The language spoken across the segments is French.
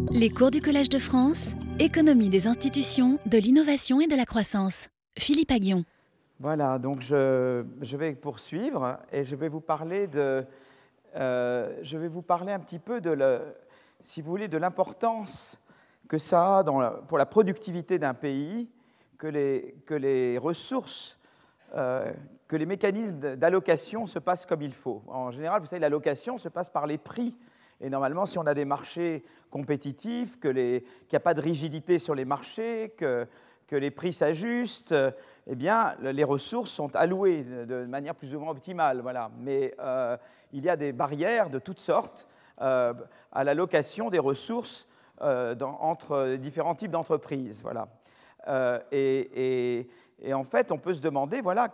Les cours du Collège de France, économie des institutions, de l'innovation et de la croissance. Philippe Aghion. Voilà, donc je vais poursuivre et je vais vous parler un petit peu si vous voulez, de l'importance que ça a pour la productivité d'un pays, que les ressources, que les mécanismes d'allocation se passent comme il faut. En général, vous savez, l'allocation se passe par les prix. Et normalement, si on a des marchés compétitifs, qu'il n'y a pas de rigidité sur les marchés, que les prix s'ajustent, eh bien, les ressources sont allouées de manière plus ou moins optimale. Voilà. Mais il y a des barrières de toutes sortes à l'allocation des ressources entre différents types d'entreprises. Voilà. Et en fait, on peut se demander, voilà,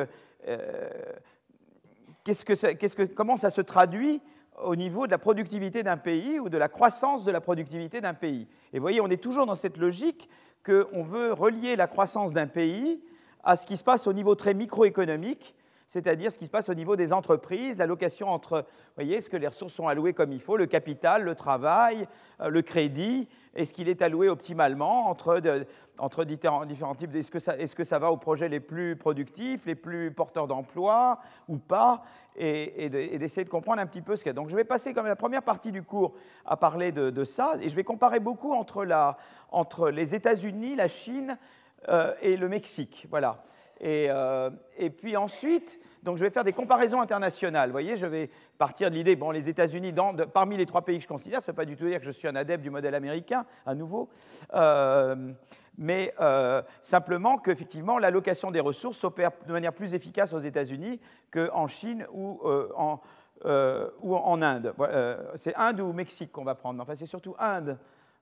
comment ça se traduit au niveau de la productivité d'un pays ou de la croissance de la productivité d'un pays. Et vous voyez, on est toujours dans cette logique qu'on veut relier la croissance d'un pays à ce qui se passe au niveau très microéconomique, c'est-à-dire ce qui se passe au niveau des entreprises, l'allocation entre, vous voyez, est-ce que les ressources sont allouées comme il faut, le capital, le travail, le crédit, est-ce qu'il est alloué optimalement entre différents types, est-ce que ça va aux projets les plus productifs, les plus porteurs d'emploi ou pas, et d'essayer de comprendre un petit peu ce qu'il y a. Donc je vais passer comme la première partie du cours à parler de ça, et je vais comparer beaucoup entre les États-Unis, la Chine et le Mexique. Voilà. Et puis ensuite, donc je vais faire des comparaisons internationales. Vous voyez, je vais partir de l'idée, bon, les États-Unis, parmi les trois pays que je considère, ça ne veut pas du tout dire que je suis un adepte du modèle américain, à nouveau, mais simplement qu'effectivement, l'allocation des ressources s'opère de manière plus efficace aux États-Unis qu'en Chine ou en Inde. C'est Inde ou Mexique qu'on va prendre. Enfin, c'est surtout Inde,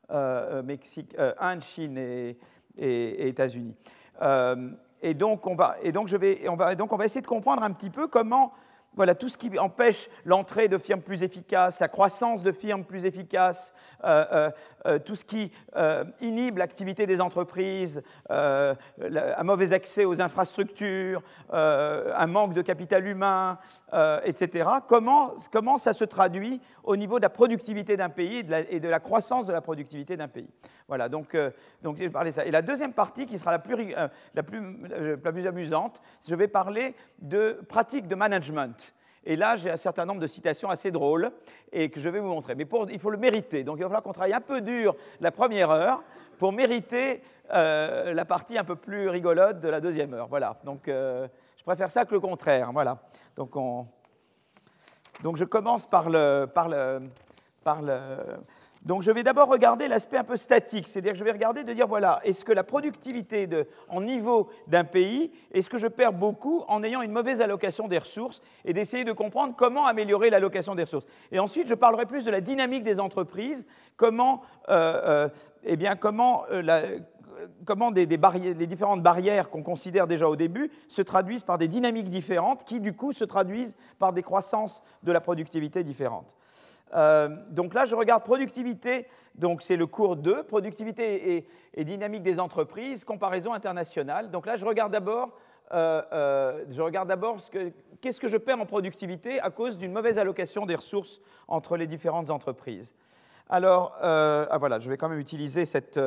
Inde, Chine et États-Unis. Et donc, on va essayer de comprendre un petit peu comment, voilà, tout ce qui empêche l'entrée de firmes plus efficaces, la croissance de firmes plus efficaces, tout ce qui inhibe l'activité des entreprises, un mauvais accès aux infrastructures, un manque de capital humain, etc. Comment ça se traduit au niveau de la productivité d'un pays et de la croissance de la productivité d'un pays. Voilà, donc j'ai parlé de ça. Et la deuxième partie, qui sera la plus amusante, je vais parler de pratiques de management. Et là, j'ai un certain nombre de citations assez drôles et que je vais vous montrer. Mais il faut le mériter. Donc, il va falloir qu'on travaille un peu dur la première heure pour mériter la partie un peu plus rigolote de la deuxième heure. Voilà. Donc, je préfère ça que le contraire. Voilà. Donc je commence Donc, je vais d'abord regarder l'aspect un peu statique, c'est-à-dire que je vais regarder de dire, voilà, est-ce que la productivité en niveau d'un pays, est-ce que je perds beaucoup en ayant une mauvaise allocation des ressources et d'essayer de comprendre comment améliorer l'allocation des ressources. Et ensuite, je parlerai plus de la dynamique des entreprises, comment les différentes barrières qu'on considère déjà au début se traduisent par des dynamiques différentes qui, du coup, se traduisent par des croissances de la productivité différentes. Donc là, je regarde productivité, donc c'est le cours 2, productivité et dynamique des entreprises, comparaison internationale. Donc là, je regarde d'abord qu'est-ce que je perds en productivité à cause d'une mauvaise allocation des ressources entre les différentes entreprises. Alors, voilà, je vais quand même utiliser cette.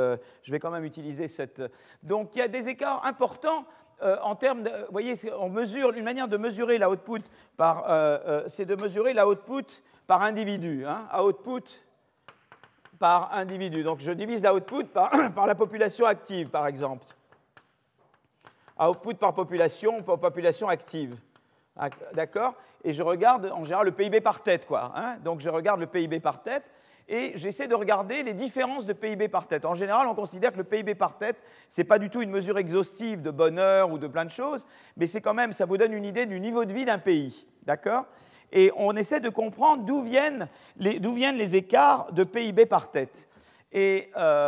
Donc, il y a des écarts importants. En termes de, vous voyez, une manière de mesurer la output c'est de mesurer la output par individu, hein, output par individu. Donc, je divise la output par la population active, par exemple. Output par population active. D'accord? Et je regarde, en général, le PIB par tête, quoi. Hein. Donc, je regarde le PIB par tête. Et j'essaie de regarder les différences de PIB par tête. En général, on considère que le PIB par tête, ce n'est pas du tout une mesure exhaustive de bonheur ou de plein de choses, mais c'est quand même, ça vous donne une idée du niveau de vie d'un pays. D'accord ? Et on essaie de comprendre d'où viennent les écarts de PIB par tête. Et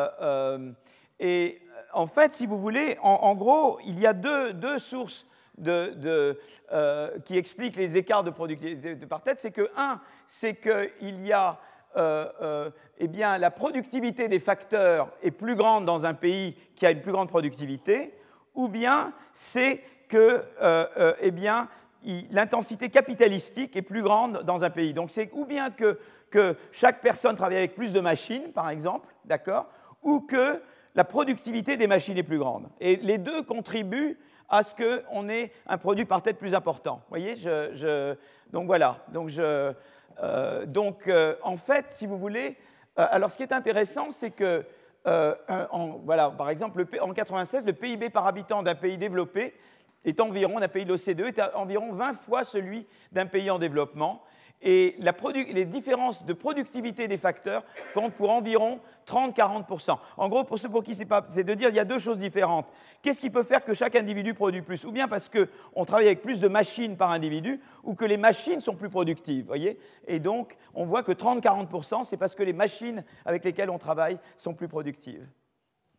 en fait, si vous voulez, en gros, il y a deux sources qui expliquent les écarts de productivité par tête. C'est que, c'est qu'il y a la productivité des facteurs est plus grande dans un pays qui a une plus grande productivité, ou bien c'est que l'intensité capitalistique est plus grande dans un pays. Donc c'est ou bien que chaque personne travaille avec plus de machines, par exemple, d'accord, ou que la productivité des machines est plus grande. Et les deux contribuent à ce qu'on ait un produit par tête plus important. Vous voyez, donc voilà. Donc, en fait, si vous voulez, alors ce qui est intéressant, c'est que, voilà, par exemple, en 1996, le PIB par habitant d'un pays développé est environ, d'un pays de l'OCDE, est environ 20 fois celui d'un pays en développement. Et les différences de productivité des facteurs comptent pour environ 30-40%. En gros, pour ceux pour qui c'est de dire qu'il y a deux choses différentes. Qu'est-ce qui peut faire que chaque individu produit plus? Ou bien parce qu'on travaille avec plus de machines par individu, ou que les machines sont plus productives, voyez? Et donc, on voit que 30-40%, c'est parce que les machines avec lesquelles on travaille sont plus productives. D'accord ?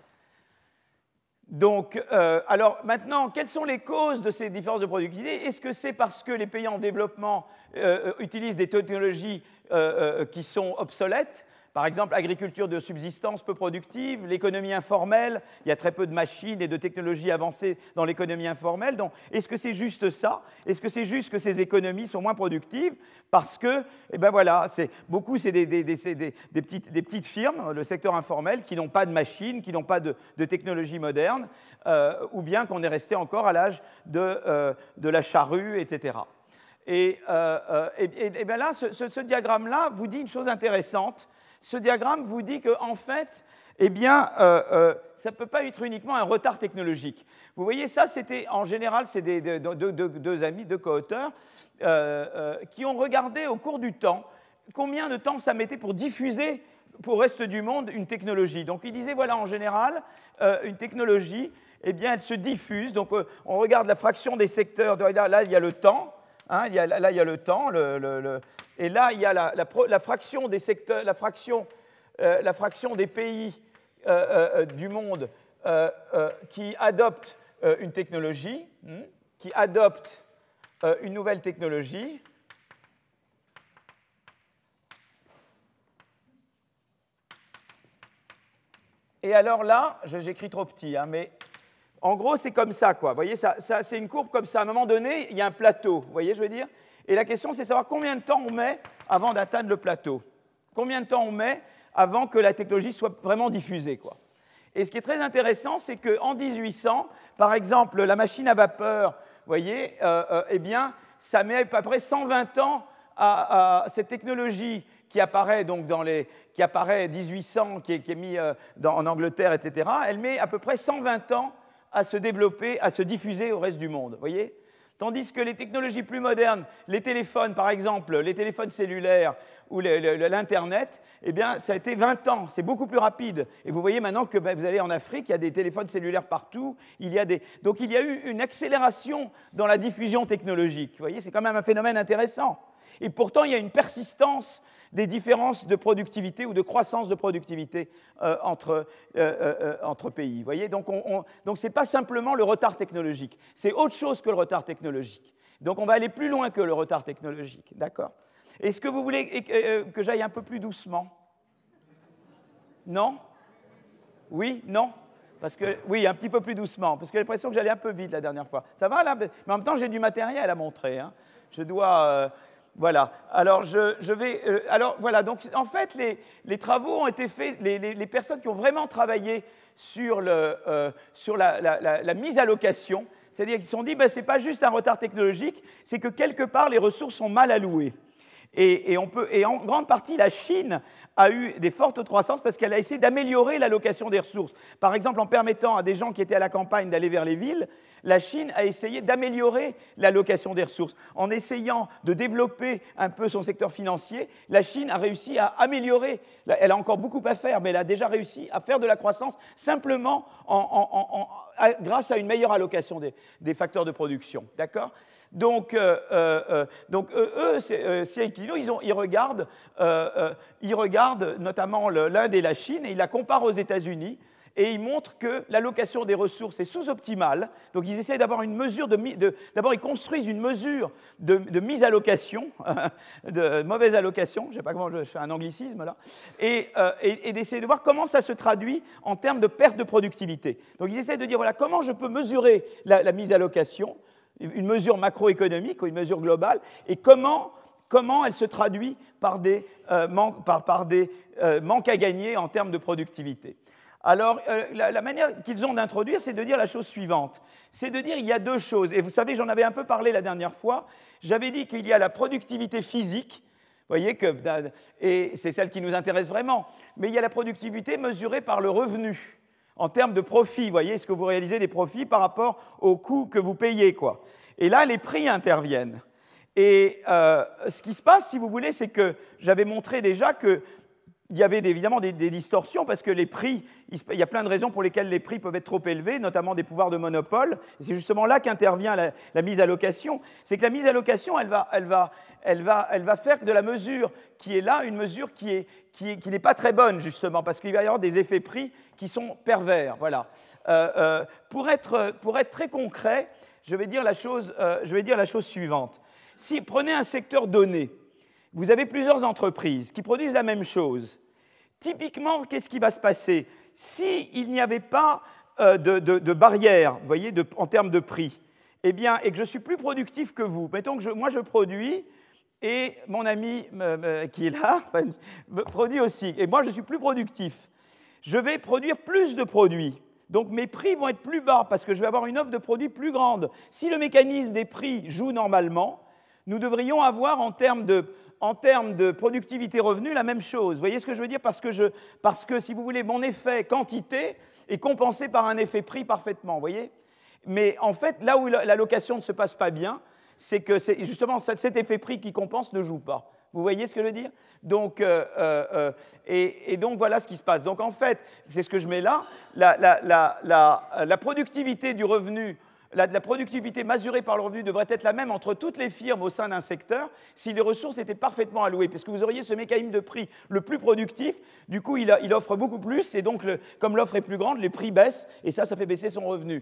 Donc, alors maintenant, quelles sont les causes de ces différences de productivité? Est-ce que c'est parce que les pays en développement utilisent des technologies qui sont obsolètes? Par exemple, l'agriculture de subsistance peu productive, l'économie informelle, il y a très peu de machines et de technologies avancées dans l'économie informelle. Donc, est-ce que c'est juste ça? Est-ce que c'est juste que ces économies sont moins productives? Parce que, eh ben voilà, c'est des petites firmes, le secteur informel, qui n'ont pas de machines, qui n'ont pas de technologie moderne, ou bien qu'on est resté encore à l'âge de la charrue, etc. Et bien là, ce diagramme-là vous dit une chose intéressante. Ce diagramme vous dit qu'en fait, eh bien, ça ne peut pas être uniquement un retard technologique. Vous voyez, ça, c'était en général, c'est deux amis, deux co-auteurs, qui ont regardé au cours du temps combien de temps ça mettait pour diffuser pour le reste du monde une technologie. Donc, ils disaient, voilà, en général, une technologie, eh bien, elle se diffuse. Donc, on regarde la fraction des secteurs. Là, il y a le temps. Hein, là, il y a le temps. Et là, il y a la fraction des secteurs, la fraction des pays du monde qui adoptent une technologie, qui adoptent une nouvelle technologie. Et alors là, j'écris trop petit, hein, mais en gros, c'est comme ça, quoi. Vous voyez, c'est une courbe comme ça. À un moment donné, il y a un plateau, vous voyez, je veux dire. Et la question, c'est de savoir combien de temps on met avant d'atteindre le plateau. Combien de temps on met avant que la technologie soit vraiment diffusée, quoi. Et ce qui est très intéressant, c'est qu'en 1800, par exemple, la machine à vapeur, vous voyez, eh bien, ça met à peu près 120 ans à cette technologie qui apparaît donc qui apparaît 1800, qui est mis en Angleterre, etc. Elle met à peu près 120 ans à se développer, à se diffuser au reste du monde, vous voyez ? Tandis que les technologies plus modernes, les téléphones par exemple, les téléphones cellulaires ou l'Internet, eh bien ça a été 20 ans, c'est beaucoup plus rapide. Et vous voyez maintenant que vous allez en Afrique, il y a des téléphones cellulaires partout, donc il y a eu une accélération dans la diffusion technologique. Vous voyez, c'est quand même un phénomène intéressant. Et pourtant, il y a une persistance des différences de productivité ou de croissance de productivité entre pays. Vous voyez, donc ce n'est pas simplement le retard technologique, c'est autre chose que le retard technologique. Donc on va aller plus loin que le retard technologique, d'accord? Est-ce que vous voulez que j'aille un peu plus doucement? Non? Oui? Non? Parce que, oui, un petit peu plus doucement, parce que j'ai l'impression que j'allais un peu vite la dernière fois. Ça va là? Mais en même temps, j'ai du matériel à montrer. Hein. Je dois... Voilà. Alors, alors, voilà. Donc, en fait, les travaux ont été faits, les personnes qui ont vraiment travaillé sur la mise à location, c'est-à-dire qu'ils se sont dit, ben, ce n'est pas juste un retard technologique, c'est que quelque part, les ressources sont mal allouées. Et en grande partie, la Chine a eu des fortes croissances parce qu'elle a essayé d'améliorer l'allocation des ressources. Par exemple, en permettant à des gens qui étaient à la campagne d'aller vers les villes, la Chine a essayé d'améliorer l'allocation des ressources. En essayant de développer un peu son secteur financier, la Chine a réussi à améliorer, elle a encore beaucoup à faire, mais elle a déjà réussi à faire de la croissance simplement grâce à une meilleure allocation des facteurs de production. D'accord ? Donc eux, CIKILO, ils regardent notamment l'Inde et la Chine, et ils la comparent aux États-Unis, et ils montrent que l'allocation des ressources est sous-optimale. Donc ils essaient d'avoir une mesure d'abord, ils construisent une mesure de mise à location, de mauvaise allocation, je ne sais pas comment je fais un anglicisme là, et d'essayer de voir comment ça se traduit en termes de perte de productivité. Donc ils essaient de dire, voilà, comment je peux mesurer la mise à location une mesure macroéconomique ou une mesure globale, et comment elle se traduit par des manques à gagner en termes de productivité. Alors, la manière qu'ils ont d'introduire, c'est de dire la chose suivante. C'est de dire il y a deux choses. Et vous savez, j'en avais un peu parlé la dernière fois. J'avais dit qu'il y a la productivité physique, vous voyez, et c'est celle qui nous intéresse vraiment. Mais il y a la productivité mesurée par le revenu, en termes de profit. Vous voyez, est-ce que vous réalisez des profits par rapport aux coûts que vous payez, quoi. Et là, les prix interviennent. Et ce qui se passe, si vous voulez, c'est que j'avais montré déjà qu'il y avait évidemment des distorsions parce que les prix, il y a plein de raisons pour lesquelles les prix peuvent être trop élevés, notamment des pouvoirs de monopole. Et c'est justement là qu'intervient la mise à location. C'est que la mise à location, elle va faire que de la mesure qui est là, une mesure qui n'est pas très bonne, justement, parce qu'il va y avoir des effets prix qui sont pervers. Voilà. Pour être très concret, je vais dire la chose suivante. Si prenez un secteur donné, vous avez plusieurs entreprises qui produisent la même chose. Typiquement, qu'est-ce qui va se passer? S'il n'y avait pas de barrière, vous voyez, en termes de prix, eh bien, et que je suis plus productif que vous, mettons que moi je produis et mon ami qui est là produit aussi, et moi je suis plus productif, je vais produire plus de produits. Donc mes prix vont être plus bas parce que je vais avoir une offre de produits plus grande. Si le mécanisme des prix joue normalement, nous devrions avoir en termes de productivité revenu la même chose. Vous voyez ce que je veux dire? Parce que, si vous voulez, mon effet quantité est compensé par un effet prix parfaitement, vous voyez? Mais en fait, là où la location ne se passe pas bien, c'est que justement cet effet prix qui compense ne joue pas. Vous voyez ce que je veux dire? Donc, et donc voilà ce qui se passe. Donc en fait, c'est ce que je mets là, la productivité du revenu, la productivité mesurée par le revenu devrait être la même entre toutes les firmes au sein d'un secteur si les ressources étaient parfaitement allouées, parce que vous auriez ce mécanisme de prix le plus productif, du coup il offre beaucoup plus, et donc comme l'offre est plus grande, les prix baissent, et ça fait baisser son revenu.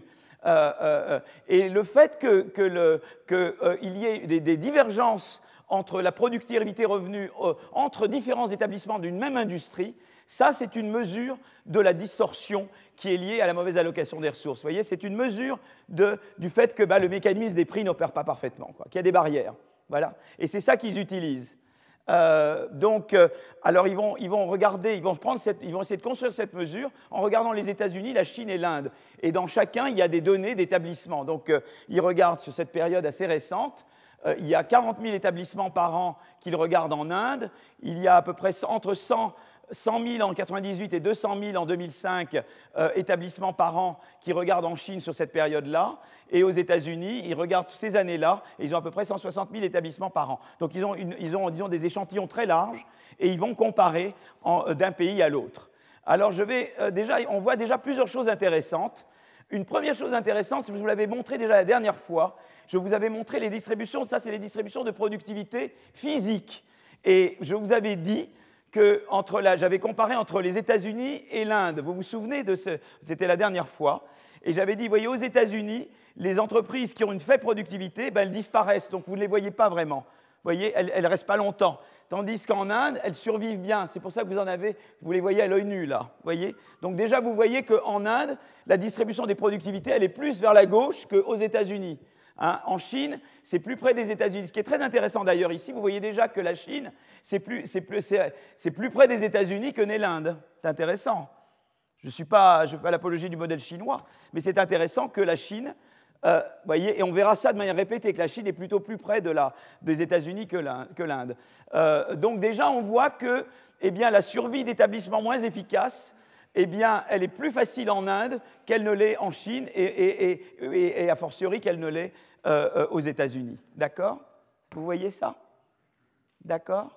Et le fait qu'il y ait des divergences entre la productivité revenu entre différents établissements d'une même industrie, ça, c'est une mesure de la distorsion qui est liée à la mauvaise allocation des ressources. Vous voyez, c'est une mesure du fait que le mécanisme des prix n'opère pas parfaitement, qu'il y a des barrières. Voilà. Et c'est ça qu'ils utilisent. Alors ils vont regarder, ils vont essayer de construire cette mesure en regardant les États-Unis, la Chine et l'Inde. Et dans chacun, il y a des données d'établissement. Donc ils regardent sur cette période assez récente. Il y a 40 000 établissements par an qu'ils regardent en Inde. Il y a à peu près entre 100 000 en 1998 et 200 000 en 2005 établissements par an qui regardent en Chine sur cette période-là. Et aux États-Unis, ils regardent toutes ces années-là et ils ont à peu près 160 000 établissements par an. Donc ils ont disons, des échantillons très larges et ils vont comparer d'un pays à l'autre. Alors on voit déjà plusieurs choses intéressantes. Une première chose intéressante, je vous l'avais montré déjà la dernière fois, je vous avais montré les distributions, ça c'est les distributions de productivité physique. Et je vous avais dit que j'avais comparé entre les États-Unis et l'Inde. Vous vous souvenez de c'était la dernière fois. Et j'avais dit, vous voyez, aux États-Unis, les entreprises qui ont une faible productivité, elles disparaissent, donc vous ne les voyez pas vraiment. Vous voyez, elles ne restent pas longtemps. Tandis qu'en Inde, elles survivent bien. C'est pour ça que vous les voyez à l'œil nu, là. Voyez. Donc déjà, vous voyez qu'en Inde, la distribution des productivités, elle est plus vers la gauche qu'aux États-Unis. Hein, en Chine, c'est plus près des États-Unis. Ce qui est très intéressant d'ailleurs ici, vous voyez déjà que la Chine, c'est plus près des États-Unis que n'est l'Inde. C'est intéressant. Je ne fais pas l'apologie du modèle chinois, mais c'est intéressant que la Chine, voyez, et on verra ça de manière répétée, que la Chine est plutôt plus près des États-Unis que l'Inde. Donc déjà, on voit que la survie d'établissements moins efficaces, elle est plus facile en Inde qu'elle ne l'est en Chine et a fortiori qu'elle ne l'est aux États-Unis. D'accord? Vous voyez ça? D'accord?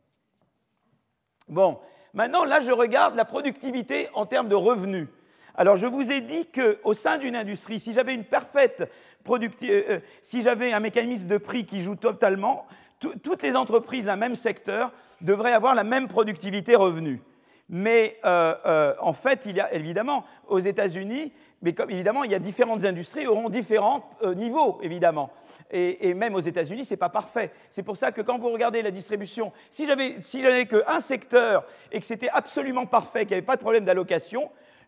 Bon, maintenant, là, je regarde la productivité en termes de revenus. Alors, je vous ai dit qu'au sein d'une industrie, si j'avais si j'avais un mécanisme de prix qui joue totalement, toutes les entreprises d'un même secteur devraient avoir la même productivité revenu. Mais en fait, il y a évidemment aux États-Unis, mais comme évidemment, il y a différentes industries auront différents niveaux, évidemment. Et même aux États-Unis, ce n'est pas parfait. C'est pour ça que quand vous regardez la distribution, si j'avais qu'un secteur et que c'était absolument parfait, qu'il n'y avait pas de problème d'allocation,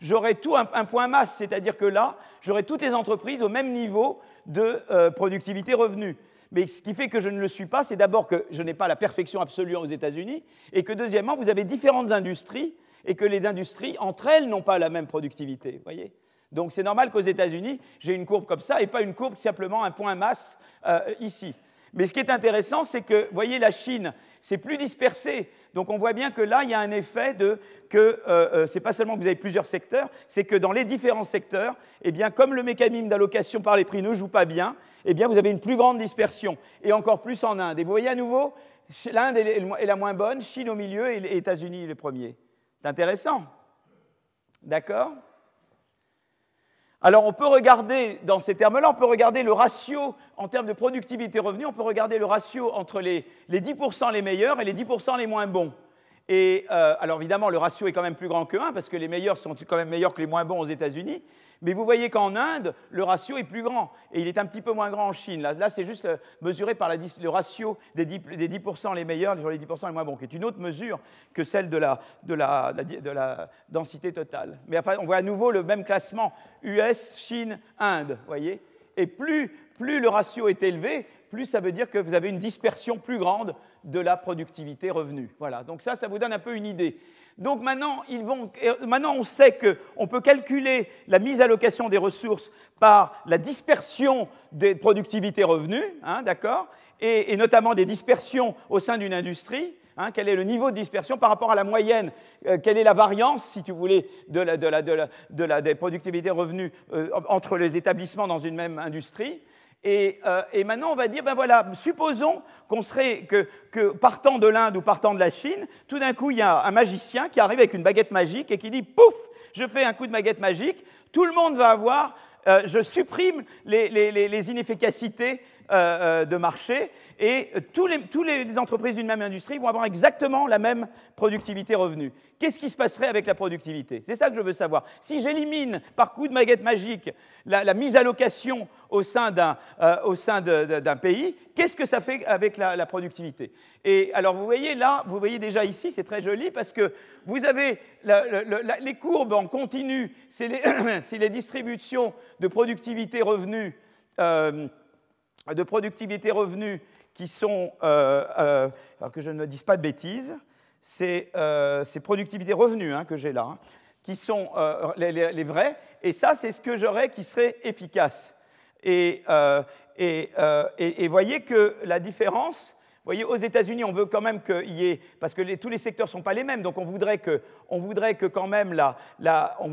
j'aurai tout un point masse, c'est-à-dire que là, j'aurai toutes les entreprises au même niveau de productivité revenu. Mais ce qui fait que je ne le suis pas, c'est d'abord que je n'ai pas la perfection absolue aux États-Unis, et que deuxièmement, vous avez différentes industries, et que les industries, entre elles, n'ont pas la même productivité. Voyez ? Donc c'est normal qu'aux États-Unis, j'ai une courbe comme ça, et pas une courbe simplement un point masse ici. Mais ce qui est intéressant, c'est que, vous voyez, la Chine, c'est plus dispersé. Donc on voit bien que là, il y a un effet que ce n'est pas seulement que vous avez plusieurs secteurs, c'est que dans les différents secteurs, eh bien, comme le mécanisme d'allocation par les prix ne joue pas bien, eh bien, vous avez une plus grande dispersion, et encore plus en Inde. Et vous voyez à nouveau, l'Inde est la moins bonne, Chine au milieu et les États-Unis les premiers. C'est intéressant. D'accord ? Alors, on peut regarder, dans ces termes-là, on peut regarder le ratio en termes de productivité revenu, on peut regarder le ratio entre les 10% les meilleurs et les 10% les moins bons. Et alors, évidemment, le ratio est quand même plus grand que 1, parce que les meilleurs sont quand même meilleurs que les moins bons aux États-Unis. Mais vous voyez qu'en Inde, le ratio est plus grand, et il est un petit peu moins grand en Chine. Là c'est juste mesuré par le ratio des 10% les meilleurs sur les 10% les moins bons, qui est une autre mesure que celle de la densité totale. Mais enfin, on voit à nouveau le même classement US, Chine, Inde, voyez. Et plus le ratio est élevé, plus ça veut dire que vous avez une dispersion plus grande de la productivité revenu. Voilà, donc ça vous donne un peu une idée. Donc maintenant, on sait qu'on peut calculer la mise à location des ressources par la dispersion des productivités revenus, hein, d'accord, et notamment des dispersions au sein d'une industrie. Hein, quel est le niveau de dispersion par rapport à la moyenne, quelle est la variance, si tu voulais, des productivités revenus entre les établissements dans une même industrie. Et maintenant, on va dire, ben voilà, supposons que partant de l'Inde ou partant de la Chine, tout d'un coup, il y a un magicien qui arrive avec une baguette magique et qui dit, pouf, je fais un coup de baguette magique, tout le monde va avoir, je supprime les inefficacités de marché, et toutes les entreprises d'une même industrie vont avoir exactement la même productivité revenu. Qu'est-ce qui se passerait avec la productivité? C'est ça que je veux savoir. Si j'élimine par coup de baguette magique la mise à location au sein d'un pays, qu'est-ce que ça fait avec la productivité? Et alors vous voyez là, vous voyez déjà ici, c'est très joli parce que vous avez les courbes en continu, c'est les distributions de productivité revenu qui sont, alors que je ne me dise pas de bêtises, c'est productivité revenu que j'ai là, qui sont les vrais, et ça c'est ce que j'aurais qui serait efficace. Et voyez que la différence, voyez, aux États-Unis, on veut quand même qu'il y ait, parce que tous les secteurs ne sont pas les mêmes, donc on voudrait que quand même on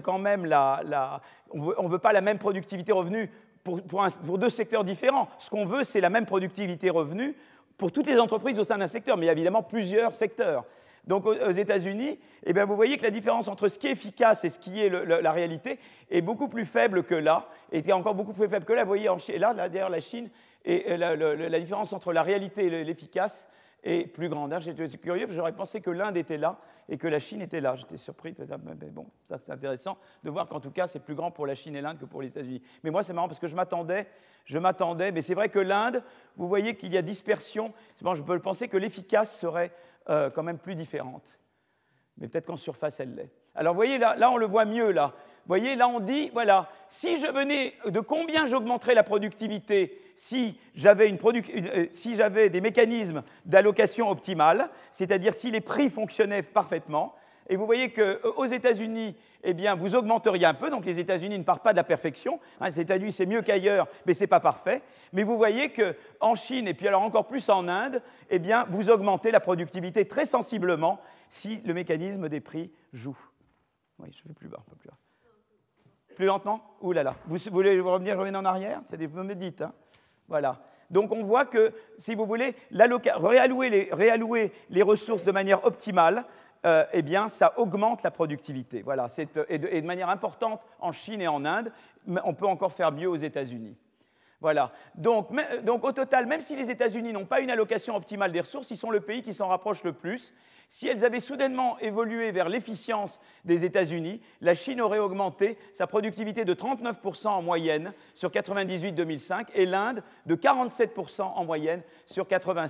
ne veut pas la même productivité revenu pour deux secteurs différents. Ce qu'on veut, c'est la même productivité revenu pour toutes les entreprises au sein d'un secteur, mais il y a évidemment plusieurs secteurs. Donc aux États-Unis, eh bien, vous voyez que la différence entre ce qui est efficace et ce qui est la réalité est beaucoup plus faible que là, et est encore beaucoup plus faible que là. Vous voyez, là d'ailleurs, la Chine, et la différence entre la réalité et l'efficace est plus grande. J'étais curieux, parce que j'aurais pensé que l'Inde était là et que la Chine était là. J'étais surpris, mais bon, ça c'est intéressant de voir qu'en tout cas c'est plus grand pour la Chine et l'Inde que pour les États-Unis. Mais moi c'est marrant parce que je m'attendais, mais c'est vrai que l'Inde, vous voyez qu'il y a dispersion. Bon, je peux penser que l'efficace serait quand même plus différente. Mais peut-être qu'en surface elle l'est. Alors vous voyez, là on le voit mieux là. Vous voyez, là on dit, voilà, si je venais, de combien j'augmenterais la productivité si j'avais des mécanismes d'allocation optimale, c'est-à-dire si les prix fonctionnaient parfaitement. Et vous voyez qu'aux États-Unis, eh bien, vous augmenteriez un peu, donc les États-Unis ne partent pas de la perfection. Les États-Unis, c'est mieux qu'ailleurs, mais ce n'est pas parfait. Mais vous voyez qu'en Chine, et puis alors encore plus en Inde, eh bien, vous augmentez la productivité très sensiblement si le mécanisme des prix joue. Oui, je vais plus bas, un peu plus bas. Plus lentement? Ouh là là. Vous voulez revenir en arrière? Vous me dites. Hein. Voilà. Donc on voit que, si vous voulez, réallouer les ressources de manière optimale, eh bien, ça augmente la productivité. Voilà. Et de manière importante en Chine et en Inde, mais on peut encore faire mieux aux États-Unis. Voilà. Donc au total, même si les États-Unis n'ont pas une allocation optimale des ressources, ils sont le pays qui s'en rapproche le plus. Si elles avaient soudainement évolué vers l'efficience des États-Unis, la Chine aurait augmenté sa productivité de 39% en moyenne sur 98-2005 et l'Inde de 47% en moyenne sur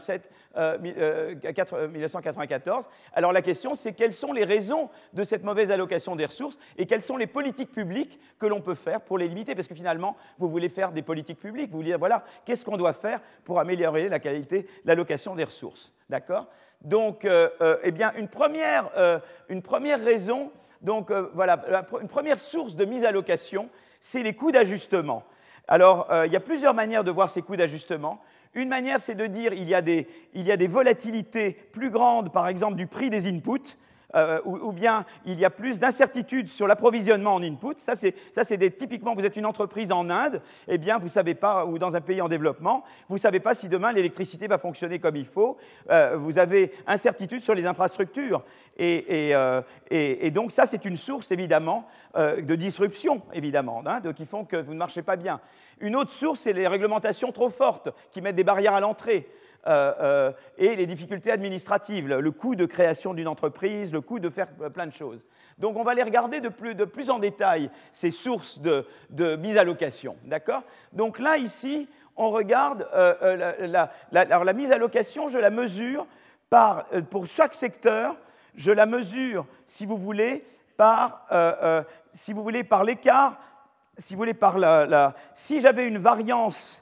1994. Alors la question, c'est quelles sont les raisons de cette mauvaise allocation des ressources et quelles sont les politiques publiques que l'on peut faire pour les limiter? Parce que finalement, vous voulez faire des politiques publiques, vous voulez dire, voilà, qu'est-ce qu'on doit faire pour améliorer la qualité, l'allocation des ressources. D'accord? Donc, eh bien, une première raison, donc voilà, une première source de mise à location, c'est les coûts d'ajustement. Alors, il y a plusieurs manières de voir ces coûts d'ajustement. Une manière, c'est de dire qu'il y a des volatilités plus grandes, par exemple, du prix des inputs, ou bien il y a plus d'incertitudes sur l'approvisionnement en input. Ça, c'est typiquement, vous êtes une entreprise en Inde, eh bien, vous ne savez pas, ou dans un pays en développement, vous ne savez pas si demain l'électricité va fonctionner comme il faut. Vous avez incertitude sur les infrastructures. Et donc, ça, c'est une source, évidemment, de disruption, évidemment, hein, qui font que vous ne marchez pas bien. Une autre source, c'est les réglementations trop fortes qui mettent des barrières à l'entrée. Et les difficultés administratives, le coût de création d'une entreprise, le coût de faire plein de choses. Donc on va les regarder de plus en détail, ces sources de mise à location. D'accord? Donc là, ici, on regarde alors la mise à location, je la mesure pour chaque secteur, je la mesure, si vous voulez, par l'écart, si vous voulez, si j'avais une variance.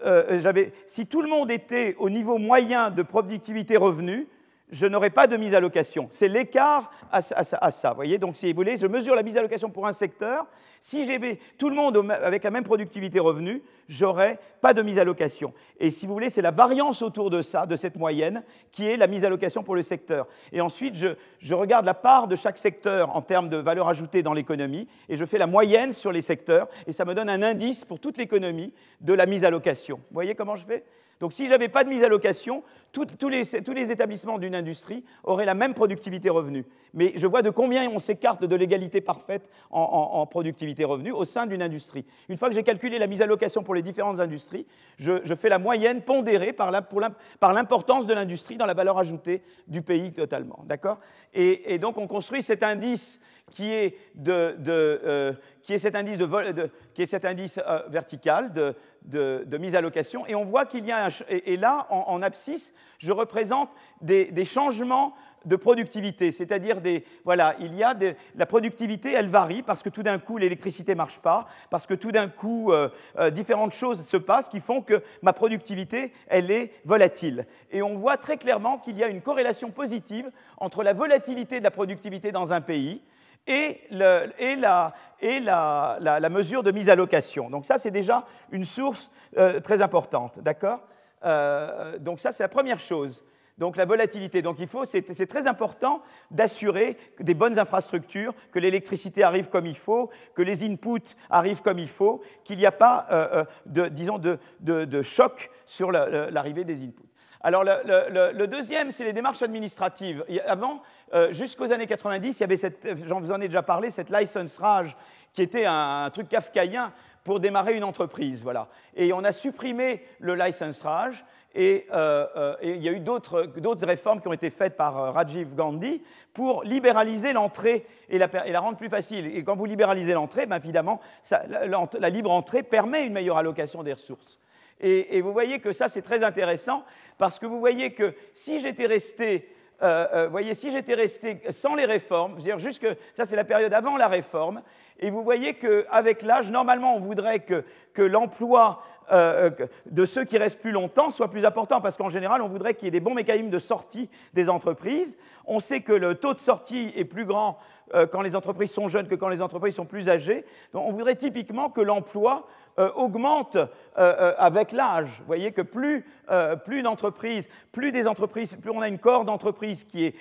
Si tout le monde était au niveau moyen de productivité revenu, je n'aurais pas de mise à location. C'est l'écart à ça. Vous voyez? Donc, si vous voulez, je mesure la mise à location pour un secteur. Si j'avais tout le monde avec la même productivité revenu, j'aurais pas de mise à location. Et si vous voulez, c'est la variance autour de ça, de cette moyenne, qui est la mise à location pour le secteur. Et ensuite, je regarde la part de chaque secteur en termes de valeur ajoutée dans l'économie, et je fais la moyenne sur les secteurs, et ça me donne un indice pour toute l'économie de la mise à location. Vous voyez comment je fais? Donc, si je n'avais pas de mise à location, tous les établissements d'une industrie auraient la même productivité revenu. Mais je vois de combien on s'écarte de l'égalité parfaite en productivité revenu au sein d'une industrie. Une fois que j'ai calculé la mise à location pour les différentes industries, je fais la moyenne pondérée par l'importance de l'industrie dans la valeur ajoutée du pays totalement. D'accord? Et donc, on construit cet indice qui est cet indice vertical de mise à location, et on voit qu'il y a et là, en abscisse, je représente des changements de productivité, c'est-à-dire la productivité, elle varie parce que tout d'un coup l'électricité ne marche pas, parce que tout d'un coup différentes choses se passent qui font que ma productivité, elle est volatile. Et on voit très clairement qu'il y a une corrélation positive entre la volatilité de la productivité dans un pays et la mesure de mise à location. Donc ça, c'est déjà une source très importante, d'accord? Donc ça, c'est la première chose. Donc la volatilité. Donc c'est très important d'assurer des bonnes infrastructures, que l'électricité arrive comme il faut, que les inputs arrivent comme il faut, qu'il n'y a pas, de choc sur l'arrivée des inputs. Alors, le deuxième, c'est les démarches administratives. Avant, jusqu'aux années 90, il y avait j'en vous en ai déjà parlé, cette license rage, qui était un truc kafkaïen pour démarrer une entreprise. Voilà. Et on a supprimé le license rage, et il y a eu d'autres réformes qui ont été faites par Rajiv Gandhi pour libéraliser l'entrée et la rendre plus facile. Et quand vous libéralisez l'entrée, ben évidemment, la libre entrée permet une meilleure allocation des ressources. Et vous voyez que ça, c'est très intéressant, parce que vous voyez que si j'étais resté sans les réformes, c'est-à-dire juste que ça, c'est la période avant la réforme, et vous voyez qu'avec l'âge, normalement, on voudrait que l'emploi de ceux qui restent plus longtemps soit plus important, parce qu'en général, on voudrait qu'il y ait des bons mécanismes de sortie des entreprises. On sait que le taux de sortie est plus grand quand les entreprises sont jeunes que quand les entreprises sont plus âgées. Donc, on voudrait typiquement que l'emploi augmente avec l'âge. Vous voyez que plus d'entreprises, plus on a une cohorte d'entreprises qui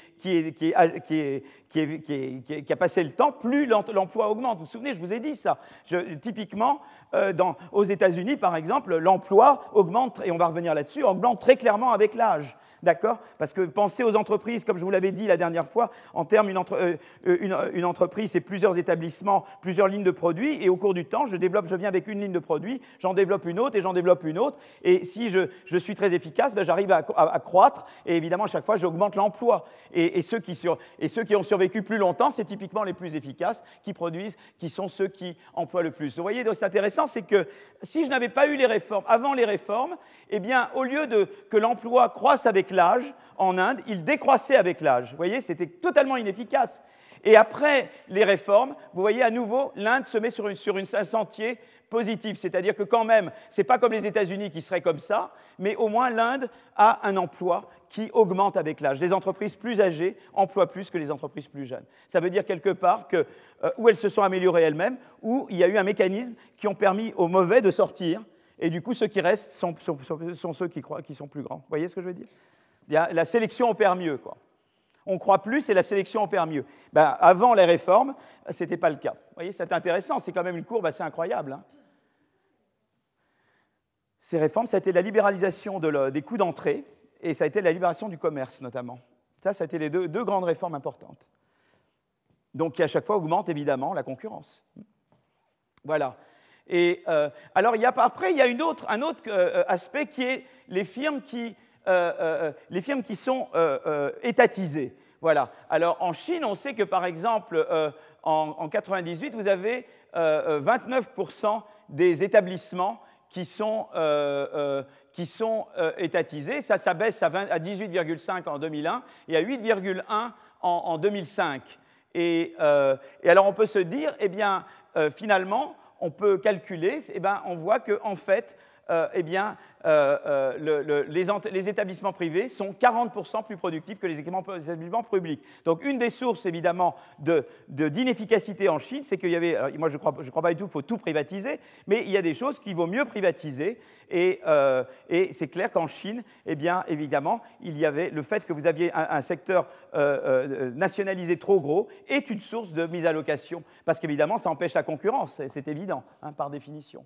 a passé le temps, plus l'emploi augmente. Vous vous souvenez, je vous ai dit ça. Typiquement, aux États-Unis, par exemple, exemple, l'emploi augmente, et on va revenir là-dessus, augmente très clairement avec l'âge. D'accord? Parce que pensez aux entreprises, comme je vous l'avais dit la dernière fois, en termes une entreprise, c'est plusieurs établissements, plusieurs lignes de produits, et au cours du temps, je viens avec une ligne de produits, j'en développe une autre, et j'en développe une autre, et si je suis très efficace, ben, j'arrive à croître, et évidemment, à chaque fois, j'augmente l'emploi. Et ceux qui ont survécu plus longtemps, c'est typiquement les plus efficaces qui produisent, qui sont ceux qui emploient le plus. Vous voyez, donc c'est intéressant, c'est que si je n'avais pas eu les réformes, avant les réformes, eh bien, au lieu que l'emploi croisse avec l'âge, en Inde, il décroissait avec l'âge. Vous voyez, c'était totalement inefficace. Et après les réformes, vous voyez, à nouveau, l'Inde se met sur un sentier positif. C'est-à-dire que quand même, ce n'est pas comme les États-Unis qui seraient comme ça, mais au moins l'Inde a un emploi qui augmente avec l'âge. Les entreprises plus âgées emploient plus que les entreprises plus jeunes. Ça veut dire quelque part que, où elles se sont améliorées elles-mêmes, où il y a eu un mécanisme qui ont permis aux mauvais de sortir, et du coup, ceux qui restent sont ceux qui sont plus grands. Vous voyez ce que je veux dire? La sélection opère mieux, quoi. On croit plus et la sélection opère mieux. Ben, avant les réformes, ce n'était pas le cas. Vous voyez, c'est intéressant, c'est quand même une courbe assez incroyable. Hein. Ces réformes, ça a été la libéralisation des coûts d'entrée et ça a été la libération du commerce, notamment. Ça a été les deux grandes réformes importantes. Donc, qui à chaque fois augmentent évidemment la concurrence. Voilà. Et alors, après, il y a un autre aspect qui est les firmes qui sont étatisées. Voilà. Alors, en Chine, on sait que, par exemple, en 1998, vous avez 29% des établissements qui sont étatisés. Ça baisse à 18,5 en 2001 et à 8,1 en 2005. Et alors, on peut se dire, eh bien, finalement, on peut calculer, eh bien, on voit qu'en fait, eh bien, les établissements privés sont 40% plus productifs que les établissements publics. Donc, une des sources, évidemment, d'inefficacité en Chine, c'est qu'il y avait... Alors, moi, je ne crois pas du tout qu'il faut tout privatiser, mais il y a des choses qu'il vaut mieux privatiser. Et c'est clair qu'en Chine, eh bien, évidemment, il y avait le fait que vous aviez un secteur nationalisé trop gros est une source de mise à location. Parce qu'évidemment, ça empêche la concurrence, c'est évident, hein, par définition.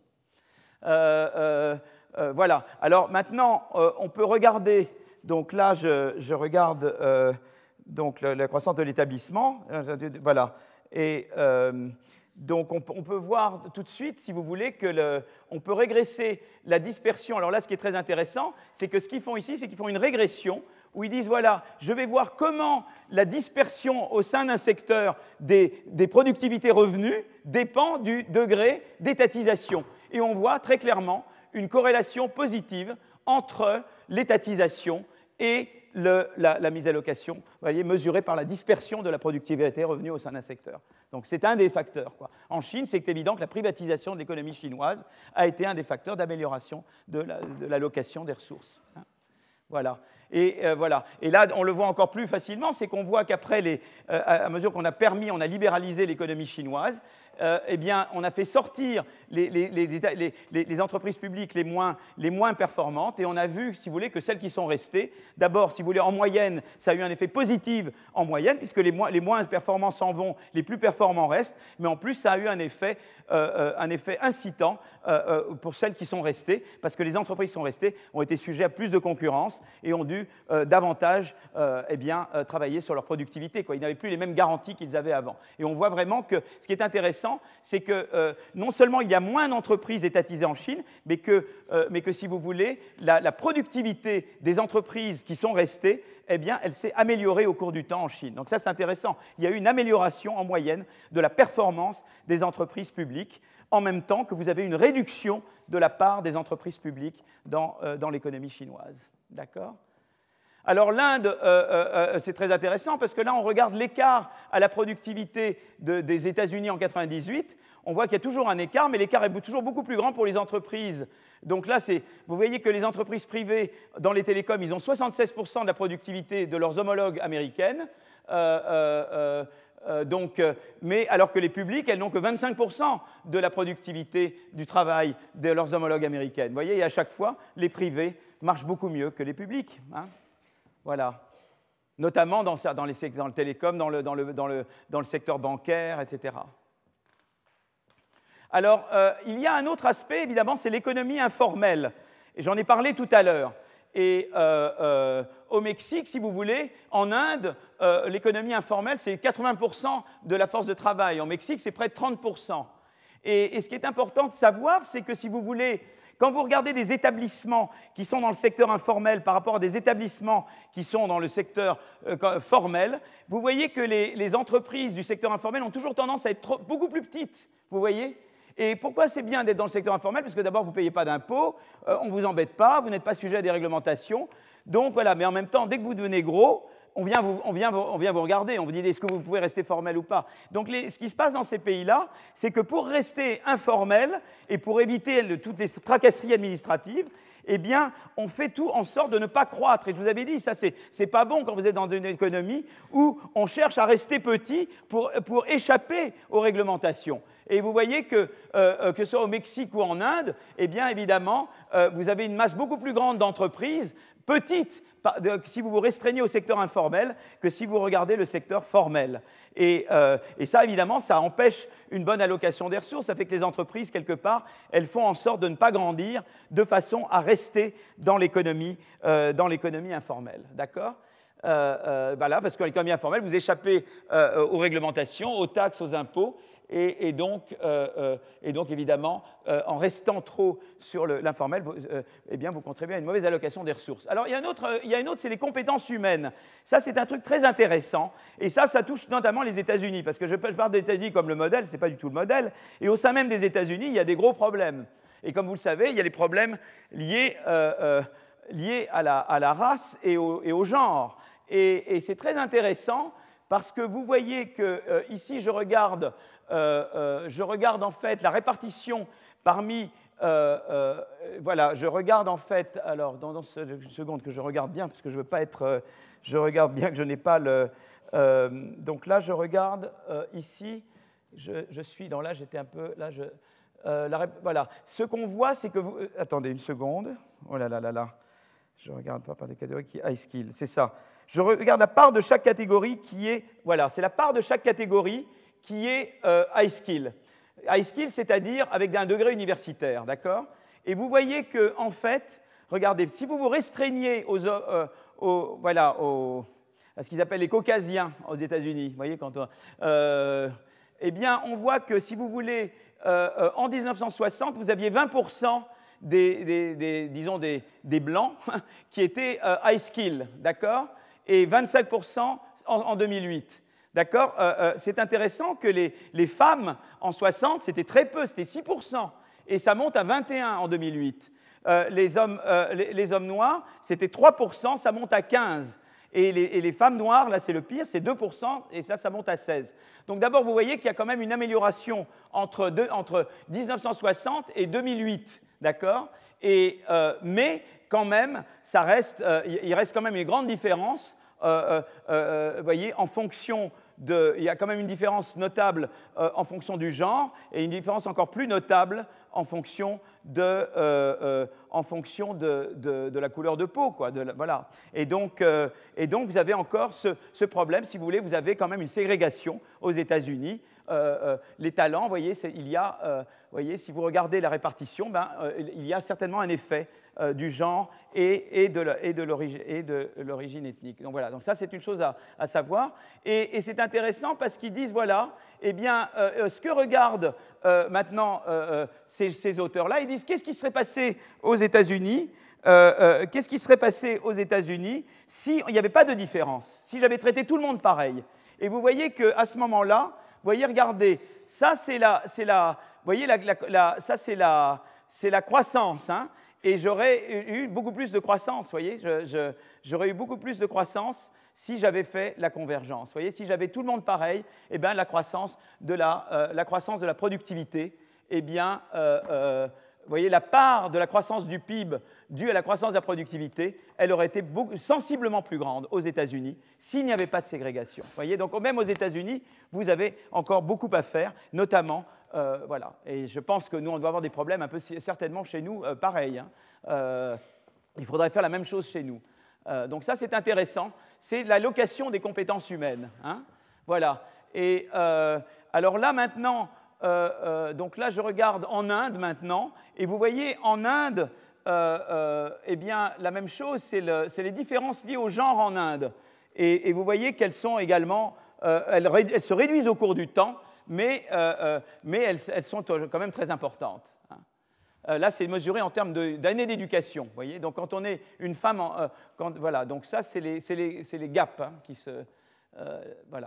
Voilà. Alors maintenant, on peut regarder. Donc là, je regarde donc la croissance de l'établissement. Voilà. Et donc on peut voir tout de suite, si vous voulez, on peut régresser la dispersion. Alors là, ce qui est très intéressant, c'est que ce qu'ils font ici, c'est qu'ils font une régression où ils disent, voilà, je vais voir comment la dispersion au sein d'un secteur des productivités revenus dépend du degré d'étatisation. Et on voit très clairement une corrélation positive entre l'étatisation et la mise à location, vous voyez, mesurée par la dispersion de la productivité revenue au sein d'un secteur. Donc c'est un des facteurs, quoi. En Chine, c'est évident que la privatisation de l'économie chinoise a été un des facteurs d'amélioration de l'allocation des ressources. Hein. Voilà. Voilà. Et là, on le voit encore plus facilement, c'est qu'on voit qu'après, à mesure qu'on a libéralisé l'économie chinoise, eh bien, on a fait sortir les entreprises publiques les moins performantes, et on a vu, si vous voulez, que celles qui sont restées, d'abord, si vous voulez, en moyenne, ça a eu un effet positif en moyenne, puisque les moins performants s'en vont, les plus performants restent, mais en plus, ça a eu un effet incitant pour celles qui sont restées, parce que les entreprises qui sont restées ont été sujets à plus de concurrence et ont dû davantage travailler sur leur productivité, quoi. Ils n'avaient plus les mêmes garanties qu'ils avaient avant. Et on voit vraiment que ce qui est intéressant, c'est que non seulement il y a moins d'entreprises étatisées en Chine, mais que si vous voulez, la productivité des entreprises qui sont restées, eh bien, elle s'est améliorée au cours du temps en Chine. Donc ça, c'est intéressant. Il y a eu une amélioration en moyenne de la performance des entreprises publiques, en même temps que vous avez une réduction de la part des entreprises publiques dans l'économie chinoise. D'accord ? Alors l'Inde, c'est très intéressant parce que là, on regarde l'écart à la productivité des États-Unis en 1998. On voit qu'il y a toujours un écart, mais l'écart est toujours beaucoup plus grand pour les entreprises. Donc là, vous voyez que les entreprises privées dans les télécoms, ils ont 76% de la productivité de leurs homologues américaines. Mais alors que les publics, elles n'ont que 25% de la productivité du travail de leurs homologues américaines. Vous voyez, et à chaque fois, les privés marchent beaucoup mieux que les publics. Hein. Voilà. Notamment dans le télécom, dans le secteur bancaire, etc. Alors, il y a un autre aspect, évidemment, c'est l'économie informelle. Et j'en ai parlé tout à l'heure. Et au Mexique, si vous voulez, en Inde, l'économie informelle, c'est 80% de la force de travail. En Mexique, c'est près de 30%. Et ce qui est important de savoir, c'est que si vous voulez, quand vous regardez des établissements qui sont dans le secteur informel par rapport à des établissements qui sont dans le secteur formel, vous voyez que les entreprises du secteur informel ont toujours tendance à être beaucoup plus petites, vous voyez. Et pourquoi c'est bien d'être dans le secteur informel? Parce que d'abord, vous ne payez pas d'impôts, on ne vous embête pas, vous n'êtes pas sujet à des réglementations. Donc voilà, mais en même temps, dès que vous devenez gros, on vient vous regarder, on vous dit est-ce que vous pouvez rester formel ou pas. Donc ce qui se passe dans ces pays-là, c'est que pour rester informel et pour éviter toutes les tracasseries administratives, eh bien, on fait tout en sorte de ne pas croître. Et je vous avais dit, ça, c'est pas bon quand vous êtes dans une économie où on cherche à rester petit pour échapper aux réglementations. Et vous voyez que ce soit au Mexique ou en Inde, eh bien, évidemment, vous avez une masse beaucoup plus grande d'entreprises, petites, si vous vous restreignez au secteur informel, que si vous regardez le secteur formel. Et ça, évidemment, ça empêche une bonne allocation des ressources. Ça fait que les entreprises, quelque part, elles font en sorte de ne pas grandir de façon à rester dans l'économie informelle. D'accord ? Voilà, parce que l'économie informelle, vous échappez aux réglementations, aux taxes, aux impôts. Et donc, évidemment, en restant trop sur l'informel, eh bien, vous contribuez à une mauvaise allocation des ressources. Alors, il y a une autre, c'est les compétences humaines. Ça, c'est un truc très intéressant. Et ça touche notamment les États-Unis. Parce que je parle des États-Unis comme le modèle, ce n'est pas du tout le modèle. Et au sein même des États-Unis, il y a des gros problèmes. Et comme vous le savez, il y a les problèmes liés à la race et au genre. Et c'est très intéressant parce que vous voyez que ici, je regarde en fait la répartition parmi... voilà, je regarde en fait... Alors, dans une seconde que je regarde bien, parce que je ne veux pas être... je regarde bien que je n'ai pas le... donc là, je regarde ici... Je suis dans... Là, j'étais un peu... Là, voilà. Ce qu'on voit, c'est que vous... attendez une seconde. Oh là là là là. Je regarde pas par des catégories qui est high skill. C'est ça. Je regarde la part de chaque catégorie qui est... Voilà, c'est la part de chaque catégorie qui est high skill. High skill, c'est-à-dire avec un degré universitaire, d'accord? Et vous voyez que, en fait, regardez, si vous vous restreignez à ce qu'ils appellent les caucasiens aux États-Unis, vous voyez, eh bien, on voit que, si vous voulez, en 1960, vous aviez 20% des blancs qui étaient high skill, d'accord? Et 25% en 2008. D'accord? C'est intéressant que les femmes en 60, c'était très peu, c'était 6%, et ça monte à 21% en 2008. Les hommes noirs, c'était 3%, ça monte à 15%. Et les femmes noires, là c'est le pire, c'est 2%, et ça monte à 16%. Donc d'abord, vous voyez qu'il y a quand même une amélioration entre 1960 et 2008, d'accord? Mais quand même, il reste quand même une grande différence. Vous voyez, en fonction il y a quand même une différence notable en fonction du genre et une différence encore plus notable en fonction de la couleur de peau, quoi. Voilà. Et donc, vous avez encore ce problème, si vous voulez, vous avez quand même une ségrégation aux États-Unis. Les talents, vous voyez, si vous regardez la répartition, il y a certainement un effet du genre et de l'origine ethnique. Donc voilà, donc ça c'est une chose à savoir. Et c'est intéressant parce qu'ils disent, voilà, eh bien, ce que regardent maintenant ces auteurs-là, ils disent, qu'est-ce qui serait passé aux États-Unis qu'est-ce qui serait passé aux États-Unis s'il n'y avait pas de différence, si j'avais traité tout le monde pareil? Et vous voyez qu'à ce moment-là, vous voyez, regardez, ça c'est la croissance, hein, et j'aurais eu beaucoup plus de croissance, vous voyez, j'aurais eu beaucoup plus de croissance si j'avais fait la convergence. Vous voyez, si j'avais tout le monde pareil, eh bien, la croissance de la productivité, eh bien, vous voyez, la part de la croissance du PIB due à la croissance de la productivité, elle aurait été sensiblement plus grande aux États-Unis s'il n'y avait pas de ségrégation. Vous voyez, donc même aux États-Unis, vous avez encore beaucoup à faire, notamment, voilà. Et je pense que nous, on doit avoir des problèmes un peu certainement chez nous, pareil. Hein. Il faudrait faire la même chose chez nous. Donc ça, c'est intéressant. C'est l'allocation des compétences humaines. Hein. Voilà. Et alors là, maintenant, donc là, je regarde en Inde maintenant, et vous voyez, en Inde, eh bien, la même chose, c'est les différences liées au genre en Inde. Et vous voyez qu'elles sont également, elles se réduisent au cours du temps, mais elles sont quand même très importantes. Là, c'est mesuré en termes d'années d'éducation. Vous voyez, donc quand on est une femme, voilà, donc ça, c'est les gaps qui se, voilà.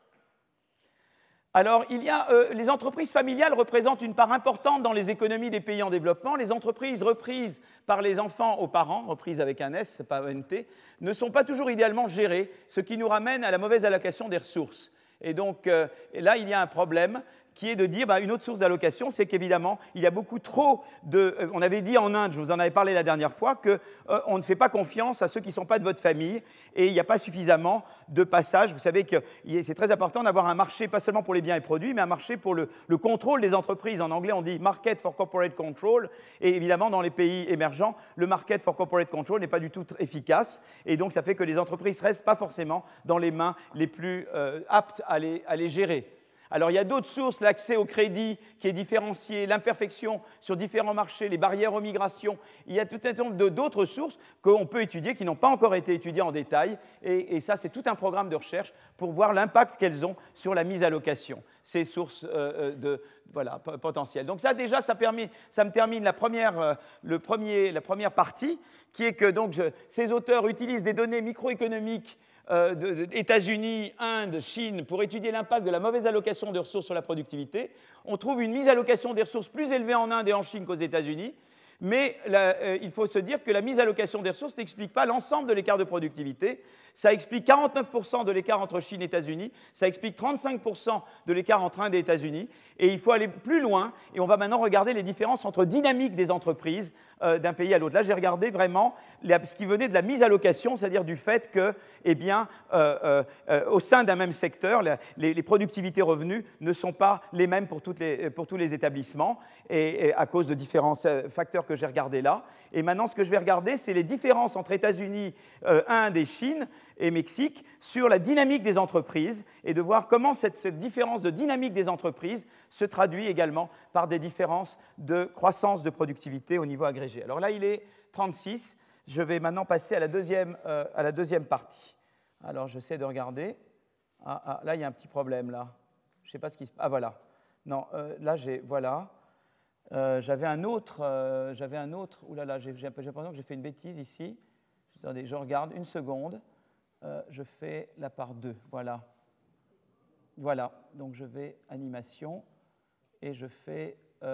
Alors, les entreprises familiales représentent une part importante dans les économies des pays en développement. Les entreprises reprises par les enfants aux parents, reprises avec un S, pas un T, ne sont pas toujours idéalement gérées, ce qui nous ramène à la mauvaise allocation des ressources. Et donc, là, il y a un problème qui est de dire, une autre source d'allocation, c'est qu'évidemment, il y a beaucoup trop de... on avait dit en Inde, je vous en avais parlé la dernière fois, qu'on ne fait pas confiance à ceux qui ne sont pas de votre famille, et il n'y a pas suffisamment de passages. Vous savez que c'est très important d'avoir un marché, pas seulement pour les biens et produits, mais un marché pour le contrôle des entreprises. En anglais, on dit « market for corporate control », et évidemment, dans les pays émergents, le « market for corporate control » n'est pas du tout efficace, et donc ça fait que les entreprises ne restent pas forcément dans les mains les plus aptes à les gérer. Alors, il y a d'autres sources, l'accès au crédit qui est différencié, l'imperfection sur différents marchés, les barrières aux migrations. Il y a tout un nombre d'autres sources qu'on peut étudier, qui n'ont pas encore été étudiées en détail. Et ça, c'est tout un programme de recherche pour voir l'impact qu'elles ont sur la mise à location, ces sources potentielles. Donc ça, déjà, ça me termine la première partie, qui est que donc, ces auteurs utilisent des données microéconomiques États-Unis, Inde, Chine, pour étudier l'impact de la mauvaise allocation de ressources sur la productivité. On trouve une mise à allocation des ressources plus élevée en Inde et en Chine qu'aux États-Unis, mais il faut se dire que la mise à allocation des ressources n'explique pas l'ensemble de l'écart de productivité. Ça explique 49% de l'écart entre Chine et États-Unis, ça explique 35% de l'écart entre Inde et États-Unis, et il faut aller plus loin, et on va maintenant regarder les différences entre dynamiques des entreprises d'un pays à l'autre. Là, j'ai regardé vraiment ce qui venait de la mise à location, c'est-à-dire du fait que, au sein d'un même secteur, les productivités revenus ne sont pas les mêmes pour tous les établissements, et à cause de différents facteurs que j'ai regardés là. Et maintenant, ce que je vais regarder, c'est les différences entre États-Unis, Inde et Chine et Mexique sur la dynamique des entreprises et de voir comment cette différence de dynamique des entreprises se traduit également par des différences de croissance de productivité au niveau agrégé. Alors là, il est 36. Je vais maintenant passer à la deuxième partie. Alors, j'essaie de regarder. Là, il y a un petit problème, là. Je ne sais pas ce qui se passe. Ah, voilà. Non, là, voilà. J'avais un autre. Ouh là là, j'ai l'impression que j'ai fait une bêtise ici. Attendez, je regarde une seconde. Je fais la part 2. Voilà. Voilà. Donc, je vais animation et je fais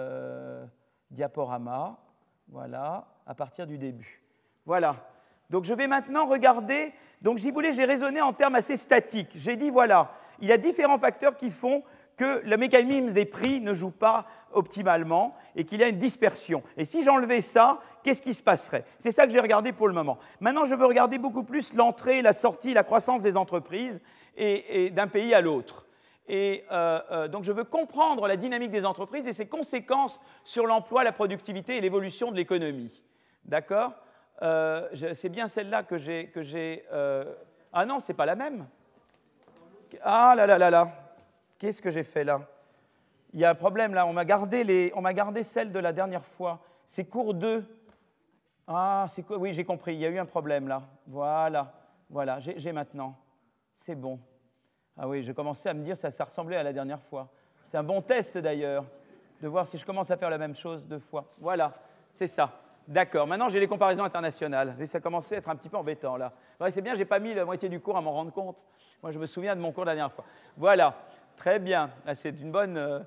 diaporama. Voilà, à partir du début. Voilà. Donc, je vais maintenant regarder. Donc, j'ai raisonné en termes assez statiques. J'ai dit, voilà, il y a différents facteurs qui font que le mécanisme des prix ne joue pas optimalement et qu'il y a une dispersion. Et si j'enlevais ça, qu'est-ce qui se passerait? C'est ça que j'ai regardé pour le moment. Maintenant, je veux regarder beaucoup plus l'entrée, la sortie, la croissance des entreprises et d'un pays à l'autre. Et donc, je veux comprendre la dynamique des entreprises et ses conséquences sur l'emploi, la productivité et l'évolution de l'économie. D'accord? C'est bien celle-là que j'ai... Ah non, c'est pas la même. Ah là là là là. Qu'est-ce que j'ai fait là? Il y a un problème là, on m'a gardé celle de la dernière fois. C'est cours 2. Ah, c'est quoi? Oui, j'ai compris, il y a eu un problème là. Voilà, j'ai maintenant. C'est bon. Ah oui, je commençais à me dire ça ressemblait à la dernière fois. C'est un bon test d'ailleurs, de voir si je commence à faire la même chose 2 fois. Voilà, c'est ça. D'accord, maintenant j'ai les comparaisons internationales. Ça commençait à être un petit peu embêtant là. Ouais, c'est bien, j'ai pas mis la moitié du cours à m'en rendre compte. Moi, je me souviens de mon cours la dernière fois. Voilà. Très bien, c'est une bonne...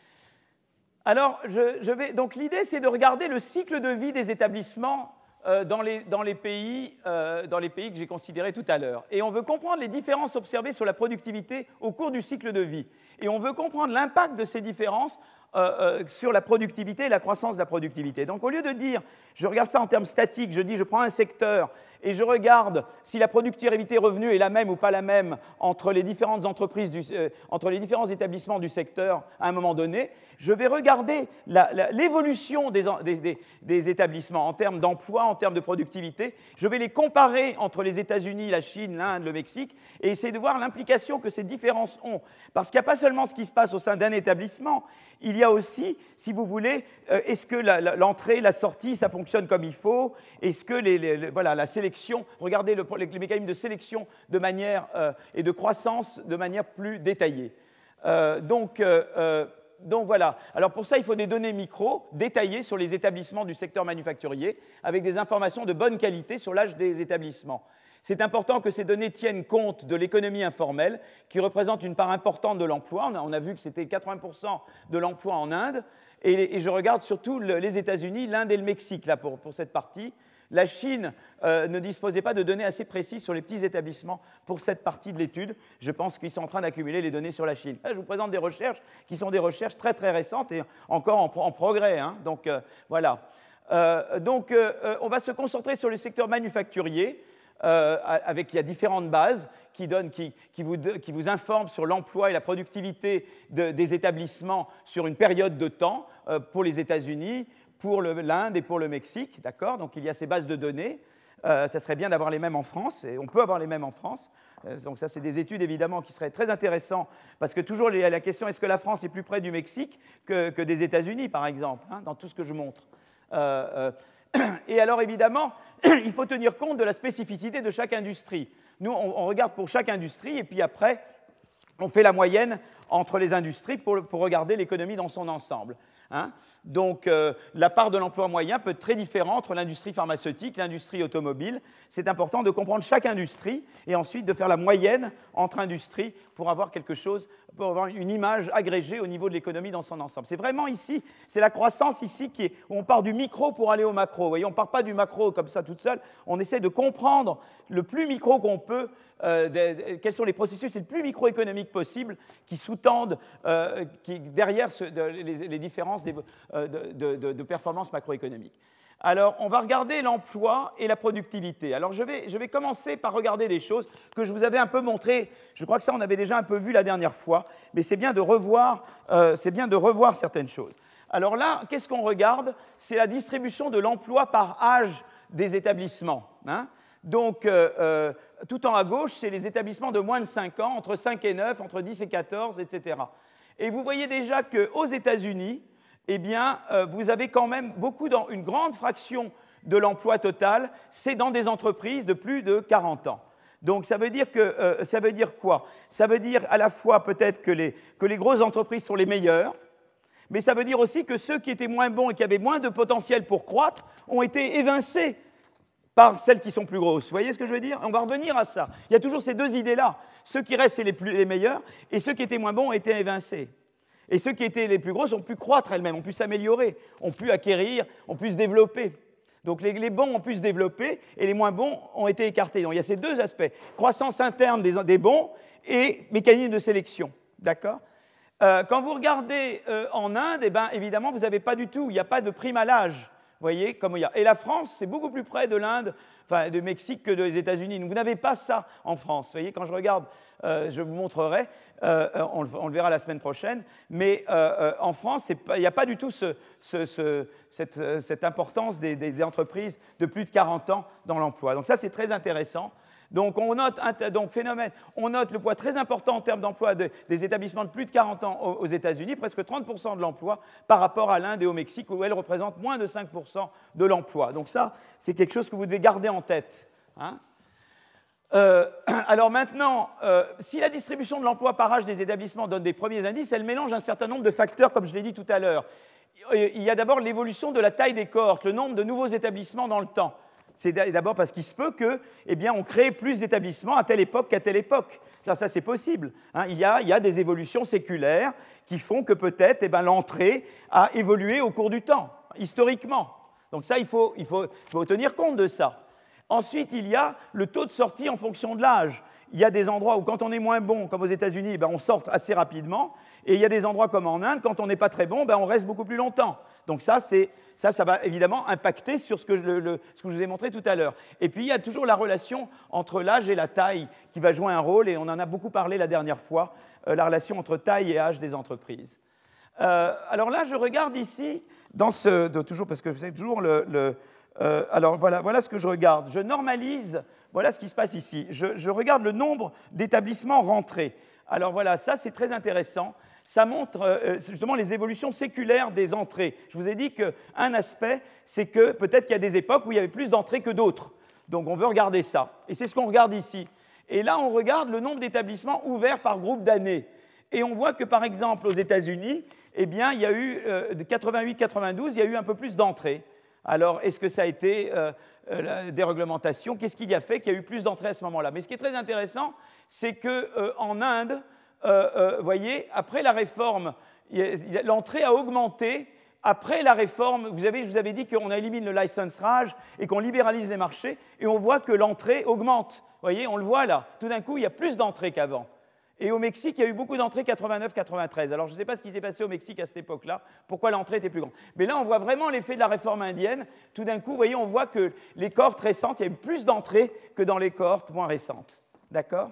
Alors, donc l'idée, c'est de regarder le cycle de vie des établissements dans les pays que j'ai considérés tout à l'heure. Et on veut comprendre les différences observées sur la productivité au cours du cycle de vie. Et on veut comprendre l'impact de ces différences sur la productivité et la croissance de la productivité. Donc, au lieu de dire, je regarde ça en termes statiques, je dis, je prends un secteur et je regarde si la productivité revenue est la même ou pas la même entre les différentes entreprises, entre les différents établissements du secteur à un moment donné, je vais regarder l'évolution des établissements en termes d'emploi, en termes de productivité. Je vais les comparer entre les États-Unis, la Chine, l'Inde, le Mexique et essayer de voir l'implication que ces différences ont. Parce qu'il n'y a pas seulement ce qui se passe au sein d'un établissement, il y a aussi, si vous voulez, est-ce que l'entrée, la sortie, ça fonctionne comme il faut? Est-ce que voilà, la sélection, regardez les mécanismes de sélection de manière, et de croissance de manière plus détaillée. Donc voilà. Alors pour ça, il faut des données micro détaillées sur les établissements du secteur manufacturier, avec des informations de bonne qualité sur l'âge des établissements. C'est important que ces données tiennent compte de l'économie informelle, qui représente une part importante de l'emploi. On a vu que c'était 80% de l'emploi en Inde. Et je regarde surtout les États-Unis, l'Inde et le Mexique là, pour cette partie. La Chine ne disposait pas de données assez précises sur les petits établissements pour cette partie de l'étude. Je pense qu'ils sont en train d'accumuler les données sur la Chine. Là, je vous présente des recherches qui sont des recherches très très récentes et encore en progrès. Hein. Donc voilà. On va se concentrer sur le secteur manufacturier. Il y a différentes bases qui vous informent sur l'emploi et la productivité des établissements sur une période de temps pour les États-Unis, pour l'Inde et pour le Mexique. D'accord ? Donc il y a ces bases de données. Ça serait bien d'avoir les mêmes en France, et on peut avoir les mêmes en France. Donc ça, c'est des études évidemment qui seraient très intéressantes, parce que toujours il y a la question, est-ce que la France est plus près du Mexique que des États-Unis, par exemple, hein, dans tout ce que je montre. Et alors évidemment, il faut tenir compte de la spécificité de chaque industrie. Nous, on regarde pour chaque industrie, et puis après, on fait la moyenne entre les industries pour regarder l'économie dans son ensemble. Hein. Donc, la part de l'emploi moyen peut être très différente entre l'industrie pharmaceutique et l'industrie automobile. C'est important de comprendre chaque industrie et ensuite de faire la moyenne entre industries pour avoir quelque chose, pour avoir une image agrégée au niveau de l'économie dans son ensemble. C'est vraiment ici, c'est la croissance ici où on part du micro pour aller au macro. Vous voyez, on ne part pas du macro comme ça toute seule. On essaie de comprendre le plus micro qu'on peut, quels sont les processus les plus microéconomiques possibles qui sous-tendent, derrière les différences de performance macroéconomique. Alors, on va regarder l'emploi et la productivité. Alors, je vais commencer par regarder des choses que je vous avais un peu montrées. Je crois que ça, on avait déjà un peu vu la dernière fois, mais c'est bien de revoir certaines choses. Alors là, qu'est-ce qu'on regarde? C'est la distribution de l'emploi par âge des établissements. Hein. Donc, tout en haut à gauche, c'est les établissements de moins de 5 ans, entre 5 et 9, entre 10 et 14, etc. Et vous voyez déjà qu'aux États-Unis, eh bien, vous avez quand même une grande fraction de l'emploi total, c'est dans des entreprises de plus de 40 ans. Donc, ça veut dire quoi? Ça veut dire à la fois peut-être que les grosses entreprises sont les meilleures, mais ça veut dire aussi que ceux qui étaient moins bons et qui avaient moins de potentiel pour croître ont été évincés par celles qui sont plus grosses. Vous voyez ce que je veux dire? On va revenir à ça. Il y a toujours ces deux idées-là. Ceux qui restent, c'est les meilleurs, et ceux qui étaient moins bons ont été évincés. Et ceux qui étaient les plus grosses ont pu croître elles-mêmes, ont pu s'améliorer, ont pu acquérir, ont pu se développer. Donc les bons ont pu se développer et les moins bons ont été écartés. Donc il y a ces deux aspects, croissance interne des bons et mécanisme de sélection. D'accord ? Quand vous regardez en Inde, eh ben, évidemment, vous n'avez pas du tout, il n'y a pas de prime à l'âge. Vous voyez, comme il y a. Et la France, c'est beaucoup plus près de l'Inde, enfin du Mexique que des États-Unis. Vous n'avez pas ça en France. Vous voyez, quand je regarde, je vous montrerai, on le verra la semaine prochaine, mais en France, il n'y a pas du tout cette importance des entreprises de plus de 40 ans dans l'emploi. Donc ça, c'est très intéressant. Donc on note le poids très important en termes d'emploi des établissements de plus de 40 ans aux États-Unis, presque 30% de l'emploi par rapport à l'Inde et au Mexique, où elles représentent moins de 5% de l'emploi. Donc ça, c'est quelque chose que vous devez garder en tête. Hein. Alors maintenant, si la distribution de l'emploi par âge des établissements donne des premiers indices, elle mélange un certain nombre de facteurs, comme je l'ai dit tout à l'heure. Il y a d'abord l'évolution de la taille des cohortes, le nombre de nouveaux établissements dans le temps. C'est d'abord parce qu'il se peut que, eh bien, on crée plus d'établissements à telle époque qu'à telle époque. Ça c'est possible. Hein. Il y a des évolutions séculaires qui font que peut-être eh ben, l'entrée a évolué au cours du temps, historiquement. Donc ça, il faut tenir compte de ça. Ensuite, il y a le taux de sortie en fonction de l'âge. Il y a des endroits où, quand on est moins bon, comme aux États-Unis, ben, on sort assez rapidement. Et il y a des endroits comme en Inde, quand on n'est pas très bon, ben, on reste beaucoup plus longtemps. Donc ça va évidemment impacter sur ce que je vous ai montré tout à l'heure. Et puis, il y a toujours la relation entre l'âge et la taille qui va jouer un rôle, et on en a beaucoup parlé la dernière fois, la relation entre taille et âge des entreprises. Alors là, je regarde ici, toujours parce que c'est toujours alors voilà ce que je regarde. Je normalise, voilà ce qui se passe ici. Je regarde le nombre d'établissements rentrés. Alors voilà, ça c'est très intéressant. Ça montre justement les évolutions séculaires des entrées. Je vous ai dit qu'un aspect, c'est que peut-être qu'il y a des époques où il y avait plus d'entrées que d'autres. Donc on veut regarder ça. Et c'est ce qu'on regarde ici. Et là, on regarde le nombre d'établissements ouverts par groupe d'années. Et on voit que, par exemple, aux États-Unis, eh bien, il y a eu, de 88-92, il y a eu un peu plus d'entrées. Alors, est-ce que ça a été la déréglementation? Qu'est-ce qu'il y a fait qu'il y a eu plus d'entrées à ce moment-là? Mais ce qui est très intéressant, c'est qu'en Inde, vous voyez, après la réforme, l'entrée a augmenté. Après la réforme, je vous avais dit qu'on élimine le licensage et qu'on libéralise les marchés, et on voit que l'entrée augmente. Vous voyez, on le voit là. Tout d'un coup, il y a plus d'entrées qu'avant. Et au Mexique, il y a eu beaucoup d'entrées 89-93. Alors, je ne sais pas ce qui s'est passé au Mexique à cette époque-là, pourquoi l'entrée était plus grande. Mais là, on voit vraiment l'effet de la réforme indienne. Tout d'un coup, vous voyez, on voit que les cohortes récentes, il y a eu plus d'entrées que dans les cohortes moins récentes. D'accord?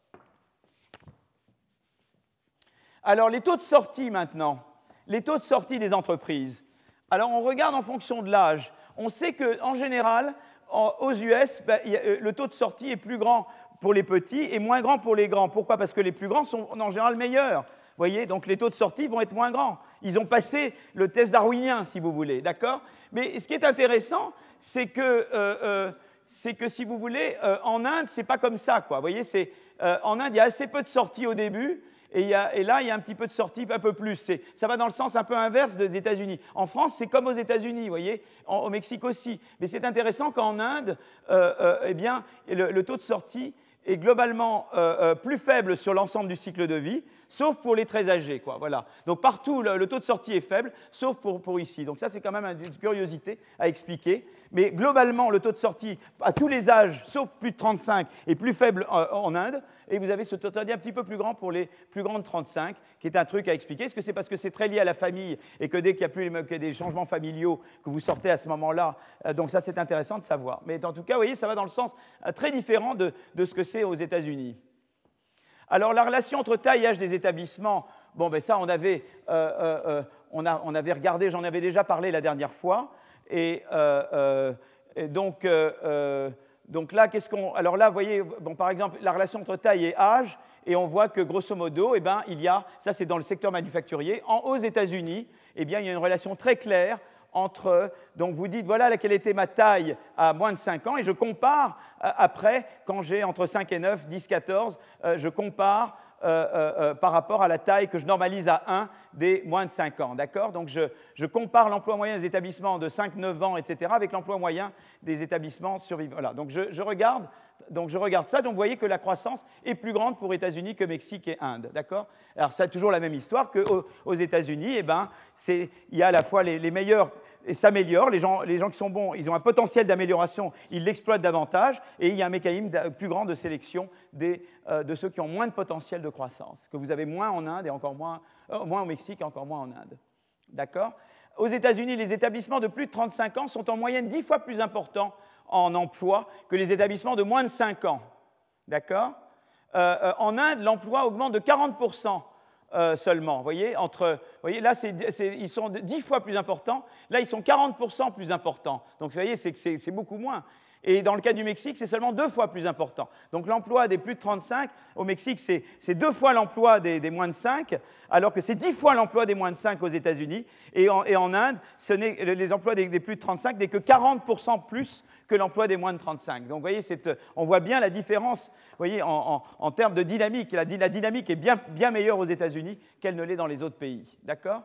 Alors, les taux de sortie maintenant. Les taux de sortie des entreprises. Alors, on regarde en fonction de l'âge. On sait qu'en général, aux US, le taux de sortie est plus grand pour les petits et moins grand pour les grands. Pourquoi? Parce que les plus grands sont en général meilleurs. Vous voyez, donc les taux de sortie vont être moins grands. Ils ont passé le test darwinien, si vous voulez, d'accord? Mais ce qui est intéressant, c'est que si vous voulez, en Inde, c'est pas comme ça, quoi. Vous voyez, en Inde, il y a assez peu de sorties au début. Et là, il y a un petit peu de sortie, un peu plus. Ça va dans le sens un peu inverse des États-Unis. En France, c'est comme aux États-Unis, vous voyez, au Mexique aussi. Mais c'est intéressant qu'en Inde, eh bien, le taux de sortie est globalement plus faible sur l'ensemble du cycle de vie, sauf pour les très âgés, quoi. Voilà. Donc partout, le taux de sortie est faible, sauf pour ici. Donc ça, c'est quand même une curiosité à expliquer. Mais globalement, le taux de sortie à tous les âges, sauf plus de 35, est plus faible en Inde. Et vous avez ce taux de sortie un petit peu plus grand pour les plus grands de 35, qui est un truc à expliquer. Est-ce que c'est parce que c'est très lié à la famille et que dès qu'il y a plus des changements familiaux que vous sortez à ce moment-là? Donc ça, c'est intéressant de savoir. Mais en tout cas, vous voyez, ça va dans le sens très différent de ce que c'est aux États-Unis. Alors, la relation entre taille et âge des établissements, bon, ben ça, on avait regardé, j'en avais déjà parlé la dernière fois. Et donc là, alors là, vous voyez, bon, par exemple, la relation entre taille et âge, et on voit que, grosso modo, eh ben, il y a, ça c'est dans le secteur manufacturier, aux États-Unis, eh bien, il y a une relation très claire entre, donc vous dites, voilà quelle était ma taille à moins de 5 ans, et je compare après, quand j'ai entre 5 et 9, 10, 14, je compare par rapport à la taille que je normalise à 1 des moins de 5 ans, d'accord? Donc je compare l'emploi moyen des établissements de 5, 9 ans, etc., avec l'emploi moyen des établissements survivants. Voilà, donc je regarde ça, donc vous voyez que la croissance est plus grande pour États-Unis que Mexique et Inde, d'accord? Alors c'est toujours la même histoire qu'aux États-Unis, eh ben, il y a à la fois les meilleurs et s'améliorent, les gens qui sont bons, ils ont un potentiel d'amélioration, ils l'exploitent davantage, et il y a un mécanisme plus grand de sélection de ceux qui ont moins de potentiel de croissance, que vous avez moins en Inde et encore moins au Mexique et encore moins en Inde. D'accord? Aux États-Unis, les établissements de plus de 35 ans sont en moyenne 10 fois plus importants en emploi que les établissements de moins de 5 ans. D'accord? En Inde, l'emploi augmente de 40%. Seulement, vous voyez, là, ils sont 10 fois plus importants, là, ils sont 40% plus importants. Donc, vous voyez, c'est beaucoup moins. Et dans le cas du Mexique, c'est seulement 2 fois plus important. Donc, l'emploi des plus de 35, au Mexique, c'est 2 fois l'emploi des moins de 5, alors que c'est 10 fois l'emploi des moins de 5 aux États-Unis. Et en Inde, les emplois des plus de 35 n'est que 40% plus que l'emploi des moins de 35. Donc, vous voyez, on voit bien la différence, vous voyez, en termes de dynamique. La dynamique est bien meilleure aux États-Unis qu'elle ne l'est dans les autres pays. D'accord?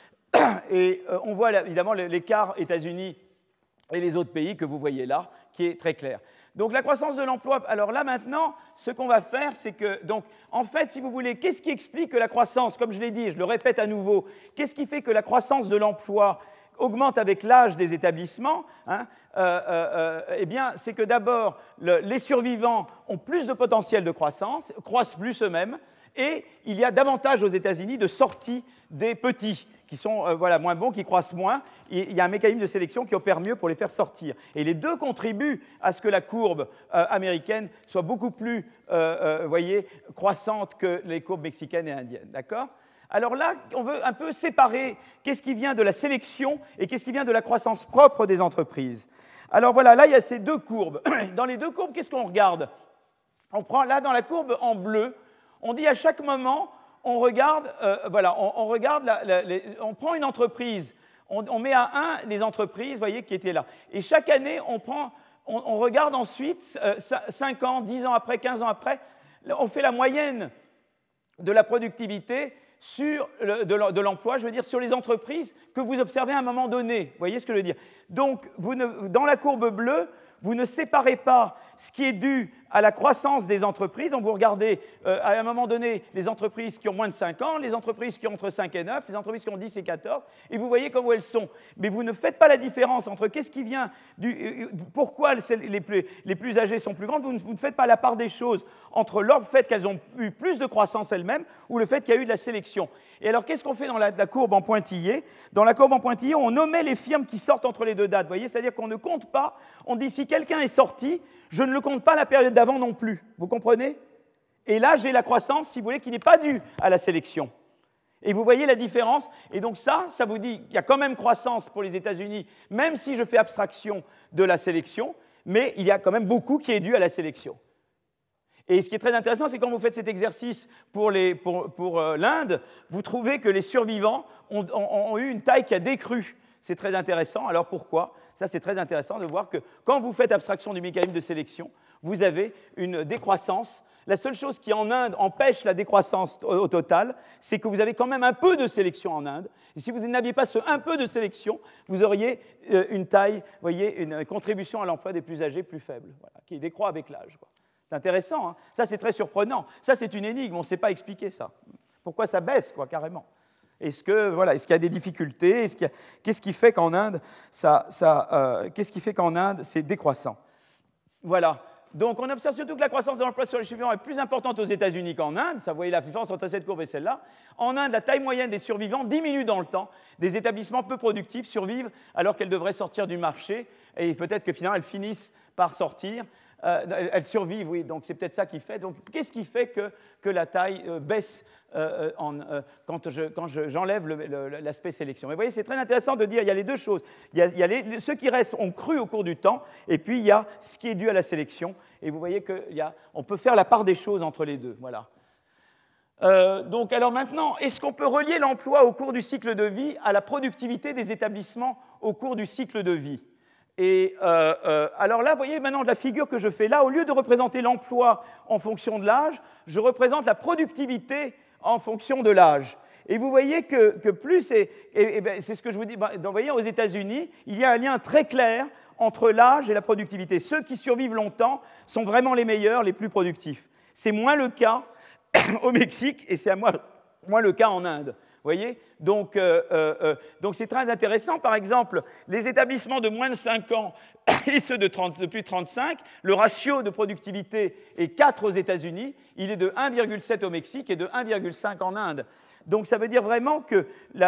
Et on voit évidemment l'écart États-Unis et les autres pays que vous voyez là, qui est très clair. Donc la croissance de l'emploi, alors là maintenant, ce qu'on va faire, c'est que, donc, en fait, si vous voulez, qu'est-ce qui explique que la croissance, comme je l'ai dit, je le répète à nouveau, qu'est-ce qui fait que la croissance de l'emploi augmente avec l'âge des établissements, hein, eh bien, c'est que d'abord, les survivants ont plus de potentiel de croissance, croissent plus eux-mêmes, et il y a davantage aux États-Unis de sorties des petits, qui sont moins bons, qui croissent moins. Il y a un mécanisme de sélection qui opère mieux pour les faire sortir. Et les deux contribuent à ce que la courbe américaine soit beaucoup plus croissante que les courbes mexicaines et indiennes. D'accord ? Alors là, on veut un peu séparer qu'est-ce qui vient de la sélection et qu'est-ce qui vient de la croissance propre des entreprises. Alors voilà, là, il y a ces deux courbes. Dans les deux courbes, qu'est-ce qu'on regarde ? On prend là, dans la courbe en bleu, On dit à chaque moment, on regarde, on prend une entreprise, on met à 1 les entreprises, vous voyez, qui étaient là. Et chaque année, on regarde ensuite, 5 ans, 10 ans après, 15 ans après, on fait la moyenne de la productivité de l'emploi, je veux dire, sur les entreprises que vous observez à un moment donné. Vous voyez ce que je veux dire? Donc, dans la courbe bleue, vous ne séparez pas ce qui est dû à la croissance des entreprises. Donc, vous regardez à un moment donné les entreprises qui ont moins de 5 ans, les entreprises qui ont entre 5 et 9, les entreprises qui ont 10 et 14, et vous voyez comment elles sont. Mais vous ne faites pas la différence entre qu'est-ce qui vient pourquoi les plus âgées sont plus grandes. Vous ne faites pas la part des choses entre le fait qu'elles ont eu plus de croissance elles-mêmes ou le fait qu'il y a eu de la sélection. Et alors, qu'est-ce qu'on fait dans la courbe en pointillé? Dans la courbe en pointillé, on omet les firmes qui sortent entre les deux dates. Vous voyez, c'est-à-dire qu'on ne compte pas, on dit si quelqu'un est sorti, je ne le compte pas la période d'avant non plus. Vous comprenez? Et là, j'ai la croissance, si vous voulez, qui n'est pas due à la sélection. Et vous voyez la différence? Et donc ça vous dit qu'il y a quand même croissance pour les États-Unis, même si je fais abstraction de la sélection, mais il y a quand même beaucoup qui est dû à la sélection. Et ce qui est très intéressant, c'est quand vous faites cet exercice pour l'Inde, vous trouvez que les survivants ont eu une taille qui a décru. C'est très intéressant. Alors pourquoi? Ça, c'est très intéressant de voir que quand vous faites abstraction du mécanisme de sélection, vous avez une décroissance. La seule chose qui, en Inde, empêche la décroissance au total, c'est que vous avez quand même un peu de sélection en Inde. Et si vous n'aviez pas ce un peu de sélection, vous auriez une taille, vous voyez, une contribution à l'emploi des plus âgés plus faible, voilà, qui décroît avec l'âge. C'est intéressant, hein? Ça, c'est très surprenant. Ça, c'est une énigme, on ne sait pas expliquer ça. Pourquoi ça baisse, carrément? Est-ce qu'il y a des difficultés? Qu'est-ce qui fait qu'en Inde, c'est décroissant? Voilà. Donc, on observe surtout que la croissance de l'emploi sur les survivants est plus importante aux États-Unis qu'en Inde. Ça, vous voyez la différence entre cette courbe et celle-là. En Inde, la taille moyenne des survivants diminue dans le temps. Des établissements peu productifs survivent alors qu'elles devraient sortir du marché. Et peut-être que finalement, elles finissent par sortir. Elles survivent, oui, donc c'est peut-être ça qui fait. Donc, qu'est-ce qui fait que la taille baisse quand j'enlève l'aspect sélection? Et vous voyez, c'est très intéressant de dire il y a les deux choses. Il y a ceux qui restent ont cru au cours du temps, et puis il y a ce qui est dû à la sélection. Et vous voyez qu'on peut faire la part des choses entre les deux. Voilà. Donc, alors maintenant, est-ce qu'on peut relier l'emploi au cours du cycle de vie à la productivité des établissements au cours du cycle de vie? Et alors là, vous voyez maintenant de la figure que je fais là, au lieu de représenter l'emploi en fonction de l'âge, je représente la productivité en fonction de l'âge. Et vous voyez que plus, c'est ce que je vous dis, vous voyez, aux États-Unis, il y a un lien très clair entre l'âge et la productivité. Ceux qui survivent longtemps sont vraiment les meilleurs, les plus productifs. C'est moins le cas au Mexique et c'est moins le cas en Inde. Vous voyez? Donc c'est très intéressant. Par exemple, les établissements de moins de 5 ans et ceux de plus de 35, le ratio de productivité est 4 aux États-Unis, il est de 1,7 au Mexique et de 1,5 en Inde. Donc ça veut dire vraiment que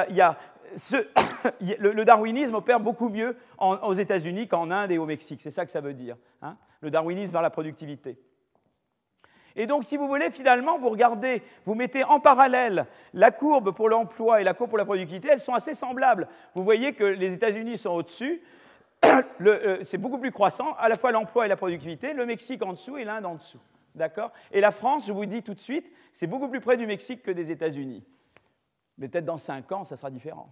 le darwinisme opère beaucoup mieux aux États-Unis qu'en Inde et au Mexique. C'est ça que ça veut dire, hein, le darwinisme vers la productivité. Et donc, si vous voulez, finalement, vous regardez, vous mettez en parallèle la courbe pour l'emploi et la courbe pour la productivité, elles sont assez semblables. Vous voyez que les États-Unis sont au-dessus, c'est beaucoup plus croissant, à la fois l'emploi et la productivité, le Mexique en dessous et l'Inde en dessous. D'accord? Et la France, je vous dis tout de suite, c'est beaucoup plus près du Mexique que des États-Unis. Mais peut-être dans 5 ans, ça sera différent.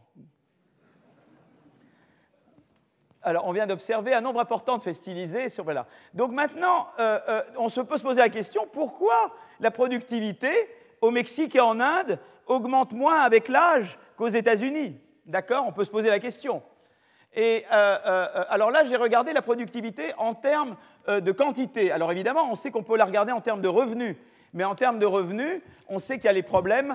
Alors, on vient d'observer un nombre important de faits stylisés. Voilà. Donc maintenant, on peut se poser la question, pourquoi la productivité au Mexique et en Inde augmente moins avec l'âge qu'aux États-Unis? D'accord? On peut se poser la question. Et alors là, j'ai regardé la productivité en termes de quantité. Alors évidemment, on sait qu'on peut la regarder en termes de revenus. Mais en termes de revenus, on sait qu'il y a les problèmes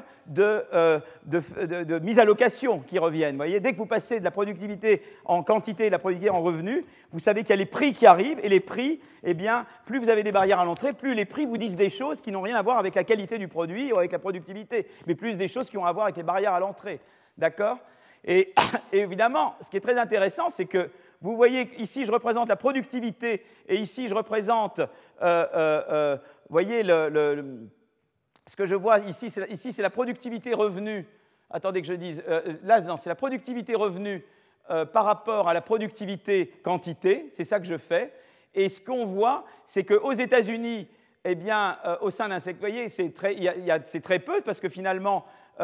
de mise à location qui reviennent. Vous voyez, dès que vous passez de la productivité en quantité et de la productivité en revenus, vous savez qu'il y a les prix qui arrivent, et les prix, eh bien, plus vous avez des barrières à l'entrée, plus les prix vous disent des choses qui n'ont rien à voir avec la qualité du produit ou avec la productivité, mais plus des choses qui ont à voir avec les barrières à l'entrée. D'accord ? Et évidemment, ce qui est très intéressant, c'est que vous voyez, ici, je représente la productivité, et ici, je représente... vous voyez, ce que je vois ici, c'est la productivité revenu. Attendez que je dise. Là, non, c'est la productivité revenu par rapport à la productivité quantité. C'est ça que je fais. Et ce qu'on voit, c'est qu'aux États-Unis, eh bien, au sein d'un secteur, vous voyez, c'est très peu, parce que finalement,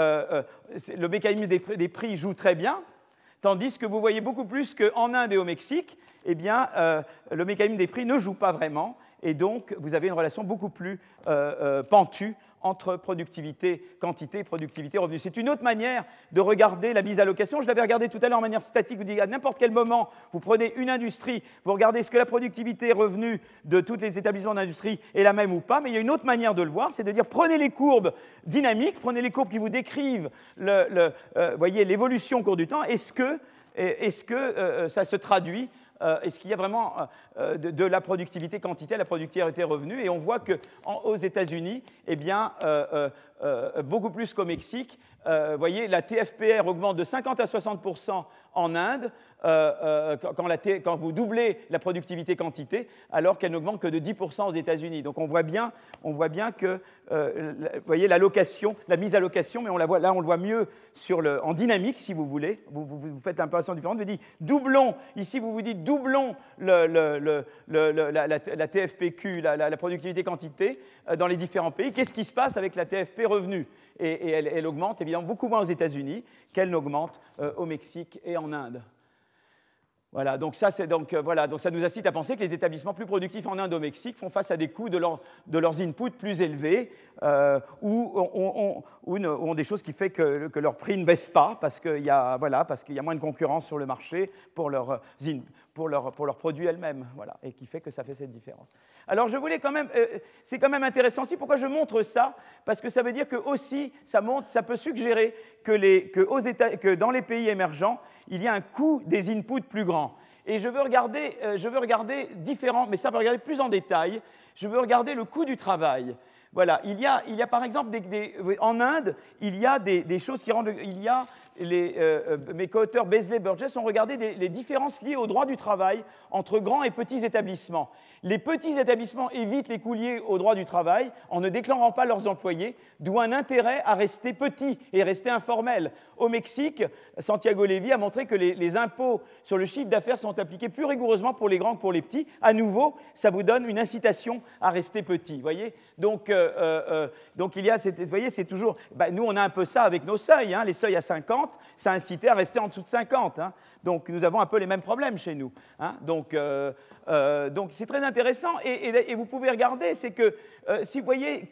le mécanisme des prix joue très bien, tandis que vous voyez beaucoup plus qu'en Inde et au Mexique, eh bien, le mécanisme des prix ne joue pas vraiment, et donc vous avez une relation beaucoup plus pentue entre productivité, quantité et productivité, revenu. C'est une autre manière de regarder la mise à location. Je l'avais regardé tout à l'heure en manière statique. Vous dites à n'importe quel moment, vous prenez une industrie, vous regardez ce que la productivité et revenu de tous les établissements d'industrie est la même ou pas, mais il y a une autre manière de le voir, c'est de dire prenez les courbes dynamiques, prenez les courbes qui vous décrivent voyez, l'évolution au cours du temps. Est-ce que ça se traduit est-ce qu'il y a vraiment de la productivité quantité à la productivité revenu? Et on voit qu'aux États-Unis, eh bien, beaucoup plus qu'au Mexique, voyez, la TFPR augmente de 50 à 60% en Inde quand vous doublez la productivité quantité, alors qu'elle n'augmente que de 10% aux États-Unis. Donc on voit bien que voyez, la mise à location, mais là on le voit mieux en dynamique, si vous voulez. Vous faites un opération différente. Vous dites doublons. Ici vous dites doublons la TFPQ, la productivité quantité, dans les différents pays. Qu'est-ce qui se passe avec la TFP revenu? Et elle augmente évidemment beaucoup moins aux États-Unis qu'elle n'augmente au Mexique et en Inde. Voilà, donc ça nous incite à penser que les établissements plus productifs en Inde et au Mexique font face à des coûts de leurs inputs plus élevés ou ont des choses qui font que leurs prix ne baissent pas parce qu'il y a moins de concurrence sur le marché pour leurs produits elles-mêmes, voilà, et qui fait que ça fait cette différence. Alors je voulais quand même, c'est quand même intéressant aussi, pourquoi je montre ça? Parce que ça veut dire que aussi, ça peut suggérer que dans les pays émergents, il y a un coût des inputs plus grand. Et je veux regarder différents, mais ça va regarder plus en détail, je veux regarder le coût du travail. Voilà, il y a par exemple, en Inde, il y a des choses qui rendent... mes co-auteurs Beasley et Burgess ont regardé les différences liées au droit du travail entre grands et petits établissements. Les petits établissements évitent les coûts liés au droit du travail en ne déclarant pas leurs employés, d'où un intérêt à rester petits et rester informels. Au Mexique, Santiago Levy a montré que les impôts sur le chiffre d'affaires sont appliqués plus rigoureusement pour les grands que pour les petits. À nouveau, ça vous donne une incitation à rester petit. Voyez, donc il y a, vous voyez, c'est toujours... nous, on a un peu ça avec nos seuils. Les seuils à 50, ça incitait à rester en dessous de 50. Donc, nous avons un peu les mêmes problèmes chez nous. Donc, c'est très intéressant. Et vous pouvez regarder, c'est que si vous voyez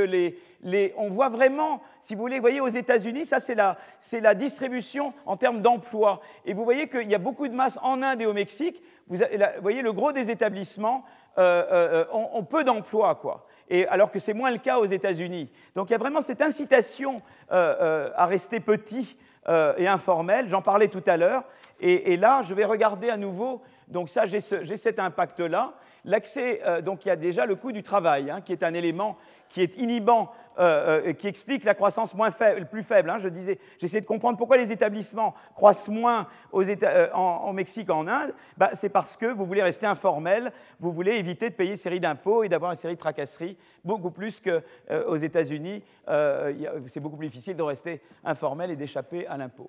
on voit vraiment, si vous voyez aux États-Unis, ça c'est la distribution en termes d'emploi. Et vous voyez qu'il y a beaucoup de masse en Inde et au Mexique. Vous voyez, le gros des établissements ont peu d'emplois, quoi. Alors que c'est moins le cas aux États-Unis. Donc il y a vraiment cette incitation à rester petit et informel. J'en parlais tout à l'heure. Et là, je vais regarder à nouveau. Donc ça, j'ai cet impact-là. L'accès, donc il y a déjà le coût du travail, qui est un élément qui est inhibant, qui explique la croissance plus faible. J'essaie de comprendre pourquoi les établissements croissent moins en Mexique qu'en Inde. C'est parce que vous voulez rester informel, vous voulez éviter de payer une série d'impôts et d'avoir une série de tracasseries, beaucoup plus qu'aux États-Unis. C'est beaucoup plus difficile de rester informel et d'échapper à l'impôt.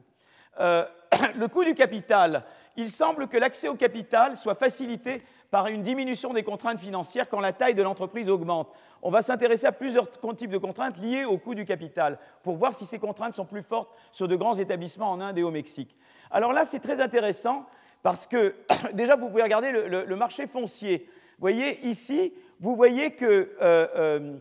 Le coût du capital, il semble que l'accès au capital soit facilité par une diminution des contraintes financières quand la taille de l'entreprise augmente. On va s'intéresser à plusieurs types de contraintes liées au coût du capital pour voir si ces contraintes sont plus fortes sur de grands établissements en Inde et au Mexique. Alors là, c'est très intéressant parce que déjà, vous pouvez regarder le marché foncier. Vous voyez ici, vous voyez que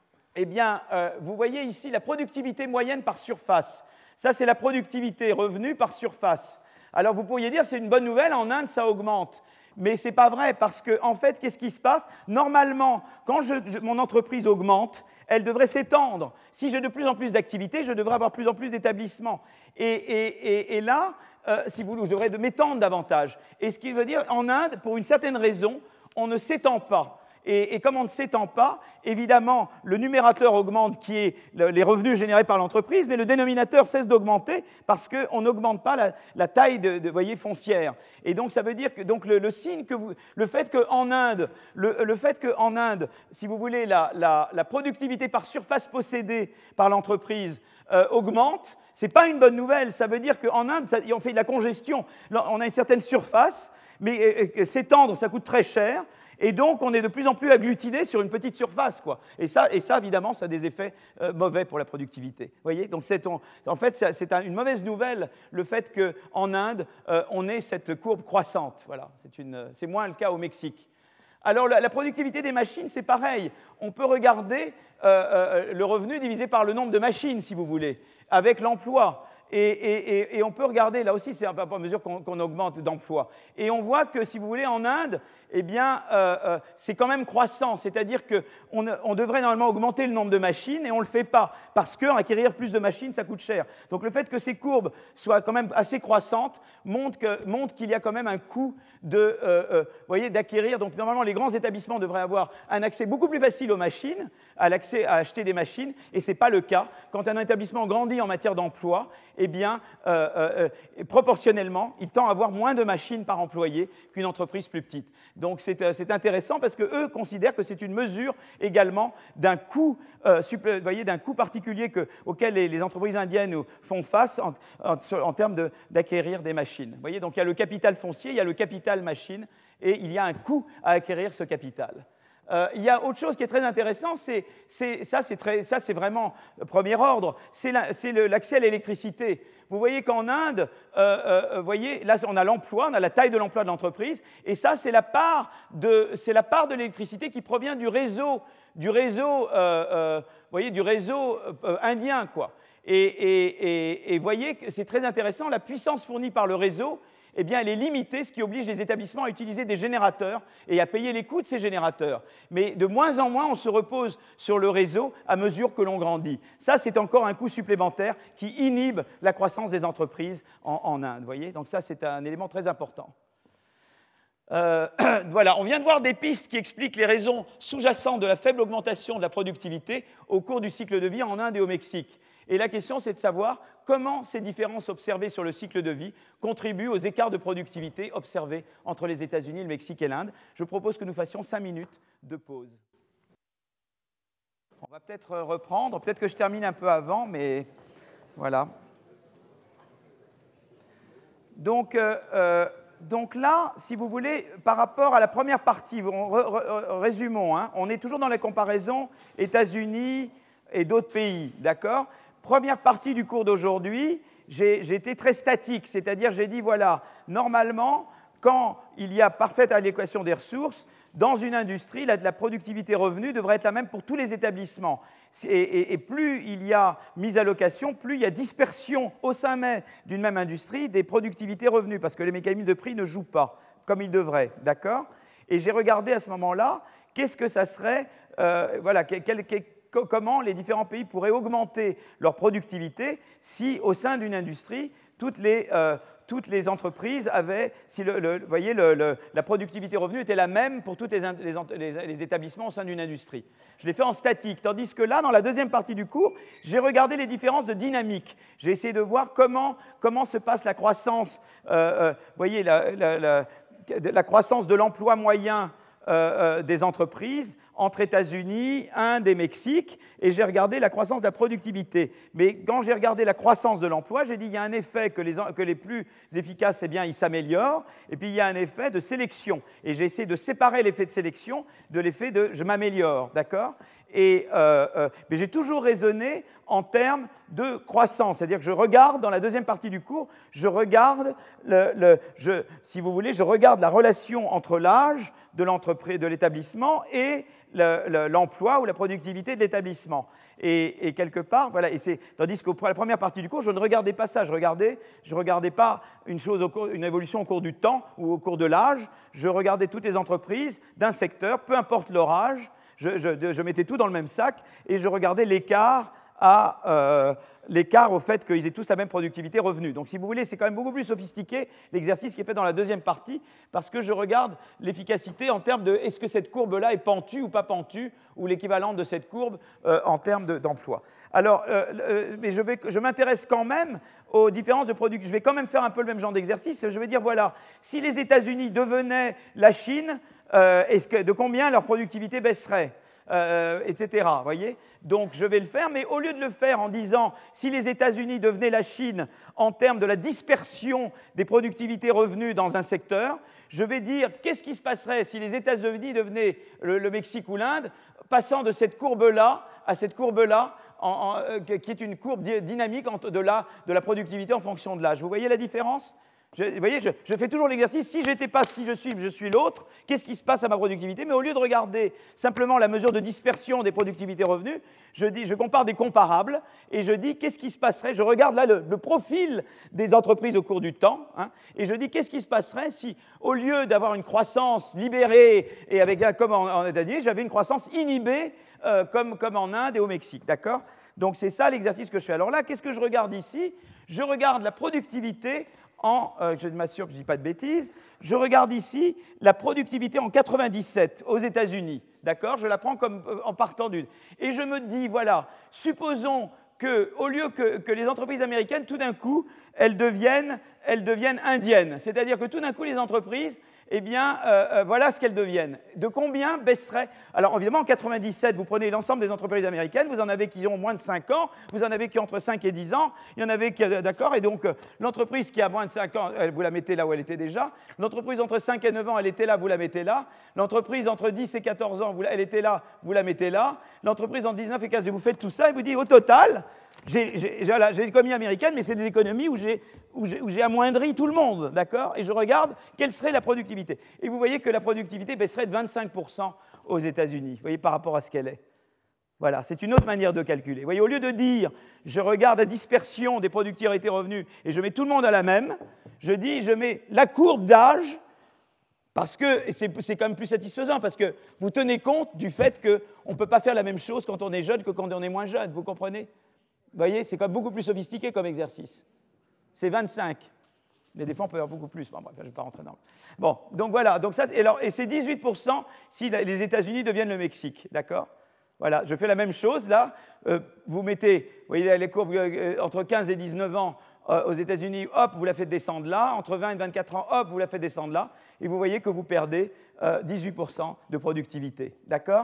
vous voyez ici la productivité moyenne par surface. Ça, c'est la productivité revenu par surface. Alors, vous pourriez dire, c'est une bonne nouvelle, en Inde, ça augmente. Mais ce n'est pas vrai, parce qu'en fait, qu'est-ce qui se passe? Normalement, quand mon entreprise augmente, elle devrait s'étendre. Si j'ai de plus en plus d'activités, je devrais avoir de plus en plus d'établissements. Et là, si vous voulez, je devrais m'étendre davantage. Et ce qui veut dire, en Inde, pour une certaine raison, on ne s'étend pas. Et comme on ne s'étend pas, évidemment, le numérateur augmente, qui est les revenus générés par l'entreprise, mais le dénominateur cesse d'augmenter parce qu'on n'augmente pas la taille voyez, foncière. Et donc, ça veut dire que donc, le signe que le fait qu'en Inde, si vous voulez, la productivité par surface possédée par l'entreprise augmente, ce n'est pas une bonne nouvelle. Ça veut dire qu'en Inde, on fait de la congestion. On a une certaine surface, mais s'étendre, ça coûte très cher. Et donc, on est de plus en plus agglutiné sur une petite surface, quoi. Et ça, évidemment, ça a des effets mauvais pour la productivité. Vous voyez? Donc, en fait, c'est une mauvaise nouvelle, le fait qu'en Inde, on ait cette courbe croissante. Voilà. C'est moins le cas au Mexique. Alors, la productivité des machines, c'est pareil. On peut regarder le revenu divisé par le nombre de machines, si vous voulez, avec l'emploi. Et on peut regarder, là aussi, c'est à mesure qu'on augmente d'emploi. Et on voit que, si vous voulez, en Inde, eh bien, c'est quand même croissant. C'est-à-dire qu'on devrait normalement augmenter le nombre de machines et on ne le fait pas, parce qu'acquérir plus de machines, ça coûte cher. Donc le fait que ces courbes soient quand même assez croissantes montre qu'il y a quand même un coût d'acquérir. Donc normalement, les grands établissements devraient avoir un accès beaucoup plus facile aux machines, à l'accès à acheter des machines, et ce n'est pas le cas. Quand un établissement grandit en matière d'emploi, eh bien, proportionnellement, il tend à avoir moins de machines par employé qu'une entreprise plus petite. Donc c'est intéressant parce qu'eux considèrent que c'est une mesure également d'un coût, d'un coût particulier auquel les entreprises indiennes font face en termes d'acquérir des machines. Vous voyez, donc il y a le capital foncier, il y a le capital machine, et il y a un coût à acquérir ce capital. Il y a autre chose qui est très intéressant, c'est vraiment premier ordre, c'est l'accès à l'électricité. Vous voyez qu'en Inde, là on a l'emploi, on a la taille de l'emploi de l'entreprise, et ça c'est la part de l'électricité qui provient du réseau indien, quoi. Et vous voyez que c'est très intéressant, la puissance fournie par le réseau, eh bien, elle est limitée, ce qui oblige les établissements à utiliser des générateurs et à payer les coûts de ces générateurs. Mais de moins en moins, on se repose sur le réseau à mesure que l'on grandit. Ça, c'est encore un coût supplémentaire qui inhibe la croissance des entreprises en Inde. Voyez, donc ça, c'est un élément très important. Voilà, on vient de voir des pistes qui expliquent les raisons sous-jacentes de la faible augmentation de la productivité au cours du cycle de vie en Inde et au Mexique. Et la question, c'est de savoir comment ces différences observées sur le cycle de vie contribuent aux écarts de productivité observés entre les États-Unis, le Mexique et l'Inde. Je propose que nous fassions 5 minutes de pause. On va peut-être reprendre, peut-être que je termine un peu avant, mais voilà. Donc là, si vous voulez, par rapport à la première partie, résumons, hein, on est toujours dans la comparaison États-Unis et d'autres pays, d'accord ? Première partie du cours d'aujourd'hui, j'ai été très statique, c'est-à-dire j'ai dit, voilà, normalement, quand il y a parfaite adéquation des ressources, dans une industrie, la productivité revenu devrait être la même pour tous les établissements. Et plus il y a mise à location, plus il y a dispersion au sein même d'une même industrie des productivités revenus, parce que les mécanismes de prix ne jouent pas comme ils devraient, d'accord ? Et j'ai regardé à ce moment-là, qu'est-ce que ça serait, comment les différents pays pourraient augmenter leur productivité si, au sein d'une industrie, toutes les entreprises avaient, si la productivité revenu était la même pour tous les établissements au sein d'une industrie. Je l'ai fait en statique, tandis que là, dans la deuxième partie du cours, j'ai regardé les différences de dynamique. J'ai essayé de voir comment se passe la croissance, la croissance de l'emploi moyen des entreprises entre États-Unis, Inde et Mexique, et j'ai regardé la croissance de la productivité. Mais quand j'ai regardé la croissance de l'emploi, j'ai dit qu'il y a un effet que les plus efficaces, eh bien, ils s'améliorent, et puis il y a un effet de sélection. Et j'ai essayé de séparer l'effet de sélection de l'effet de « je m'améliore », d'accord ? Mais j'ai toujours raisonné en termes de croissance, c'est-à-dire que je regarde, dans la deuxième partie du cours, je regarde, si vous voulez, je regarde la relation entre l'âge de l'entreprise, de l'établissement et l'emploi ou la productivité de l'établissement. Et quelque part, voilà, tandis que pour la première partie du cours, je ne regardais pas ça, je regardais pas une évolution au cours du temps ou au cours de l'âge, je regardais toutes les entreprises d'un secteur, peu importe leur âge, je mettais tout dans le même sac et je regardais l'écart au fait qu'ils aient tous la même productivité revenu. Donc, si vous voulez, c'est quand même beaucoup plus sophistiqué, l'exercice qui est fait dans la deuxième partie, parce que je regarde l'efficacité en termes de est-ce que cette courbe-là est pentue ou pas pentue, ou l'équivalent de cette courbe en termes d'emploi. Alors, mais je m'intéresse quand même aux différences de production. Je vais quand même faire un peu le même genre d'exercice. Je vais dire, voilà, si les États-Unis devenaient la Chine, de combien leur productivité baisserait ? etc. Voyez ? Donc je vais le faire, mais au lieu de le faire en disant si les États-Unis devenaient la Chine en termes de la dispersion des productivités revenus dans un secteur, je vais dire qu'est-ce qui se passerait si les États-Unis devenaient le Mexique ou l'Inde, passant de cette courbe-là à cette courbe-là, qui est une courbe dynamique de la productivité en fonction de l'âge. Vous voyez la différence ? Vous voyez, je fais toujours l'exercice, si je n'étais pas ce qui je suis l'autre, qu'est-ce qui se passe à ma productivité? Mais au lieu de regarder simplement la mesure de dispersion des productivités revenus, je compare des comparables et je dis qu'est-ce qui se passerait, je regarde là le profil des entreprises au cours du temps, hein, et je dis qu'est-ce qui se passerait si, au lieu d'avoir une croissance libérée et comme en États-Unis, j'avais une croissance inhibée comme en Inde et au Mexique, d'accord? Donc c'est ça l'exercice que je fais. Alors là, qu'est-ce que je regarde ici? Je regarde la productivité je m'assure que je ne dis pas de bêtises, je regarde ici la productivité en 97 aux États-Unis, d'accord? Je la prends comme en partant d'une. Et je me dis, voilà, supposons qu'au lieu que les entreprises américaines, tout d'un coup, elles deviennent indiennes. C'est-à-dire que tout d'un coup, les entreprises, eh bien, voilà ce qu'elles deviennent. De combien baisserait? Alors, évidemment, en 97, vous prenez l'ensemble des entreprises américaines, vous en avez qui ont moins de 5 ans, vous en avez qui ont entre 5 et 10 ans, il y en avait qui, d'accord, et donc l'entreprise qui a moins de 5 ans, vous la mettez là où elle était déjà, l'entreprise entre 5 et 9 ans, elle était là, vous la mettez là, l'entreprise entre 10 et 14 ans, elle était là, vous la mettez là, l'entreprise entre 19 et 15, et vous faites tout ça, et vous dites, au total, j'ai l'économie américaine, mais c'est des économies où j'ai amoindri tout le monde, d'accord? Et je regarde quelle serait la productivité. Et vous voyez que la productivité baisserait de 25% aux États-Unis, vous voyez, par rapport à ce qu'elle est. Voilà, c'est une autre manière de calculer. Vous voyez, au lieu de dire je regarde la dispersion des productivités revenus et je mets tout le monde à la même, je dis je mets la courbe d'âge, parce que c'est quand même plus satisfaisant, parce que vous tenez compte du fait qu'on ne peut pas faire la même chose quand on est jeune que quand on est moins jeune, vous comprenez? Vous voyez, c'est quand même beaucoup plus sophistiqué comme exercice. C'est 25. Mais des fois, on peut avoir beaucoup plus. Bon, bref, je ne vais pas rentrer dans. Bon, donc voilà. Donc ça, et c'est 18% si les États-Unis deviennent le Mexique. D'accord? Voilà, je fais la même chose là. Vous mettez, vous voyez les courbes entre 15 et 19 ans aux États-Unis, hop, vous la faites descendre là. Entre 20 et 24 ans, hop, vous la faites descendre là. Et vous voyez que vous perdez 18% de productivité. D'accord?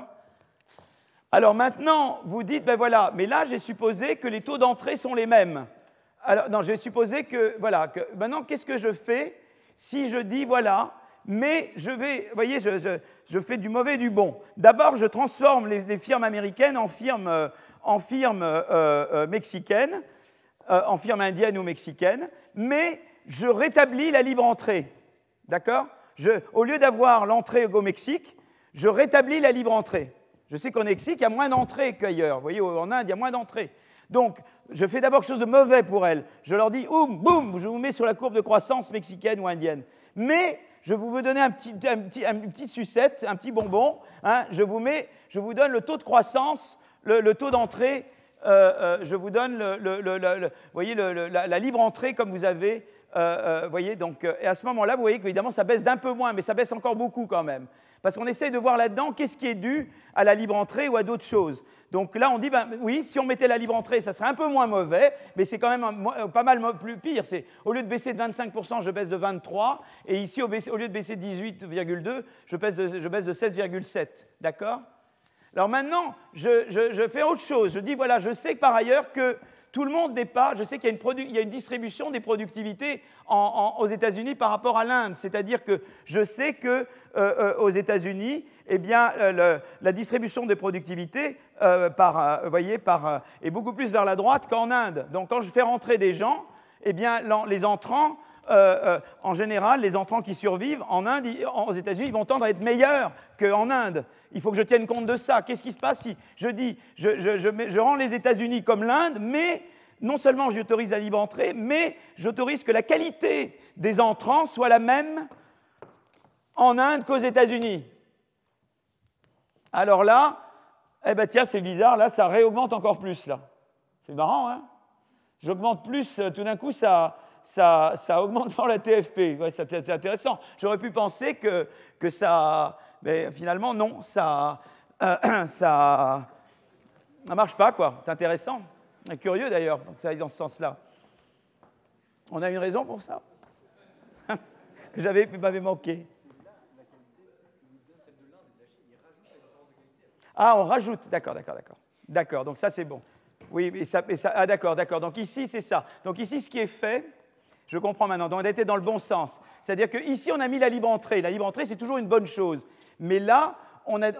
Alors maintenant, vous dites, ben voilà, mais là, j'ai supposé que les taux d'entrée sont les mêmes. Alors, non, j'ai supposé que, voilà, maintenant, qu'est-ce que je fais si je dis, voilà, mais je vais, vous voyez, je fais du mauvais et du bon. D'abord, je transforme les firmes américaines en firmes mexicaines, en firmes indiennes ou mexicaines, mais je rétablis la libre entrée. D'accord? Au lieu d'avoir l'entrée au Mexique, je rétablis la libre entrée. Je sais qu'au Mexique, il y a moins d'entrées qu'ailleurs. Vous voyez, en Inde, il y a moins d'entrées. Donc, je fais d'abord quelque chose de mauvais pour elles. Je leur dis, boum, je vous mets sur la courbe de croissance mexicaine ou indienne. Mais je veux donner un petit sucette, un petit bonbon. Hein, je vous donne le taux de croissance, le taux d'entrée. Je vous donne voyez, la libre entrée comme vous avez. Voyez, donc, et à ce moment-là, vous voyez qu'évidemment, ça baisse d'un peu moins, mais ça baisse encore beaucoup quand même. Parce qu'on essaye de voir là-dedans qu'est-ce qui est dû à la libre entrée ou à d'autres choses. Donc là, on dit, ben, oui, si on mettait la libre entrée, ça serait un peu moins mauvais, mais c'est quand même pas mal plus pire. Au lieu de baisser de 25%, je baisse de 23%, et ici, au lieu de baisser de 18,2%, je baisse de 16,7%. D'accord? Alors maintenant, je fais autre chose. Je dis, voilà, je sais que par ailleurs que tout le monde n'est pas, je sais qu'il y a une distribution des productivités aux États-Unis par rapport à l'Inde. C'est-à-dire que je sais qu'aux États-Unis, eh bien, la distribution des productivités est beaucoup plus vers la droite qu'en Inde. Donc quand je fais rentrer des gens, eh bien, les entrants, en général, les entrants qui survivent en Inde, aux États-Unis, ils vont tendre à être meilleurs qu'en Inde. Il faut que je tienne compte de ça. Qu'est-ce qui se passe si je dis, je rends les États-Unis comme l'Inde, mais non seulement j'autorise la libre entrée, mais j'autorise que la qualité des entrants soit la même en Inde qu'aux États-Unis. Alors là, eh ben tiens, c'est bizarre, là, ça réaugmente encore plus, là. C'est marrant, hein? J'augmente plus, tout d'un coup, ça augmente dans la TFP. Ouais, c'est intéressant. J'aurais pu penser que ça... Mais finalement, non, ça ne marche pas, quoi. C'est intéressant. C'est curieux, d'ailleurs, que ça aille dans ce sens-là. On a une raison pour ça que m'avait manqué. Ah, on rajoute, d'accord. D'accord, donc ça c'est bon. Oui, ah d'accord. Donc ici c'est ça. Donc ici ce qui est fait, je comprends maintenant, donc on a été dans le bon sens. C'est-à-dire qu'ici on a mis la libre entrée. La libre entrée c'est toujours une bonne chose. Mais là, on a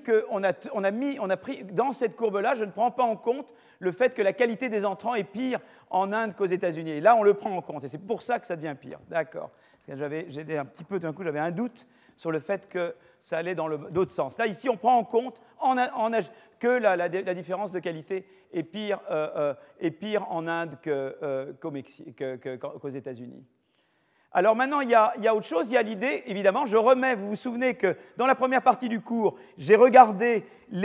pris dans cette courbe-là, je ne prends pas en compte le fait que la qualité des entrants est pire en Inde qu'aux États-Unis. Et là, on le prend en compte. Et c'est pour ça que ça devient pire. D'accord. J'étais un petit peu, d'un coup, j'avais un doute sur le fait que ça allait dans l'autre sens. Là, ici, on prend en compte que la différence de qualité est pire en Inde qu'aux États-Unis. Alors maintenant, il y a autre chose, il y a l'idée, évidemment, vous vous souvenez que dans la première partie du cours, j'ai regardé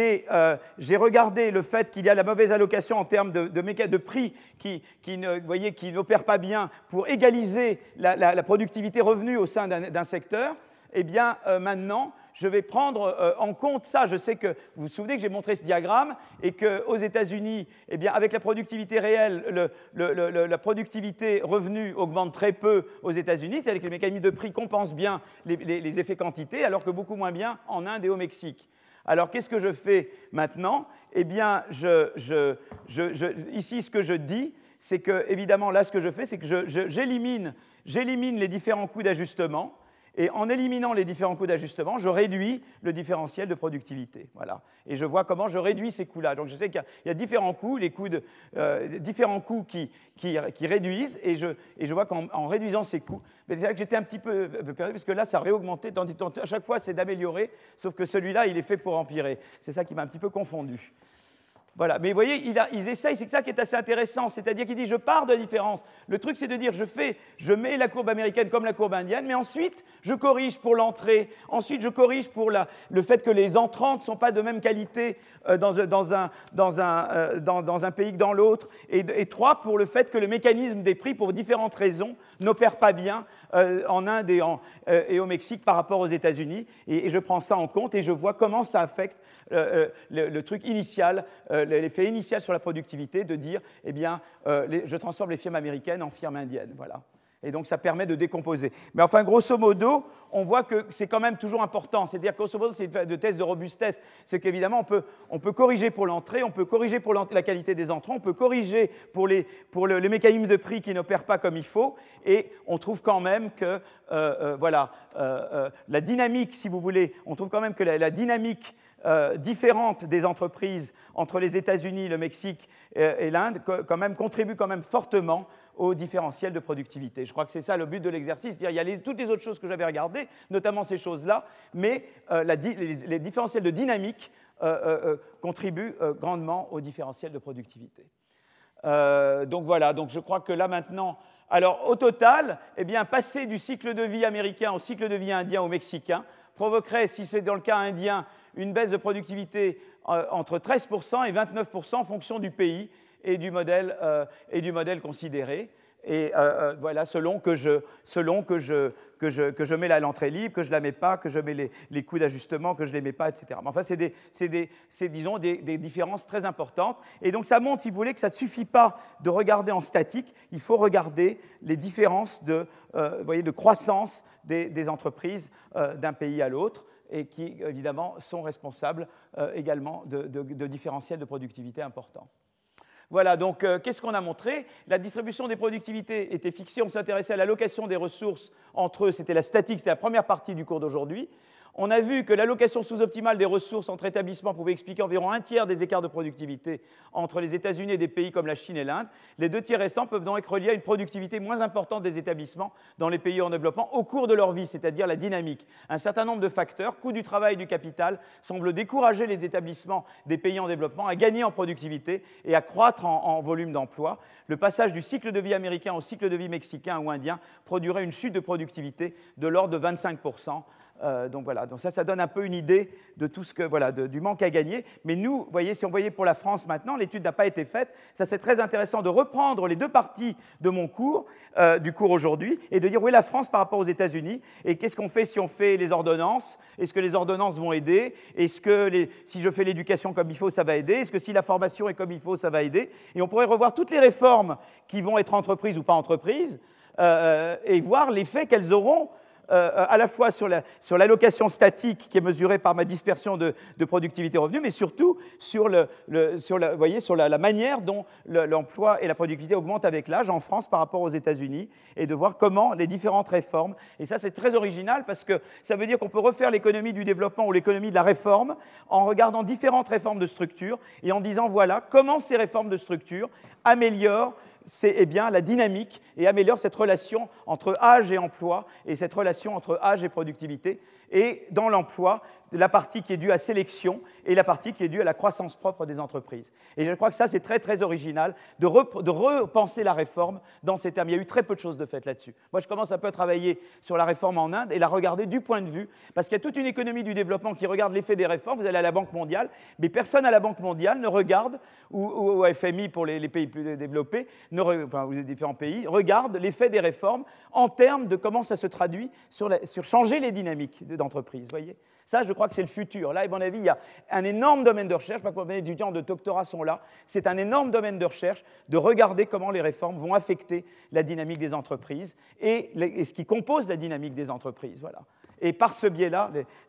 le fait qu'il y a la mauvaise allocation en termes de prix qui n'opère pas bien pour égaliser la productivité revenu au sein d'un secteur. Eh bien, maintenant, je vais prendre en compte ça. Je sais que vous vous souvenez que j'ai montré ce diagramme et qu'aux États-Unis, eh bien, avec la productivité réelle, la productivité revenu augmente très peu aux États-Unis, c'est-à-dire que les mécanismes de prix compensent bien les effets quantité, alors que beaucoup moins bien en Inde et au Mexique. Alors, qu'est-ce que je fais maintenant? Eh bien, ici, ce que je dis, c'est que, évidemment, là, ce que je fais, c'est que j'élimine les différents coûts d'ajustement. Et en éliminant les différents coûts d'ajustement, je réduis le différentiel de productivité. Voilà. Et je vois comment je réduis ces coûts-là. Donc je sais qu'il y a différents coûts, différents coûts qui réduisent, et je vois qu'en réduisant ces coûts, c'est là que j'étais un petit peu perdu, parce que là, ça a réaugmenté. À chaque fois, c'est d'améliorer, sauf que celui-là, il est fait pour empirer. C'est ça qui m'a un petit peu confondu. Voilà, mais vous voyez, ils essayent, c'est ça qui est assez intéressant, c'est-à-dire qu'ils disent je pars de la différence. Le truc, c'est de dire je mets la courbe américaine comme la courbe indienne, mais ensuite je corrige pour l'entrée, ensuite je corrige pour le fait que les entrants ne sont pas de même qualité dans un pays que dans l'autre, et 3, pour le fait que le mécanisme des prix, pour différentes raisons, n'opère pas bien en Inde et au Mexique par rapport aux États-Unis, et je prends ça en compte et je vois comment ça affecte le truc initial, l'effet initial sur la productivité, de dire, eh bien, je transforme les firmes américaines en firmes indiennes, voilà. Et donc, ça permet de décomposer. Mais enfin, grosso modo, on voit que c'est quand même toujours important. C'est-à-dire que, grosso modo, c'est de test de robustesse. C'est qu'évidemment, on peut corriger pour l'entrée, on peut corriger pour la qualité des entrants, on peut corriger pour les mécanismes de prix qui n'opèrent pas comme il faut, et on trouve quand même que, la dynamique, si vous voulez, on trouve quand même que la dynamique différente des entreprises entre les États-Unis, le Mexique et l'Inde, quand même, contribue quand même fortement au différentiel de productivité. Je crois que c'est ça le but de l'exercice. Il y a toutes les autres choses que j'avais regardées, notamment ces choses-là, mais les différentiels de dynamique contribuent grandement au différentiel de productivité. Donc voilà, donc je crois que là maintenant, alors au total, eh bien, passer du cycle de vie américain au cycle de vie indien ou mexicain provoquerait, si c'est dans le cas indien, une baisse de productivité entre 13% et 29% en fonction du pays et du modèle considéré. Et voilà, selon que je mets l'entrée libre, que je ne la mets pas, que je mets les coûts d'ajustement, que je ne les mets pas, etc. Mais enfin, c'est disons, des différences très importantes. Et donc, ça montre, si vous voulez, que ça ne suffit pas de regarder en statique, il faut regarder les différences de croissance des entreprises d'un pays à l'autre, et qui, évidemment, sont responsables également de différentiels de productivité importants. Voilà, donc qu'est-ce qu'on a montré? La distribution des productivités était fixée, on s'intéressait à l'allocation des ressources entre eux, c'était la statique, c'était la première partie du cours d'aujourd'hui. On a vu que l'allocation sous-optimale des ressources entre établissements pouvait expliquer environ un tiers des écarts de productivité entre les États-Unis et des pays comme la Chine et l'Inde. Les 2 tiers restants peuvent donc être reliés à une productivité moins importante des établissements dans les pays en développement au cours de leur vie, c'est-à-dire la dynamique. Un certain nombre de facteurs, coût du travail et du capital, semblent décourager les établissements des pays en développement à gagner en productivité et à croître en volume d'emploi. Le passage du cycle de vie américain au cycle de vie mexicain ou indien produirait une chute de productivité de l'ordre de 25%. Donc voilà, donc ça donne un peu une idée de tout ce que, du manque à gagner. Mais nous, vous voyez, si on voyait pour la France maintenant, l'étude n'a pas été faite. Ça, c'est très intéressant de reprendre les 2 parties de mon cours, du cours aujourd'hui, et de dire où est la France par rapport aux États-Unis, et qu'est-ce qu'on fait si on fait les ordonnances? Est-ce que les ordonnances vont aider? Est-ce que si je fais l'éducation comme il faut, ça va aider? Est-ce que si la formation est comme il faut, ça va aider? Et on pourrait revoir toutes les réformes qui vont être entreprises ou pas entreprises, et voir l'effet qu'elles auront à la fois sur l'allocation statique qui est mesurée par ma dispersion de productivité revenus, mais surtout sur la manière dont l'emploi et la productivité augmentent avec l'âge en France par rapport aux États-Unis, et de voir comment les différentes réformes, et ça c'est très original parce que ça veut dire qu'on peut refaire l'économie du développement ou l'économie de la réforme en regardant différentes réformes de structure et en disant voilà comment ces réformes de structure améliorent la dynamique et améliore cette relation entre âge et emploi et cette relation entre âge et productivité. Et dans l'emploi, la partie qui est due à sélection et la partie qui est due à la croissance propre des entreprises. Et je crois que ça, c'est très, très original de repenser la réforme dans ces termes. Il y a eu très peu de choses de faites là-dessus. Moi, je commence un peu à travailler sur la réforme en Inde et la regarder du point de vue, parce qu'il y a toute une économie du développement qui regarde l'effet des réformes. Vous allez à la Banque mondiale, mais personne à la Banque mondiale ne regarde, ou au FMI pour les pays plus développés, ou les différents pays, regarde l'effet des réformes en termes de comment ça se traduit sur changer les dynamiques d'entreprise, voyez. Ça, je crois que c'est le futur. Là, à mon avis, il y a un énorme domaine de recherche. Je ne sais pas combien d'étudiants de doctorat sont là. C'est un énorme domaine de recherche de regarder comment les réformes vont affecter la dynamique des entreprises et ce qui compose la dynamique des entreprises. Voilà. Et par ce biais-là,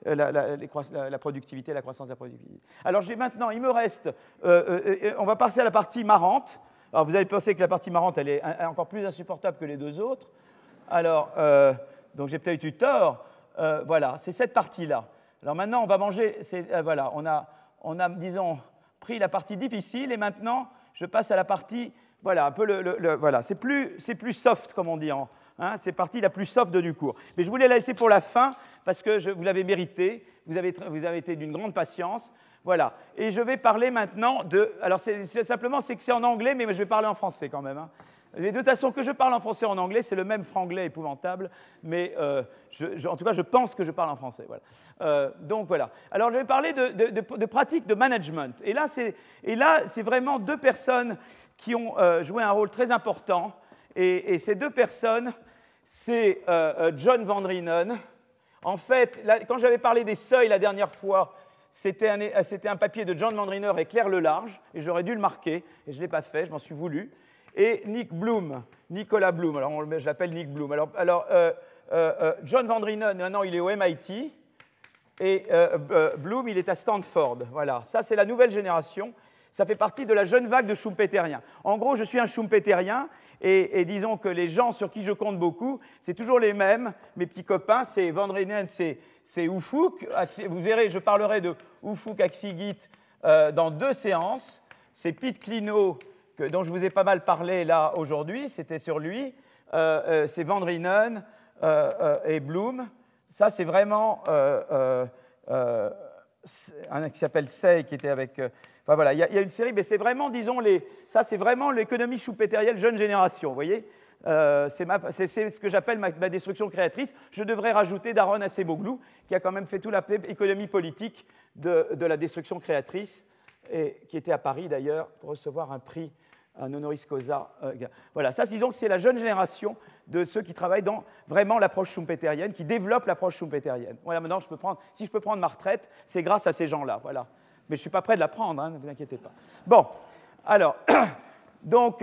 la productivité, la croissance de la productivité. Alors, maintenant, il me reste... on va passer à la partie marrante. Alors, vous allez penser que la partie marrante, elle est encore plus insupportable que les deux autres. Alors, donc j'ai peut-être eu tort. Voilà, c'est cette partie-là. Alors maintenant, on va manger, voilà, on a, disons, pris la partie difficile et maintenant, je passe à la partie, voilà, un peu voilà, c'est plus soft, comme on dit, c'est la partie la plus soft du cours. Mais je voulais la laisser pour la fin parce que vous l'avez mérité, vous avez été d'une grande patience, voilà. Et je vais parler maintenant alors simplement, c'est que c'est en anglais, mais je vais parler en français quand même, Mais de toute façon, que je parle en français ou en anglais, c'est le même franglais épouvantable, mais en tout cas, je pense que je parle en français. Voilà. Donc voilà. Alors, je vais parler de pratiques de management. Et là, c'est vraiment deux personnes qui ont joué un rôle très important. Et ces deux personnes, c'est John Van Reenen. En fait, quand j'avais parlé des seuils la dernière fois, c'était un papier de John Van Reenen et Claire Lelarge, et j'aurais dû le marquer, et je ne l'ai pas fait, je m'en suis voulu. Et Nicolas Bloom, alors je l'appelle Nick Bloom. Alors John Van Reenen, maintenant il est au MIT, et Bloom, il est à Stanford. Voilà, ça c'est la nouvelle génération, ça fait partie de la jeune vague de schumpeteriens. En gros, je suis un schumpeterien, et disons que les gens sur qui je compte beaucoup, c'est toujours les mêmes, mes petits copains, c'est Van Reenen, c'est Ufuk, vous verrez, je parlerai de Ufuk Aksigit dans 2 séances, c'est Pete Klino, dont je vous ai pas mal parlé là aujourd'hui, c'était sur lui, c'est Van Reenen et Bloom. Ça, c'est vraiment un qui s'appelle Say, qui était avec... Enfin voilà, il y a une série, mais c'est vraiment, disons, ça c'est vraiment l'économie schumpeterienne jeune génération, vous voyez. C'est ce que j'appelle ma destruction créatrice. Je devrais rajouter Daron Acemoglu, qui a quand même fait toute l'économie politique de la destruction créatrice, et qui était à Paris d'ailleurs pour recevoir un prix, un honoris causa. Voilà, ça, disons que c'est la jeune génération de ceux qui travaillent dans vraiment l'approche schumpeterienne, qui développent l'approche schumpeterienne. Voilà, maintenant, si je peux prendre ma retraite, c'est grâce à ces gens-là. Voilà. Mais je ne suis pas prêt de la prendre, ne vous inquiétez pas. Bon, alors, donc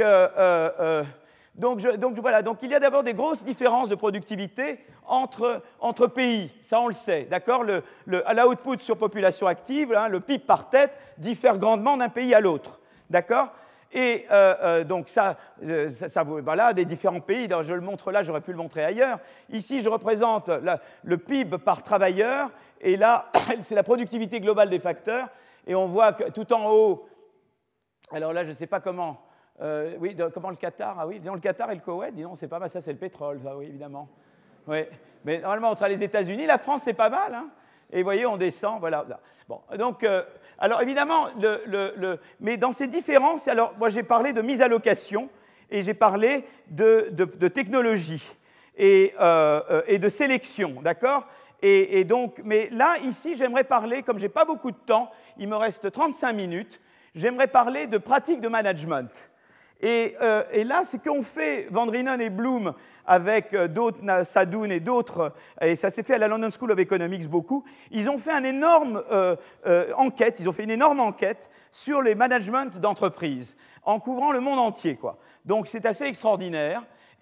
voilà, donc il y a d'abord des grosses différences de productivité entre pays, ça on le sait, d'accord. L'output sur population active, le PIB par tête, diffère grandement d'un pays à l'autre, d'accord. Et donc ça voilà, des différents pays, je le montre là, j'aurais pu le montrer ailleurs. Ici, je représente le PIB par travailleur, et là, c'est la productivité globale des facteurs, et on voit que tout en haut, alors là, je ne sais pas comment... oui, comment le Qatar? Ah oui, disons le Qatar et le Koweït, disons, c'est pas mal, ça c'est le pétrole, ça, oui, évidemment. Oui. Mais normalement, entre les États-Unis, la France, c'est pas mal, Et vous voyez, on descend, voilà. Bon, donc, alors évidemment, mais dans ces différences, alors moi j'ai parlé de mise à location, et j'ai parlé de technologie, et de sélection, d'accord. Et donc, mais là, ici, j'aimerais parler, comme je n'ai pas beaucoup de temps, il me reste 35 minutes, j'aimerais parler de pratiques de management. Et là, ce qu'ont fait Van Reenen et Bloom avec d'autres, Sadoun et d'autres, et ça s'est fait à la London School of Economics beaucoup, ils ont fait une énorme enquête, sur les managements d'entreprises, en couvrant le monde entier, quoi. Donc c'est assez extraordinaire.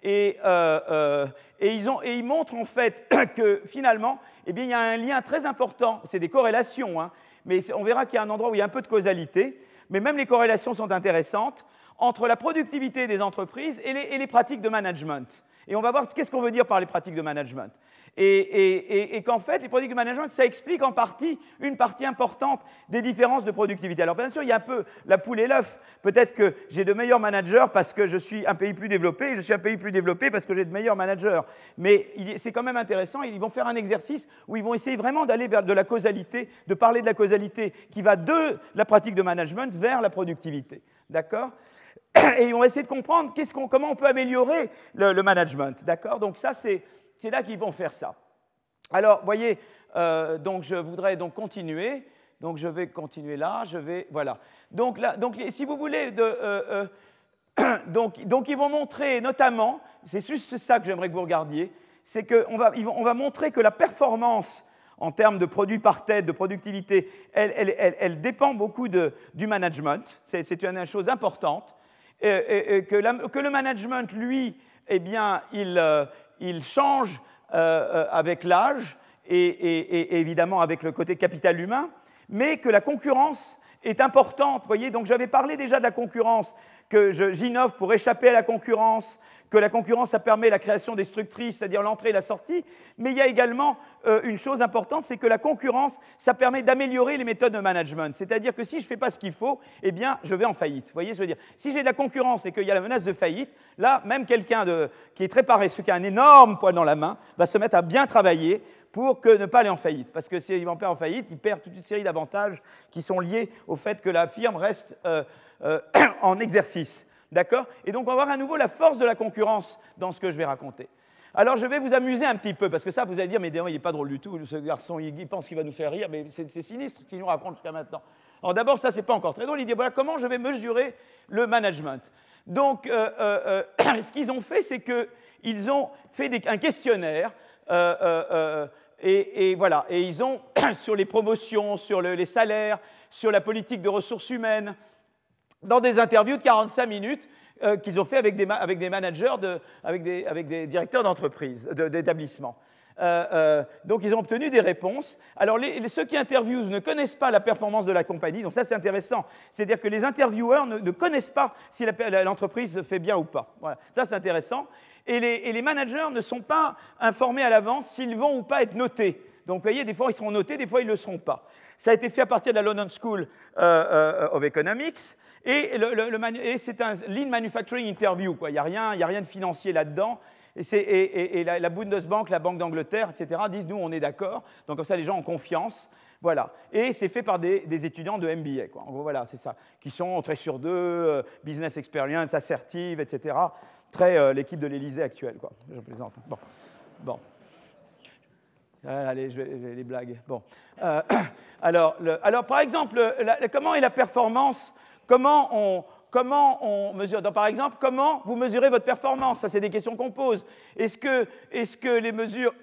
ils montrent en fait que finalement, eh bien, il y a un lien très important, c'est des corrélations, hein, mais on verra qu'il y a un endroit où il y a un peu de causalité, mais même les corrélations sont intéressantes, entre la productivité des entreprises et les pratiques de management. Et on va voir qu'est-ce qu'on veut dire par les pratiques de management. Et qu'en fait, les pratiques de management, ça explique en partie une partie importante des différences de productivité. Alors bien sûr, il y a un peu la poule et l'œuf. Peut-être que j'ai de meilleurs managers parce que je suis un pays plus développé, et je suis un pays plus développé parce que j'ai de meilleurs managers. Mais c'est quand même intéressant, ils vont faire un exercice où ils vont essayer vraiment d'aller vers de la causalité, de parler de la causalité qui va de la pratique de management vers la productivité. D'accord ? Et ils vont essayer de comprendre comment on peut améliorer le management. D'accord ? Donc ça, c'est là qu'ils vont faire ça. Alors, vous voyez, donc je voudrais donc continuer. Donc je vais continuer là. Voilà. Donc si vous voulez, donc ils vont montrer notamment, c'est juste ça que j'aimerais que vous regardiez, c'est qu'on va montrer que la performance en termes de produits par tête, de productivité, elle dépend beaucoup du management. C'est une chose importante. Que le management, lui, eh bien, il change avec l'âge et évidemment avec le côté capital humain, mais que la concurrence est importante. Vous voyez, donc j'avais parlé déjà de la concurrence, que j'innove pour échapper à la concurrence, que la concurrence, ça permet la création des structrices, c'est-à-dire l'entrée et la sortie, mais il y a également une chose importante, c'est que la concurrence, ça permet d'améliorer les méthodes de management. C'est-à-dire que si je ne fais pas ce qu'il faut, eh bien, je vais en faillite. Vous voyez, je veux dire, si j'ai de la concurrence et qu'il y a la menace de faillite, là, même quelqu'un qui est très paresseux, qui a un énorme poids dans la main, va se mettre à bien travailler pour ne pas aller en faillite. Parce que s'il va en faillite, il perd toute une série d'avantages qui sont liés au fait que la firme reste en exercice. D'accord ? Et donc, on va voir à nouveau la force de la concurrence dans ce que je vais raconter. Alors, je vais vous amuser un petit peu, parce que ça, vous allez dire, mais il n'est pas drôle du tout, ce garçon, il pense qu'il va nous faire rire, mais c'est sinistre ce qu'il nous raconte jusqu'à maintenant. Alors, d'abord, ça, c'est pas encore très drôle. Il dit, voilà, comment je vais mesurer le management ? Donc, ce qu'ils ont fait, c'est qu'ils ont fait un questionnaire, et voilà, et ils ont, sur les promotions, sur les salaires, sur la politique de ressources humaines, dans des interviews de 45 minutes qu'ils ont fait avec des managers, avec des directeurs d'entreprise, d'établissements. Donc, ils ont obtenu des réponses. Alors, ceux qui interviewent ne connaissent pas la performance de la compagnie, donc ça, c'est intéressant. C'est-à-dire que les intervieweurs ne connaissent pas si l'entreprise fait bien ou pas. Voilà. Ça, c'est intéressant. Et les managers ne sont pas informés à l'avance s'ils vont ou pas être notés. Donc, vous voyez, des fois, ils seront notés, des fois, ils ne le seront pas. Ça a été fait à partir de la London School of Economics. Et c'est un Lean Manufacturing Interview, quoi. Il n'y a rien de financier là-dedans. Et la Bundesbank, la Banque d'Angleterre, etc., disent, nous, on est d'accord. Donc, comme ça, les gens ont confiance. Voilà. Et c'est fait par des étudiants de MBA, quoi. En gros, voilà, c'est ça. Qui sont très sur deux, business experience, assertive, etc. Très l'équipe de l'Élysée actuelle, quoi. Je plaisante. Bon. Allez, les blagues. Bon. Alors, par exemple, comment est la performance ? Comment on mesure ? Donc, par exemple, comment vous mesurez votre performance ? Ça, c'est des questions qu'on pose. Est-ce que les mesures,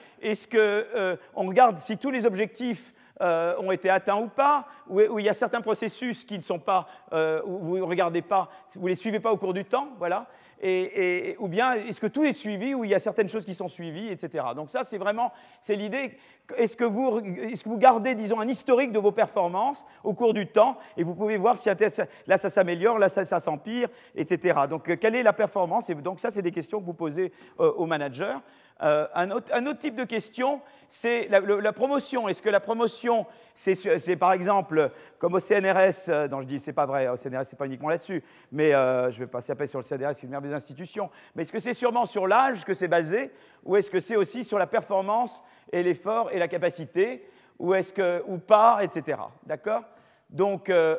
on regarde si tous les objectifs ont été atteints ou pas, ou il y a certains processus qui ne sont pas, où vous ne regardez pas, vous ne les suivez pas au cours du temps, voilà. Ou bien est-ce que tout est suivi, ou il y a certaines choses qui sont suivies, etc. Donc ça, c'est l'idée. Est-ce que vous gardez, disons, un historique de vos performances au cours du temps, et vous pouvez voir si là ça s'améliore, là ça s'empire, etc. Donc quelle est la performance ? Et donc ça, c'est des questions que vous posez aux managers. Un autre type de question, c'est la promotion. Est-ce que la promotion, c'est par exemple, comme au CNRS, dont je dis c'est pas vrai, au CNRS c'est pas uniquement là-dessus, mais je vais passer après sur le CNRS, qui est une merveilleuse institution, mais est-ce que c'est sûrement sur l'âge que c'est basé, ou est-ce que c'est aussi sur la performance et l'effort et la capacité, ou pas, etc. D'accord ? Donc, et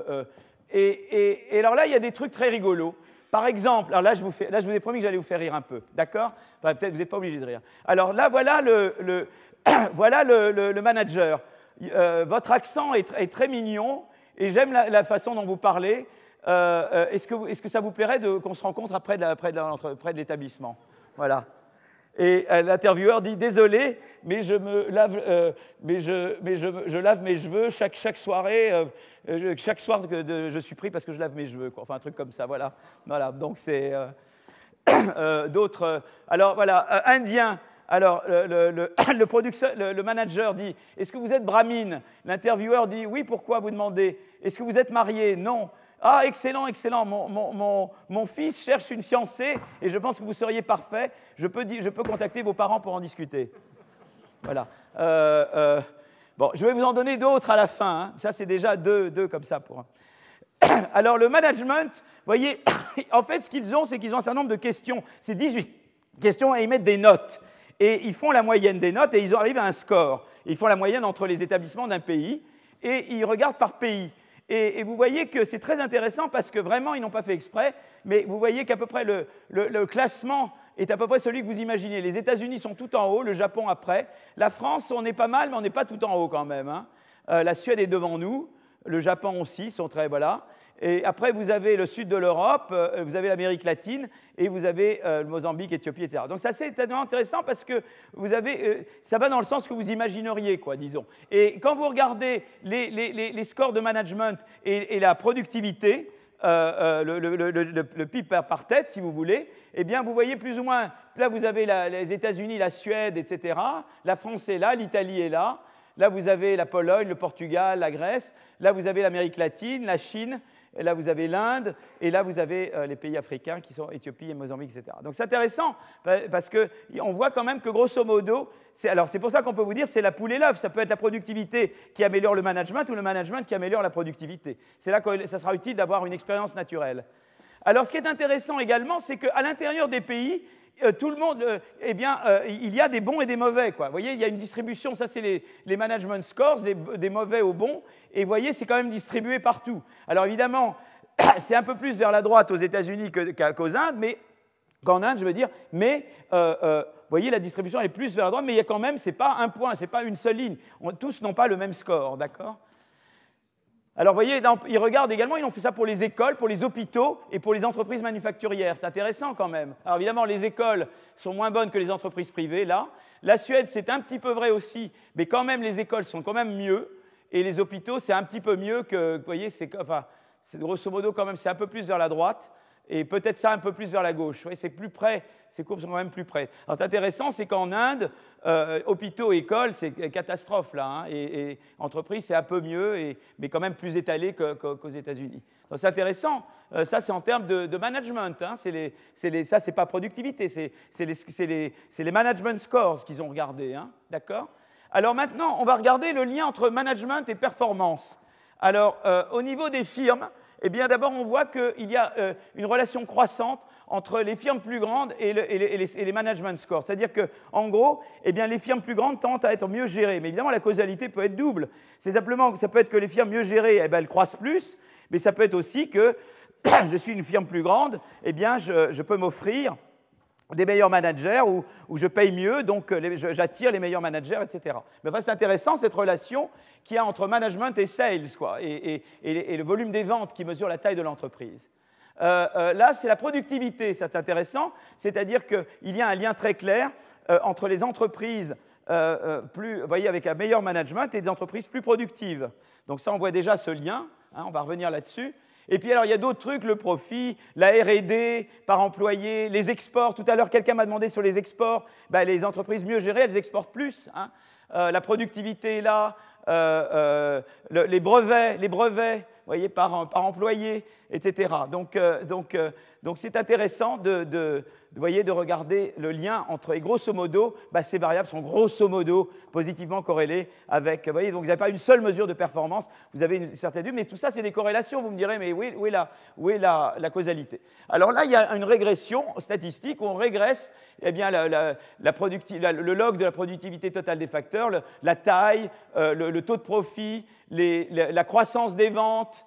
alors là, il y a des trucs très rigolos. Par exemple, alors là, je vous ai promis que j'allais vous faire rire un peu, d'accord ? Enfin, peut-être vous n'êtes pas obligé de rire. Alors là, voilà le manager. Votre accent est très mignon, et j'aime la façon dont vous parlez. Est-ce que ça vous plairait qu'on se rencontre près de l'établissement ? Voilà. Et l'intervieweur dit « Désolé, mais je lave mes cheveux chaque soirée, chaque soir je suis pris parce que je lave mes cheveux. » Enfin, un truc comme ça, voilà. Donc c'est... d'autres. Alors voilà, indien. Alors le manager dit « Est-ce que vous êtes brahmine ?» L'intervieweur dit « Oui, pourquoi vous demandez ?»« Est-ce que vous êtes marié ?»« Non. »« Ah, excellent, excellent. Mon fils cherche une fiancée et je pense que vous seriez parfait. Je peux contacter vos parents pour en discuter. » Voilà. Bon, je vais vous en donner d'autres à la fin. Hein. Ça, c'est déjà deux comme ça pour un. Alors, le management, vous voyez, en fait, ce qu'ils ont, c'est qu'ils ont un certain nombre de questions. C'est 18 questions et ils mettent des notes. Et ils font la moyenne des notes et ils arrivent à un score. Ils font la moyenne entre les établissements d'un pays et ils regardent par pays. Et vous voyez que c'est très intéressant parce que vraiment, ils n'ont pas fait exprès, mais vous voyez qu'à peu près le classement est à peu près celui que vous imaginez. Les États-Unis sont tout en haut, le Japon après. La France, on est pas mal, mais on n'est pas tout en haut quand même. Hein. La Suède est devant nous, le Japon aussi, sont très, voilà. Et après, vous avez le sud de l'Europe, vous avez l'Amérique latine, et vous avez le Mozambique, Éthiopie, etc. Donc ça, c'est extrêmement intéressant parce que vous avez, ça va dans le sens que vous imagineriez, quoi, disons. Et quand vous regardez les scores de management et la productivité, le PIB par tête, si vous voulez, eh bien, vous voyez plus ou moins, là, vous avez les États-Unis, la Suède, etc. La France est là, l'Italie est là. Là, vous avez la Pologne, le Portugal, la Grèce. Là, vous avez l'Amérique latine, la Chine. Et là, vous avez l'Inde, et là, vous avez les pays africains qui sont Éthiopie et Mozambique, etc. Donc, c'est intéressant, parce qu'on voit quand même que, grosso modo, alors c'est pour ça qu'on peut vous dire c'est la poule et l'œuf. Ça peut être la productivité qui améliore le management ou le management qui améliore la productivité. C'est là que ça sera utile d'avoir une expérience naturelle. Alors, ce qui est intéressant également, c'est qu'à l'intérieur des pays, tout le monde, il y a des bons et des mauvais. Quoi. Vous voyez, il y a une distribution, ça c'est les management scores, des mauvais aux bons, et vous voyez, c'est quand même distribué partout. Alors évidemment, c'est un peu plus vers la droite aux États-Unis qu'aux Indes, mais qu'en Inde, je veux dire, mais vous voyez, la distribution elle est plus vers la droite, mais il y a quand même, c'est pas un point, c'est pas une seule ligne. Tous n'ont pas le même score, d'accord ? Alors, vous voyez, ils regardent également, ils ont fait ça pour les écoles, pour les hôpitaux et pour les entreprises manufacturières. C'est intéressant quand même. Alors, évidemment, les écoles sont moins bonnes que les entreprises privées, là. La Suède, c'est un petit peu vrai aussi, mais quand même, les écoles sont quand même mieux. Et les hôpitaux, c'est un petit peu mieux que, vous voyez, c'est grosso modo quand même, c'est un peu plus vers la droite. Et peut-être ça un peu plus vers la gauche. Vous voyez, c'est plus près, ces courbes sont quand même plus près. Alors, c'est intéressant, c'est qu'en Inde, hôpitaux, écoles, c'est catastrophe, là. Hein, et entreprises, c'est un peu mieux, mais quand même plus étalé qu'aux États-Unis. Donc, c'est intéressant. Ça, c'est en termes de management. Hein, ça, c'est pas productivité, c'est les management scores qu'ils ont regardés. Hein, d'accord ? Alors, maintenant, on va regarder le lien entre management et performance. Alors, au niveau des firmes, eh bien, d'abord, on voit qu'il y a une relation croissante entre les firmes plus grandes et les management scores. C'est-à-dire qu'en gros, eh bien, les firmes plus grandes tendent à être mieux gérées. Mais évidemment, la causalité peut être double. C'est simplement que ça peut être que les firmes mieux gérées, eh bien, elles croissent plus, mais ça peut être aussi que je suis une firme plus grande, eh bien, je peux m'offrir des meilleurs managers où je paye mieux, donc j'attire les meilleurs managers, etc. Mais enfin, c'est intéressant, cette relation qu'il y a entre management et sales, quoi, et le volume des ventes qui mesure la taille de l'entreprise. Là, c'est la productivité, ça c'est intéressant, c'est-à-dire qu'il y a un lien très clair entre les entreprises vous voyez, avec un meilleur management et des entreprises plus productives. Donc ça, on voit déjà ce lien, hein, on va revenir là-dessus. Et puis alors, il y a d'autres trucs, le profit, la R&D par employé, les exports. Tout à l'heure, quelqu'un m'a demandé sur les exports. Ben, les entreprises mieux gérées, elles exportent plus. Hein. La productivité est là. Les brevets, vous voyez, par employé, etc. Donc c'est intéressant de regarder le lien entre, et grosso modo, ces variables sont grosso modo positivement corrélées avec, vous voyez, donc vous n'avez pas une seule mesure de performance, vous avez une certaine vue, mais tout ça c'est des corrélations, vous me direz, mais où est la causalité? Alors là, il y a une régression statistique où on régresse eh bien, le log de la productivité totale des facteurs, la taille, le taux de profit, la croissance des ventes,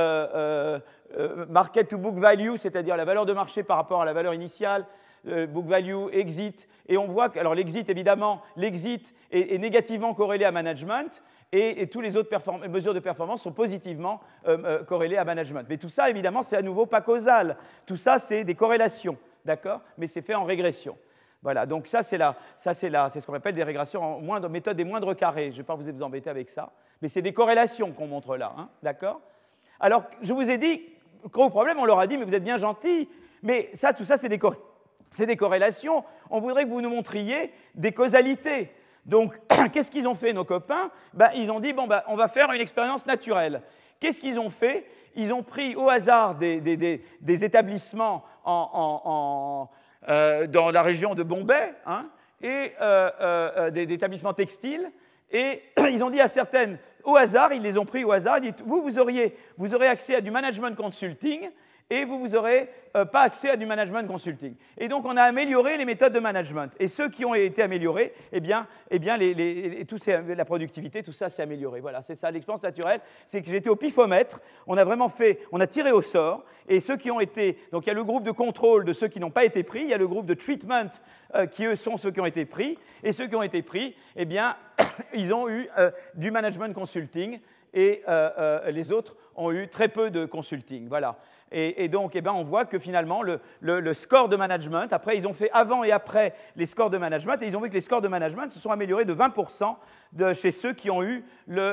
market to book value, c'est-à-dire la valeur de marché par rapport à la valeur initiale, book value, exit, et on voit que, alors l'exit évidemment, l'exit est négativement corrélé à management, et toutes les autres mesures de performance sont positivement corrélées à management. Mais tout ça, évidemment, c'est à nouveau pas causal. Tout ça, c'est des corrélations, d'accord? Mais c'est fait en régression. Voilà, donc ça, c'est ce qu'on appelle des régressions en méthode des moindres carrés. Je ne vais pas vous embêter avec ça, mais c'est des corrélations qu'on montre là, hein, d'accord? Alors, je vous ai dit, gros problème, on leur a dit, mais vous êtes bien gentils, mais ça, tout ça, c'est des c'est des corrélations. On voudrait que vous nous montriez des causalités. Donc, qu'est-ce qu'ils ont fait, nos copains? Ils ont dit, on va faire une expérience naturelle. Qu'est-ce qu'ils ont fait? Ils ont pris au hasard des établissements dans la région de Bombay, hein, et des établissements textiles, et ils ont dit à certaines, au hasard, ils les ont pris au hasard, ils disent, vous aurez accès à du management consulting, et vous n'aurez pas accès à du management consulting. Et donc, on a amélioré les méthodes de management. Et ceux qui ont été améliorés, la productivité, tout ça s'est amélioré. Voilà, c'est ça, l'expérience naturelle. C'est que j'étais au pifomètre, on a tiré au sort, et ceux qui ont été... Donc, il y a le groupe de contrôle de ceux qui n'ont pas été pris, il y a le groupe de treatment qui, eux, sont ceux qui ont été pris, et ceux qui ont été pris, ils ont eu du management consulting, et les autres ont eu très peu de consulting. Voilà. Et donc, on voit que finalement, le score de management, après, ils ont fait avant et après les scores de management, et ils ont vu que les scores de management se sont améliorés de 20% chez ceux qui ont eu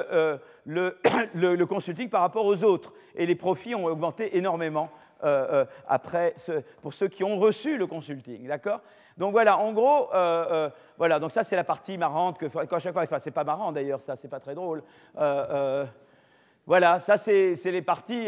le consulting par rapport aux autres. Et les profits ont augmenté énormément après, pour ceux qui ont reçu le consulting. D'accord ? Donc voilà, en gros, voilà, donc ça c'est la partie marrante que à chaque fois, enfin c'est pas marrant d'ailleurs, ça c'est pas très drôle. Voilà, ça c'est les parties,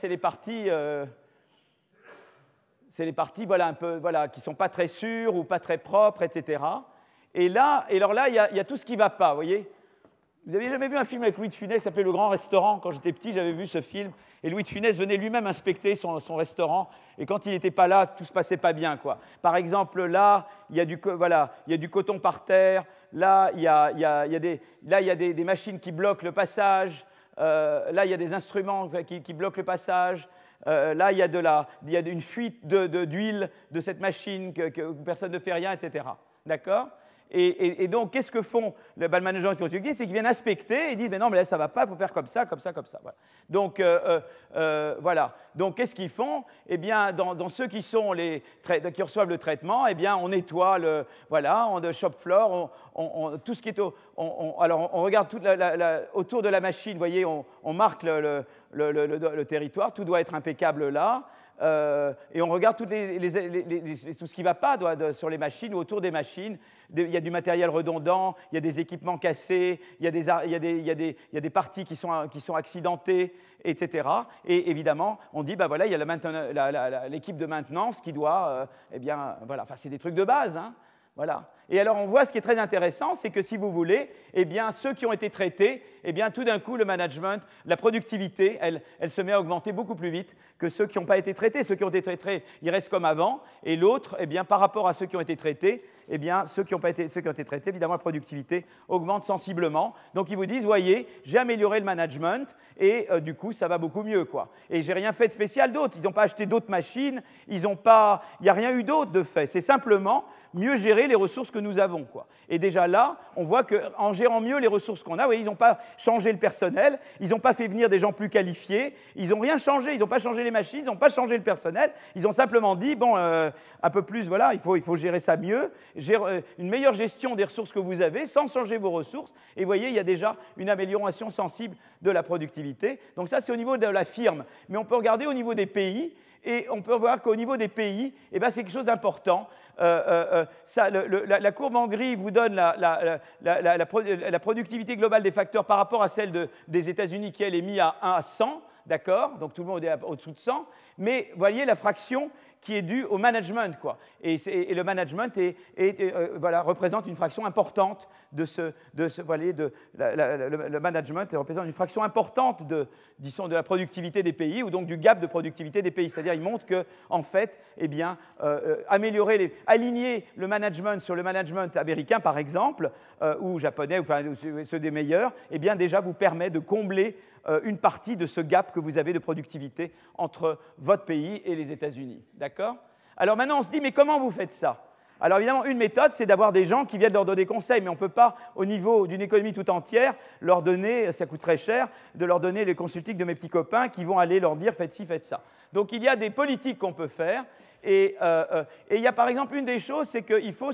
voilà un peu, voilà, qui sont pas très sûres ou pas très propres, etc. Et alors là, il y a tout ce qui va pas, vous voyez. Vous avez jamais vu un film avec Louis de Funès qui s'appelait Le Grand Restaurant? Quand j'étais petit, j'avais vu ce film. Et Louis de Funès venait lui-même inspecter son restaurant. Et quand il n'était pas là, tout se passait pas bien, quoi. Par exemple, là, il y a du coton par terre. Là, il y a des machines qui bloquent le passage. Là, il y a des instruments qui bloquent le passage. Là, il y a une fuite d'huile de cette machine que personne ne fait rien, etc. D'accord ? Et donc, qu'est-ce que font le management consulting? C'est qu'ils viennent inspecter et disent, mais non, mais là, ça ne va pas, il faut faire comme ça, comme ça, comme ça. Voilà. Donc, voilà. Donc, qu'est-ce qu'ils font? Eh bien, dans ceux qui reçoivent le traitement, eh bien, on nettoie le shop floor, tout ce qui est alors, on regarde autour de la machine, vous voyez, on marque le territoire, tout doit être impeccable là. Et on regarde tout ce qui ne va pas sur les machines ou autour des machines. Il y a du matériel redondant, il y a des équipements cassés, il y a des parties qui sont accidentées, etc. Et évidemment, on dit, voilà, il y a l'équipe de maintenance qui doit, voilà, enfin, c'est des trucs de base, hein, voilà. Et alors, on voit ce qui est très intéressant, c'est que si vous voulez, ceux qui ont été traités, tout d'un coup, le management, la productivité, elle se met à augmenter beaucoup plus vite que ceux qui n'ont pas été traités. Ceux qui ont été traités, ils restent comme avant. Et l'autre, par rapport à ceux qui ont été traités, ceux qui ont été traités, évidemment, la productivité augmente sensiblement. Donc, ils vous disent, voyez, j'ai amélioré le management et du coup, ça va beaucoup mieux, quoi. Et j'ai rien fait de spécial d'autre. Ils n'ont pas acheté d'autres machines. Il n'y a rien eu d'autre de fait. C'est simplement mieux gérer les ressources que nous avons, quoi. Et déjà là, on voit qu'en gérant mieux les ressources qu'on a, ils n'ont pas changé le personnel, ils n'ont pas fait venir des gens plus qualifiés, ils n'ont rien changé, ils n'ont pas changé les machines, ils n'ont pas changé le personnel, ils ont simplement dit, un peu plus, voilà, il faut gérer ça mieux, une meilleure gestion des ressources que vous avez sans changer vos ressources. Et vous voyez, il y a déjà une amélioration sensible de la productivité. Donc ça, c'est au niveau de la firme. Mais on peut regarder au niveau des pays. Et on peut voir qu'au niveau des pays, c'est quelque chose d'important. La courbe en gris vous donne la productivité globale des facteurs par rapport à celle des États-Unis qui, elle, est mise à 1 à 100, d'accord? Donc tout le monde est au-dessous de 100. Mais vous voyez la fraction qui est due au management, quoi. Et le management représente une fraction importante le management représente une fraction importante de la productivité des pays ou donc du gap de productivité des pays. C'est-à-dire, il montre que, en fait, aligner le management sur le management américain, par exemple, ou japonais, ou ceux des meilleurs, déjà vous permet de combler une partie de ce gap que vous avez de productivité entre votre pays et les États-Unis. D'accord ? Alors maintenant, on se dit, mais comment vous faites ça ? Alors évidemment, une méthode, c'est d'avoir des gens qui viennent leur donner conseil, mais on ne peut pas, au niveau d'une économie tout entière, leur donner, ça coûte très cher, de leur donner les consulting de mes petits copains qui vont aller leur dire, faites ci, faites ça. Donc il y a des politiques qu'on peut faire, et il y a par exemple une des choses, c'est qu'il faut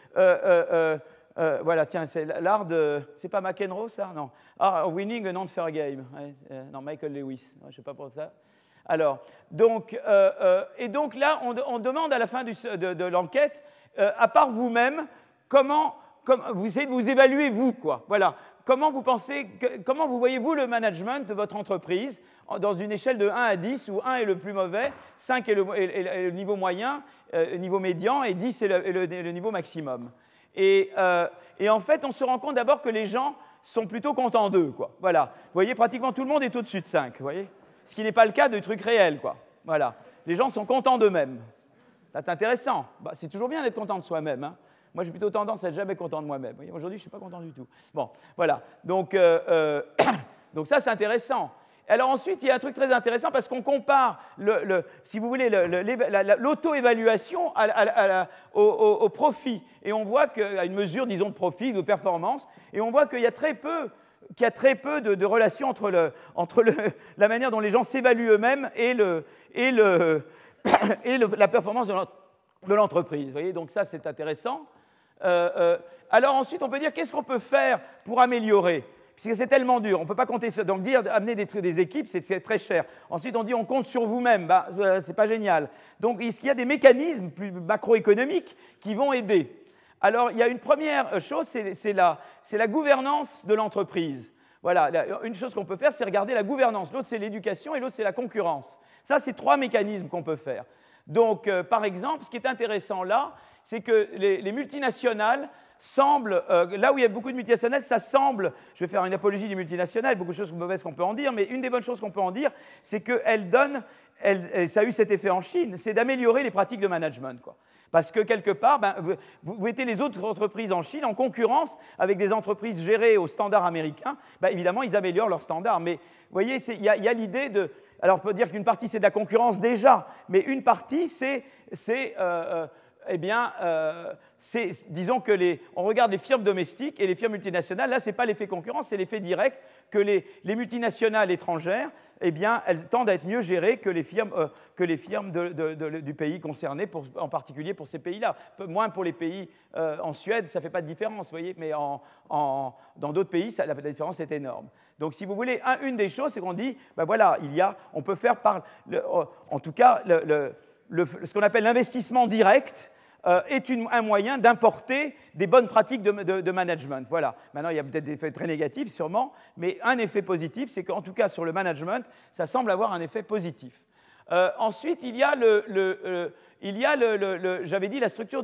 voilà, tiens, c'est l'art de... C'est pas McEnroe, ça? Non. Art of winning a non-fair game. Non, Michael Lewis. Je ne sais pas pour ça. Alors, et donc là, on demande à la fin de l'enquête, à part vous-même, comment vous essayez de vous évaluer, vous, quoi. Voilà. Comment vous voyez-vous le management de votre entreprise dans une échelle de 1 à 10, où 1 est le plus mauvais, 5 est le niveau moyen, niveau médian, et 10 est le niveau maximum. Et en fait, on se rend compte d'abord que les gens sont plutôt contents d'eux, quoi. Voilà. Vous voyez, pratiquement tout le monde est au-dessus de 5, vous voyez. Ce qui n'est pas le cas de trucs réels, quoi. Voilà. Les gens sont contents d'eux-mêmes. C'est intéressant. Bah, c'est toujours bien d'être content de soi-même, hein. Moi, j'ai plutôt tendance à être jamais content de moi-même. Aujourd'hui, je ne suis pas content du tout. Bon, voilà. Donc ça, c'est intéressant. Alors ensuite, il y a un truc très intéressant parce qu'on compare, si vous voulez, l'auto-évaluation au profit. Et on voit qu'à une mesure, disons, de profit, de performance, et on voit qu'il y a très peu de relation entre la manière dont les gens s'évaluent eux-mêmes et la performance de l'entreprise. Vous voyez, donc ça, c'est intéressant. Alors ensuite, on peut dire qu'est-ce qu'on peut faire pour améliorer, puisque c'est tellement dur. On ne peut pas compter ça. Donc dire amener des équipes, c'est très cher. Ensuite, on dit on compte sur vous-même. Bah, c'est pas génial. Donc, est-ce qu'il y a des mécanismes plus macroéconomiques qui vont aider? Alors, il y a une première chose, c'est la gouvernance de l'entreprise. Voilà, une chose qu'on peut faire, c'est regarder la gouvernance. L'autre, c'est l'éducation, et l'autre, c'est la concurrence. Ça, c'est 3 mécanismes qu'on peut faire. Donc, par exemple, ce qui est intéressant là, c'est que les multinationales semblent, là où il y a beaucoup de multinationales, ça semble, je vais faire une apologie des multinationales, beaucoup de choses mauvaises qu'on peut en dire, mais une des bonnes choses qu'on peut en dire, c'est qu'elles donnent, ça a eu cet effet en Chine, c'est d'améliorer les pratiques de management, quoi. Parce que quelque part, vous mettez les autres entreprises en Chine en concurrence avec des entreprises gérées aux standards américains, évidemment, ils améliorent leurs standards. Mais vous voyez, il y a l'idée de... Alors, on peut dire qu'une partie, c'est de la concurrence déjà, mais une partie, disons que on regarde les firmes domestiques et les firmes multinationales. Là, ce n'est pas l'effet concurrence, c'est l'effet direct que les multinationales étrangères, elles tendent à être mieux gérées que les firmes du pays concerné, en particulier pour ces pays-là. Moins pour les pays en Suède, ça ne fait pas de différence, vous voyez, mais dans d'autres pays, la différence est énorme. Donc, si vous voulez, une des choses, c'est qu'on dit, voilà, on peut faire en tout cas, ce qu'on appelle l'investissement direct est un moyen d'importer des bonnes pratiques de management. Voilà. Maintenant, il y a peut-être des effets très négatifs, sûrement, mais un effet positif, c'est qu'en tout cas, sur le management, ça semble avoir un effet positif. Ensuite, il y a j'avais dit la structure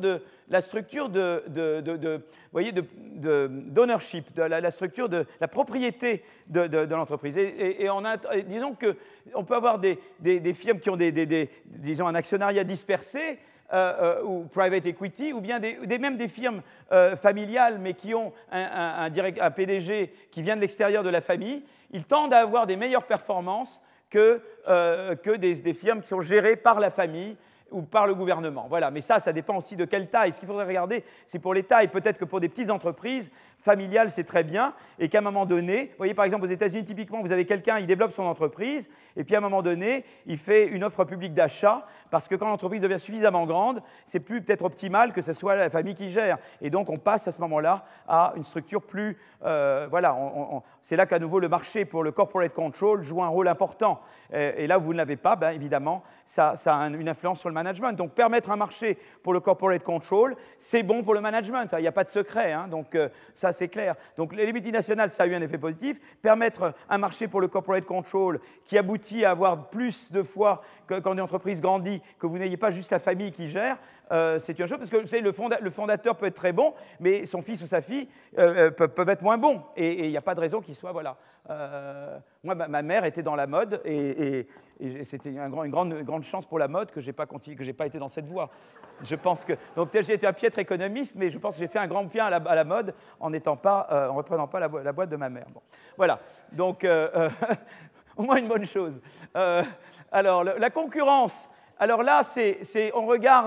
d'ownership, la structure de la propriété de l'entreprise. Et disons qu'on peut avoir des firmes qui ont disons un actionnariat dispersé, ou private equity, ou bien même des firmes familiales, mais qui ont un PDG qui vient de l'extérieur de la famille. Ils tendent à avoir des meilleures performances que des firmes qui sont gérées par la famille ou par le gouvernement. Voilà. Mais ça dépend aussi de quelle taille. Ce qu'il faudrait regarder, c'est pour les tailles. Peut-être que pour des petites entreprises familiales, c'est très bien, et qu'à un moment donné, vous voyez par exemple aux États-Unis, typiquement, vous avez quelqu'un, il développe son entreprise, et puis à un moment donné, il fait une offre publique d'achat, parce que quand l'entreprise devient suffisamment grande, c'est plus peut-être optimal que ce soit la famille qui gère. Et donc on passe à ce moment-là à une structure plus... c'est là qu'à nouveau le marché pour le corporate control joue un rôle important. Et là où vous ne l'avez pas, évidemment, ça a une influence sur le management. Donc permettre un marché pour le corporate control, c'est bon pour le management. Il n'y a pas de secret, hein, donc ça c'est clair. Donc les multinationales, ça a eu un effet positif. Permettre un marché pour le corporate control qui aboutit à avoir plus de fois quand une entreprise grandit, que vous n'ayez pas juste la famille qui gère, c'est une chose, parce que vous savez, le fondateur peut être très bon, mais son fils ou sa fille peuvent être moins bons. Et il n'y a pas de raison qu'il soit... Voilà. Moi, ma mère était dans la mode, et c'était une grande chance pour la mode que je n'ai pas été dans cette voie. Je pense que... Donc peut-être j'ai été un piètre économiste, mais je pense que j'ai fait un grand bien à la mode en ne reprenant pas la boîte de ma mère. Bon. Voilà. Donc, au moins une bonne chose. Alors, la concurrence... Alors là, on regarde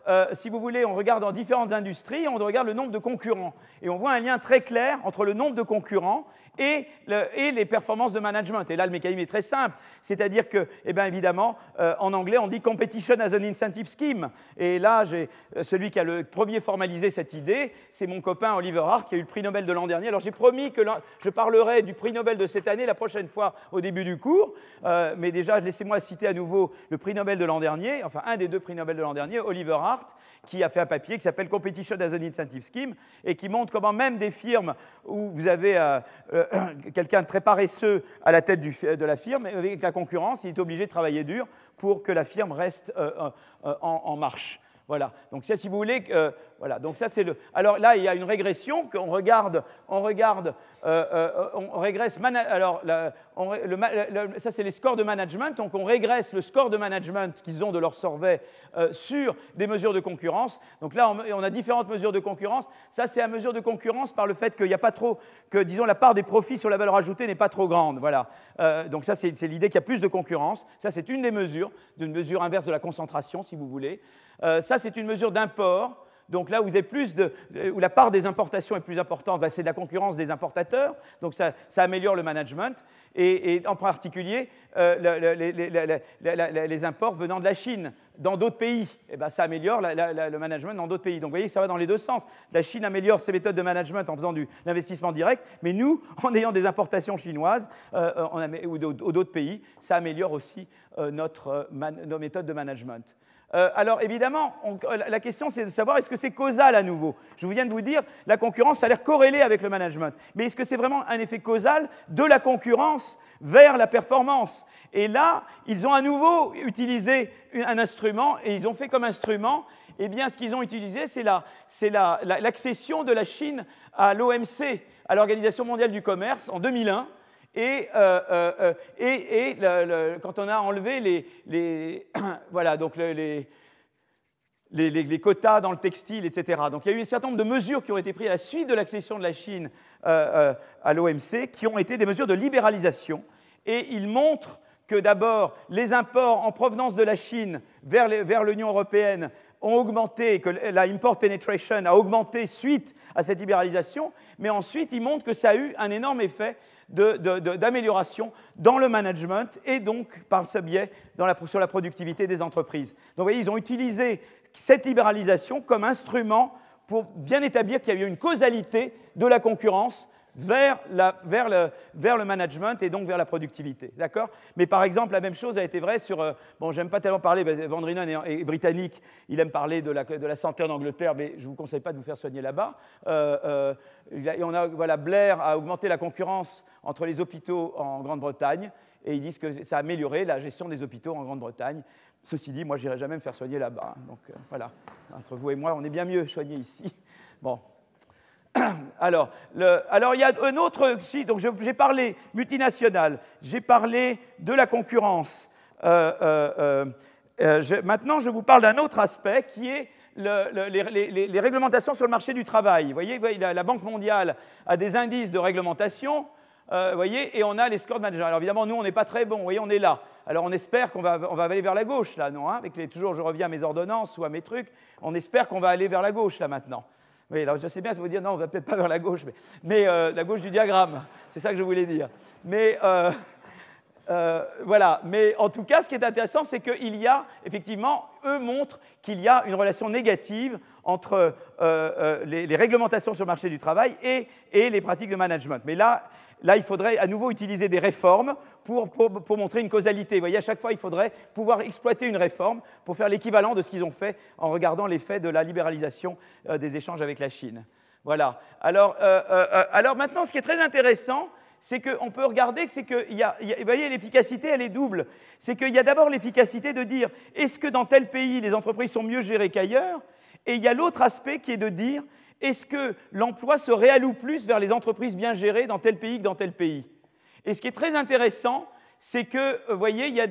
si vous voulez, on regarde dans différentes industries, on regarde le nombre de concurrents. Et on voit un lien très clair entre le nombre de concurrents et les performances de management. Et là, le mécanisme est très simple. C'est-à-dire que, eh bien, évidemment, en anglais, on dit « competition as an incentive scheme ». Et là, celui qui a le premier formalisé cette idée, c'est mon copain Oliver Hart, qui a eu le prix Nobel de l'an dernier. Alors, j'ai promis que je parlerai du prix Nobel de cette année la prochaine fois au début du cours. Mais déjà, laissez-moi citer à nouveau le prix Nobel de l'an dernier, enfin, un des 2 prix Nobel de l'an dernier, Oliver Hart, qui a fait un papier qui s'appelle « Competition as an incentive scheme » et qui montre comment même des firmes où vous avez quelqu'un de très paresseux à la tête de la firme, avec la concurrence, il est obligé de travailler dur pour que la firme reste en marche. Voilà. Donc ça, si vous voulez, voilà. Donc ça, c'est le. Alors là, il y a une régression qu'on regarde, on régresse. Alors ça, c'est les scores de management. Donc on régresse le score de management qu'ils ont de leur survey sur des mesures de concurrence. Donc là, on a différentes mesures de concurrence. Ça, c'est la mesure de concurrence par le fait qu'il n'y a pas trop, que disons la part des profits sur la valeur ajoutée n'est pas trop grande. Voilà. Donc ça, c'est l'idée qu'il y a plus de concurrence. Ça, c'est une des mesures, d'une mesure inverse de la concentration, si vous voulez. Ça, c'est une mesure d'import. Donc là où, où la part des importations est plus importante, c'est de la concurrence des importateurs. Donc ça améliore le management. Et en particulier, les imports venant de la Chine dans d'autres pays, ça améliore le management dans d'autres pays. Donc vous voyez, ça va dans les deux sens. La Chine améliore ses méthodes de management en faisant de l'investissement direct, mais nous, en ayant des importations chinoises ou d'autres pays, ça améliore aussi nos méthodes de management. Alors évidemment, la question c'est de savoir est-ce que c'est causal à nouveau. Je viens de vous dire, la concurrence a l'air corrélée avec le management. Mais est-ce que c'est vraiment un effet causal de la concurrence vers la performance? Et là, ils ont à nouveau utilisé un instrument, et ils ont fait comme instrument, eh bien ce qu'ils ont utilisé, c'est l'accession de la Chine à l'OMC, à l'Organisation mondiale du commerce, en 2001. Et quand on a enlevé voilà, donc les quotas dans le textile, etc. Donc il y a eu un certain nombre de mesures qui ont été prises à la suite de l'accession de la Chine à l'OMC, qui ont été des mesures de libéralisation. Et ils montrent que d'abord, les imports en provenance de la Chine vers l'Union européenne ont augmenté, que la import penetration a augmenté suite à cette libéralisation, mais ensuite ils montrent que ça a eu un énorme effet d'amélioration dans le management et donc, par ce biais, sur la productivité des entreprises. Donc, vous voyez, ils ont utilisé cette libéralisation comme instrument pour bien établir qu'il y avait une causalité de la concurrence vers le management et donc vers la productivité. D'accord ? Mais par exemple, la même chose a été vraie sur... bon, j'aime pas tellement parler, Van Drienen est britannique, il aime parler de la santé en Angleterre, mais je ne vous conseille pas de vous faire soigner là-bas. Voilà, Blair a augmenté la concurrence entre les hôpitaux en Grande-Bretagne, et ils disent que ça a amélioré la gestion des hôpitaux en Grande-Bretagne. Ceci dit, moi, je n'irai jamais me faire soigner là-bas. Donc, voilà, entre vous et moi, on est bien mieux soignés ici. Bon. Alors, il y a un autre... Si, donc j'ai parlé multinationale, j'ai parlé de la concurrence. Maintenant, je vous parle d'un autre aspect qui est les réglementations sur le marché du travail. Vous voyez, la Banque mondiale a des indices de réglementation, voyez, et on a les scores de management. Alors évidemment, nous, on n'est pas très bons, vous voyez, on est là. Alors on espère qu'on va aller vers la gauche, là, non hein, toujours, je reviens à mes ordonnances ou à mes trucs, on espère qu'on va aller vers la gauche, là, maintenant. Oui, alors je sais bien, ça veut dire, non, on ne va peut-être pas vers la gauche, mais la gauche du diagramme, c'est ça que je voulais dire. Mais voilà, mais en tout cas, ce qui est intéressant, c'est qu'il y a, effectivement, eux montrent qu'il y a une relation négative entre les réglementations sur le marché du travail et les pratiques de management. Mais là, il faudrait à nouveau utiliser des réformes pour montrer une causalité. Vous voyez, à chaque fois, il faudrait pouvoir exploiter une réforme pour faire l'équivalent de ce qu'ils ont fait en regardant l'effet de la libéralisation des échanges avec la Chine. Voilà. Alors maintenant, ce qui est très intéressant, c'est qu'on peut regarder que vous voyez, l'efficacité, elle est double. C'est qu'il y a d'abord l'efficacité de dire est-ce que dans tel pays, les entreprises sont mieux gérées qu'ailleurs? Et il y a l'autre aspect qui est de dire est-ce que l'emploi se réalloue plus vers les entreprises bien gérées dans tel pays que dans tel pays? Et ce qui est très intéressant, c'est que, vous voyez, il y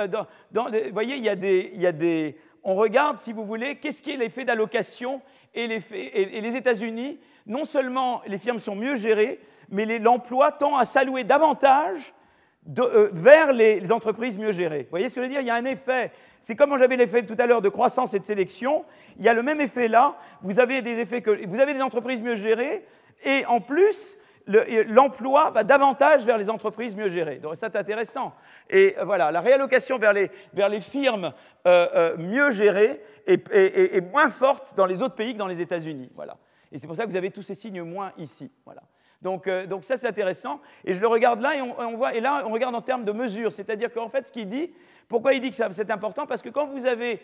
a des... On regarde, si vous voulez, qu'est-ce qui est l'effet d'allocation et les États-Unis, non seulement les firmes sont mieux gérées, mais l'emploi tend à s'allouer davantage vers les entreprises mieux gérées. Vous voyez ce que je veux dire? Il y a un effet. C'est comme j'avais l'effet tout à l'heure de croissance et de sélection. Il y a le même effet là. Vous avez des entreprises mieux gérées et en plus, l'emploi va davantage vers les entreprises mieux gérées. Donc ça, c'est intéressant. Et voilà, la réallocation vers les firmes mieux gérées est moins forte dans les autres pays que dans les États-Unis. Voilà. Et c'est pour ça que vous avez tous ces signes moins ici. Voilà. Donc ça, c'est intéressant. Et je le regarde là, et là, on regarde en termes de mesures. C'est-à-dire qu'en fait, ce qu'il dit, pourquoi il dit que c'est important? Parce que quand vous avez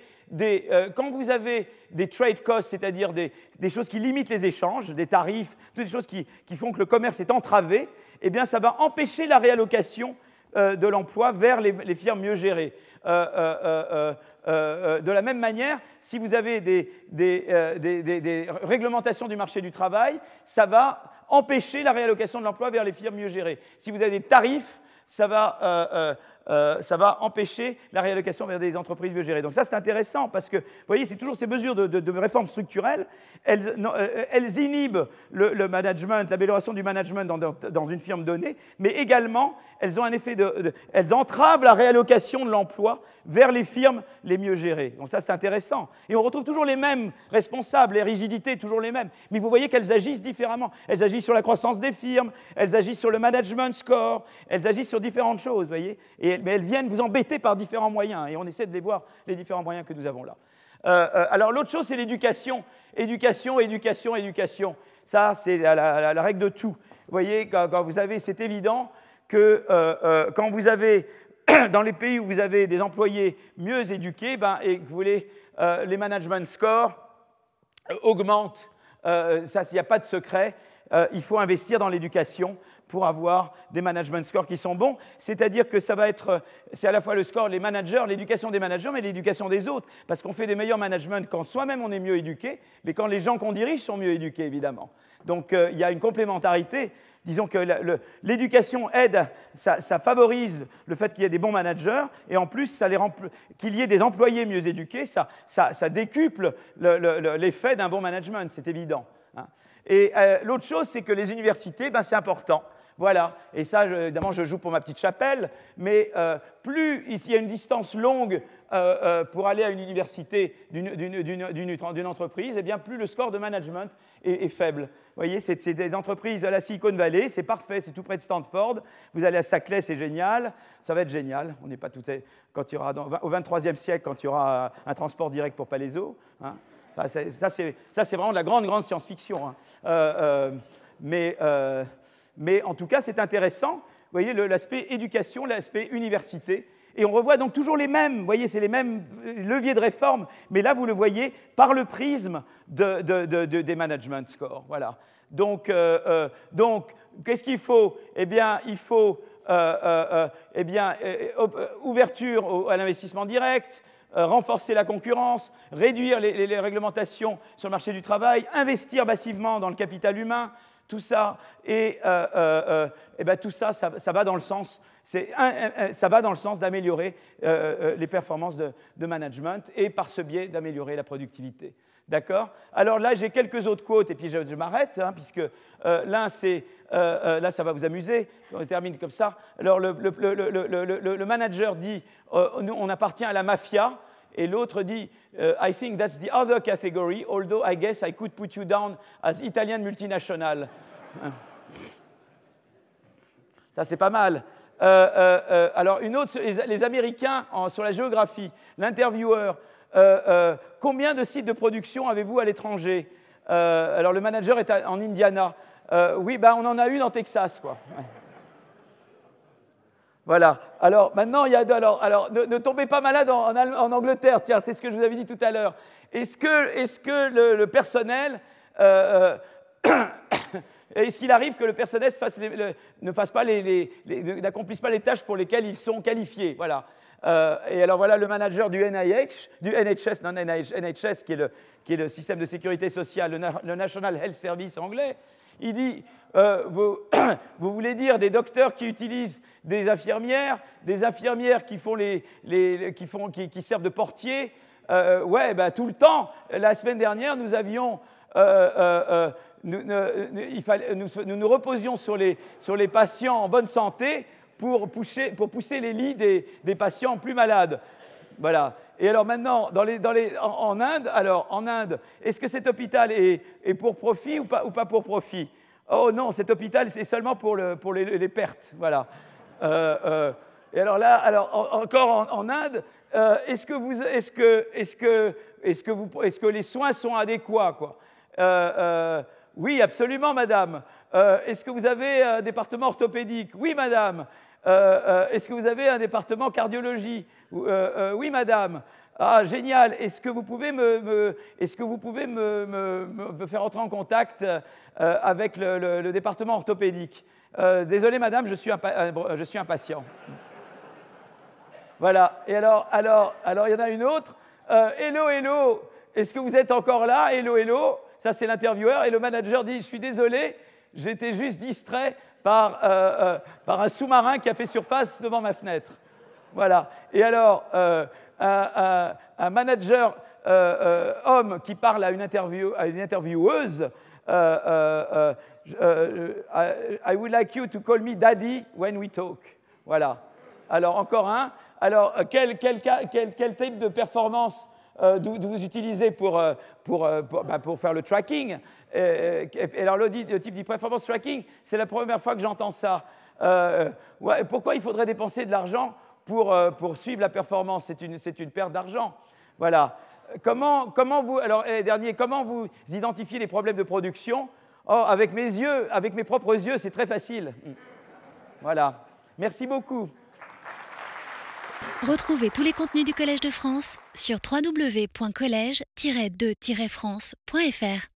des trade costs, c'est-à-dire des choses qui limitent les échanges, des tarifs, toutes les choses qui font que le commerce est entravé, eh bien, ça va empêcher la réallocation de l'emploi vers les firmes mieux gérées. De la même manière, si vous avez des réglementations du marché du travail, ça va empêcher la réallocation de l'emploi vers les firmes mieux gérées. Si vous avez des tarifs, ça va empêcher la réallocation vers des entreprises mieux gérées. Donc ça, c'est intéressant parce que, vous voyez, c'est toujours ces mesures de réforme structurelle, elles inhibent le management, l'amélioration du management dans une firme donnée, mais également, elles ont un effet elles entravent la réallocation de l'emploi vers les firmes les mieux gérées. Donc ça, c'est intéressant. Et on retrouve toujours les mêmes responsables, les rigidités, toujours les mêmes. Mais vous voyez qu'elles agissent différemment. Elles agissent sur la croissance des firmes, elles agissent sur le management score, elles agissent sur différentes choses, vous voyez. Mais elles viennent vous embêter par différents moyens. Et on essaie de les voir, les différents moyens que nous avons là. Alors l'autre chose, c'est l'éducation. Éducation. Ça, c'est la règle de tout. Vous voyez, quand vous avez, c'est évident que quand vous avez, dans les pays où vous avez des employés mieux éduqués, et que vous voulez, les management scores augmentent. Ça, il n'y a pas de secret. Il faut investir dans l'éducation pour avoir des management scores qui sont bons. C'est-à-dire que c'est à la fois le score, les managers, l'éducation des managers, mais l'éducation des autres. Parce qu'on fait des meilleurs managements quand soi-même on est mieux éduqué, mais quand les gens qu'on dirige sont mieux éduqués, évidemment. Donc il y a une complémentarité. Disons que l'éducation aide, ça favorise le fait qu'il y ait des bons managers, et en plus, qu'il y ait des employés mieux éduqués, ça décuple l'effet d'un bon management, c'est évident. Hein. Et l'autre chose, c'est que les universités, c'est important. Voilà, et ça, évidemment, je joue pour ma petite chapelle, mais plus il y a une distance longue pour aller à une université d'une entreprise, eh bien, plus le score de management est faible. Vous voyez, c'est des entreprises à la Silicon Valley, c'est parfait, c'est tout près de Stanford. Vous allez à Saclay, c'est génial, ça va être génial. On n'est pas tout quand il y aura au 23e siècle, quand il y aura un transport direct pour Palaiseau. Hein. Ça, c'est vraiment de la grande science-fiction. Hein. Mais en tout cas, c'est intéressant. Vous voyez, l'aspect éducation, l'aspect université. Et on revoit donc toujours les mêmes. Vous voyez, c'est les mêmes leviers de réforme. Mais là, vous le voyez par le prisme des management scores. Voilà. Donc qu'est-ce qu'il faut? Eh bien, il faut ouverture à l'investissement direct, renforcer la concurrence, réduire les réglementations sur le marché du travail, investir massivement dans le capital humain. Tout ça, tout ça, ça va dans le sens, ça va dans le sens d'améliorer les performances de management et par ce biais d'améliorer la productivité. D'accord? Alors là, j'ai quelques autres quotes et puis je m'arrête, hein, puisque là, ça va vous amuser. On termine comme ça. Alors le manager dit on appartient à la mafia. Et l'autre dit I think that's the other category, although I guess I could put you down as Italian multinational. Ça, c'est pas mal. Alors, une autre, les Américains, sur la géographie, l'intervieweur, combien de sites de production avez-vous à l'étranger? Alors, le manager est en Indiana. Oui, on en a une en Texas, quoi. Ouais. Voilà. Alors, maintenant, il y a... Alors ne tombez pas malade en Angleterre. Tiens, c'est ce que je vous avais dit tout à l'heure. Est-ce que le personnel... Est-ce qu'il arrive que le personnel n'accomplisse pas les tâches pour lesquelles ils sont qualifiés? Voilà. Et alors voilà le manager du NHS, qui est le système de sécurité sociale, le National Health Service anglais. Il dit, vous voulez dire des docteurs qui utilisent des infirmières qui servent de portiers? Ouais, tout le temps. La semaine dernière, nous avions... nous nous reposions sur les patients en bonne santé pour pousser les lits des patients plus malades. Voilà. Et alors maintenant, en Inde, est-ce que cet hôpital est pour profit ou pas pour profit? Oh non, cet hôpital, c'est seulement pour les pertes. Voilà. Et alors là, encore en Inde, est-ce que les soins sont adéquats, quoi? Oui, absolument, madame. Est-ce que vous avez un département orthopédique? Oui, madame. Est-ce que vous avez un département cardiologie? Oui, madame. Ah, génial. Est-ce que vous pouvez me faire entrer en contact avec le département orthopédique? Désolé, madame, je suis un patient. Voilà. Et alors, il y en a une autre. Hello, hello. Est-ce que vous êtes encore là? Hello, hello. Ça, c'est l'intervieweur. Et le manager dit, je suis désolé, j'étais juste distrait par un sous-marin qui a fait surface devant ma fenêtre. Voilà. Et alors, un manager homme qui parle à une intervieweuse, I would like you to call me daddy when we talk. Voilà. Alors, encore un. Alors, quel type de performance vous utilisez pour faire le tracking? Et alors, le type de performance tracking, c'est la première fois que j'entends ça. Pourquoi il faudrait dépenser de l'argent pour suivre la performance? C'est une perte d'argent. Voilà. Comment vous identifiez les problèmes de production? Oh, avec mes propres yeux, c'est très facile. Voilà. Merci beaucoup. Retrouvez tous les contenus du Collège de France sur www.collège-2-france.fr.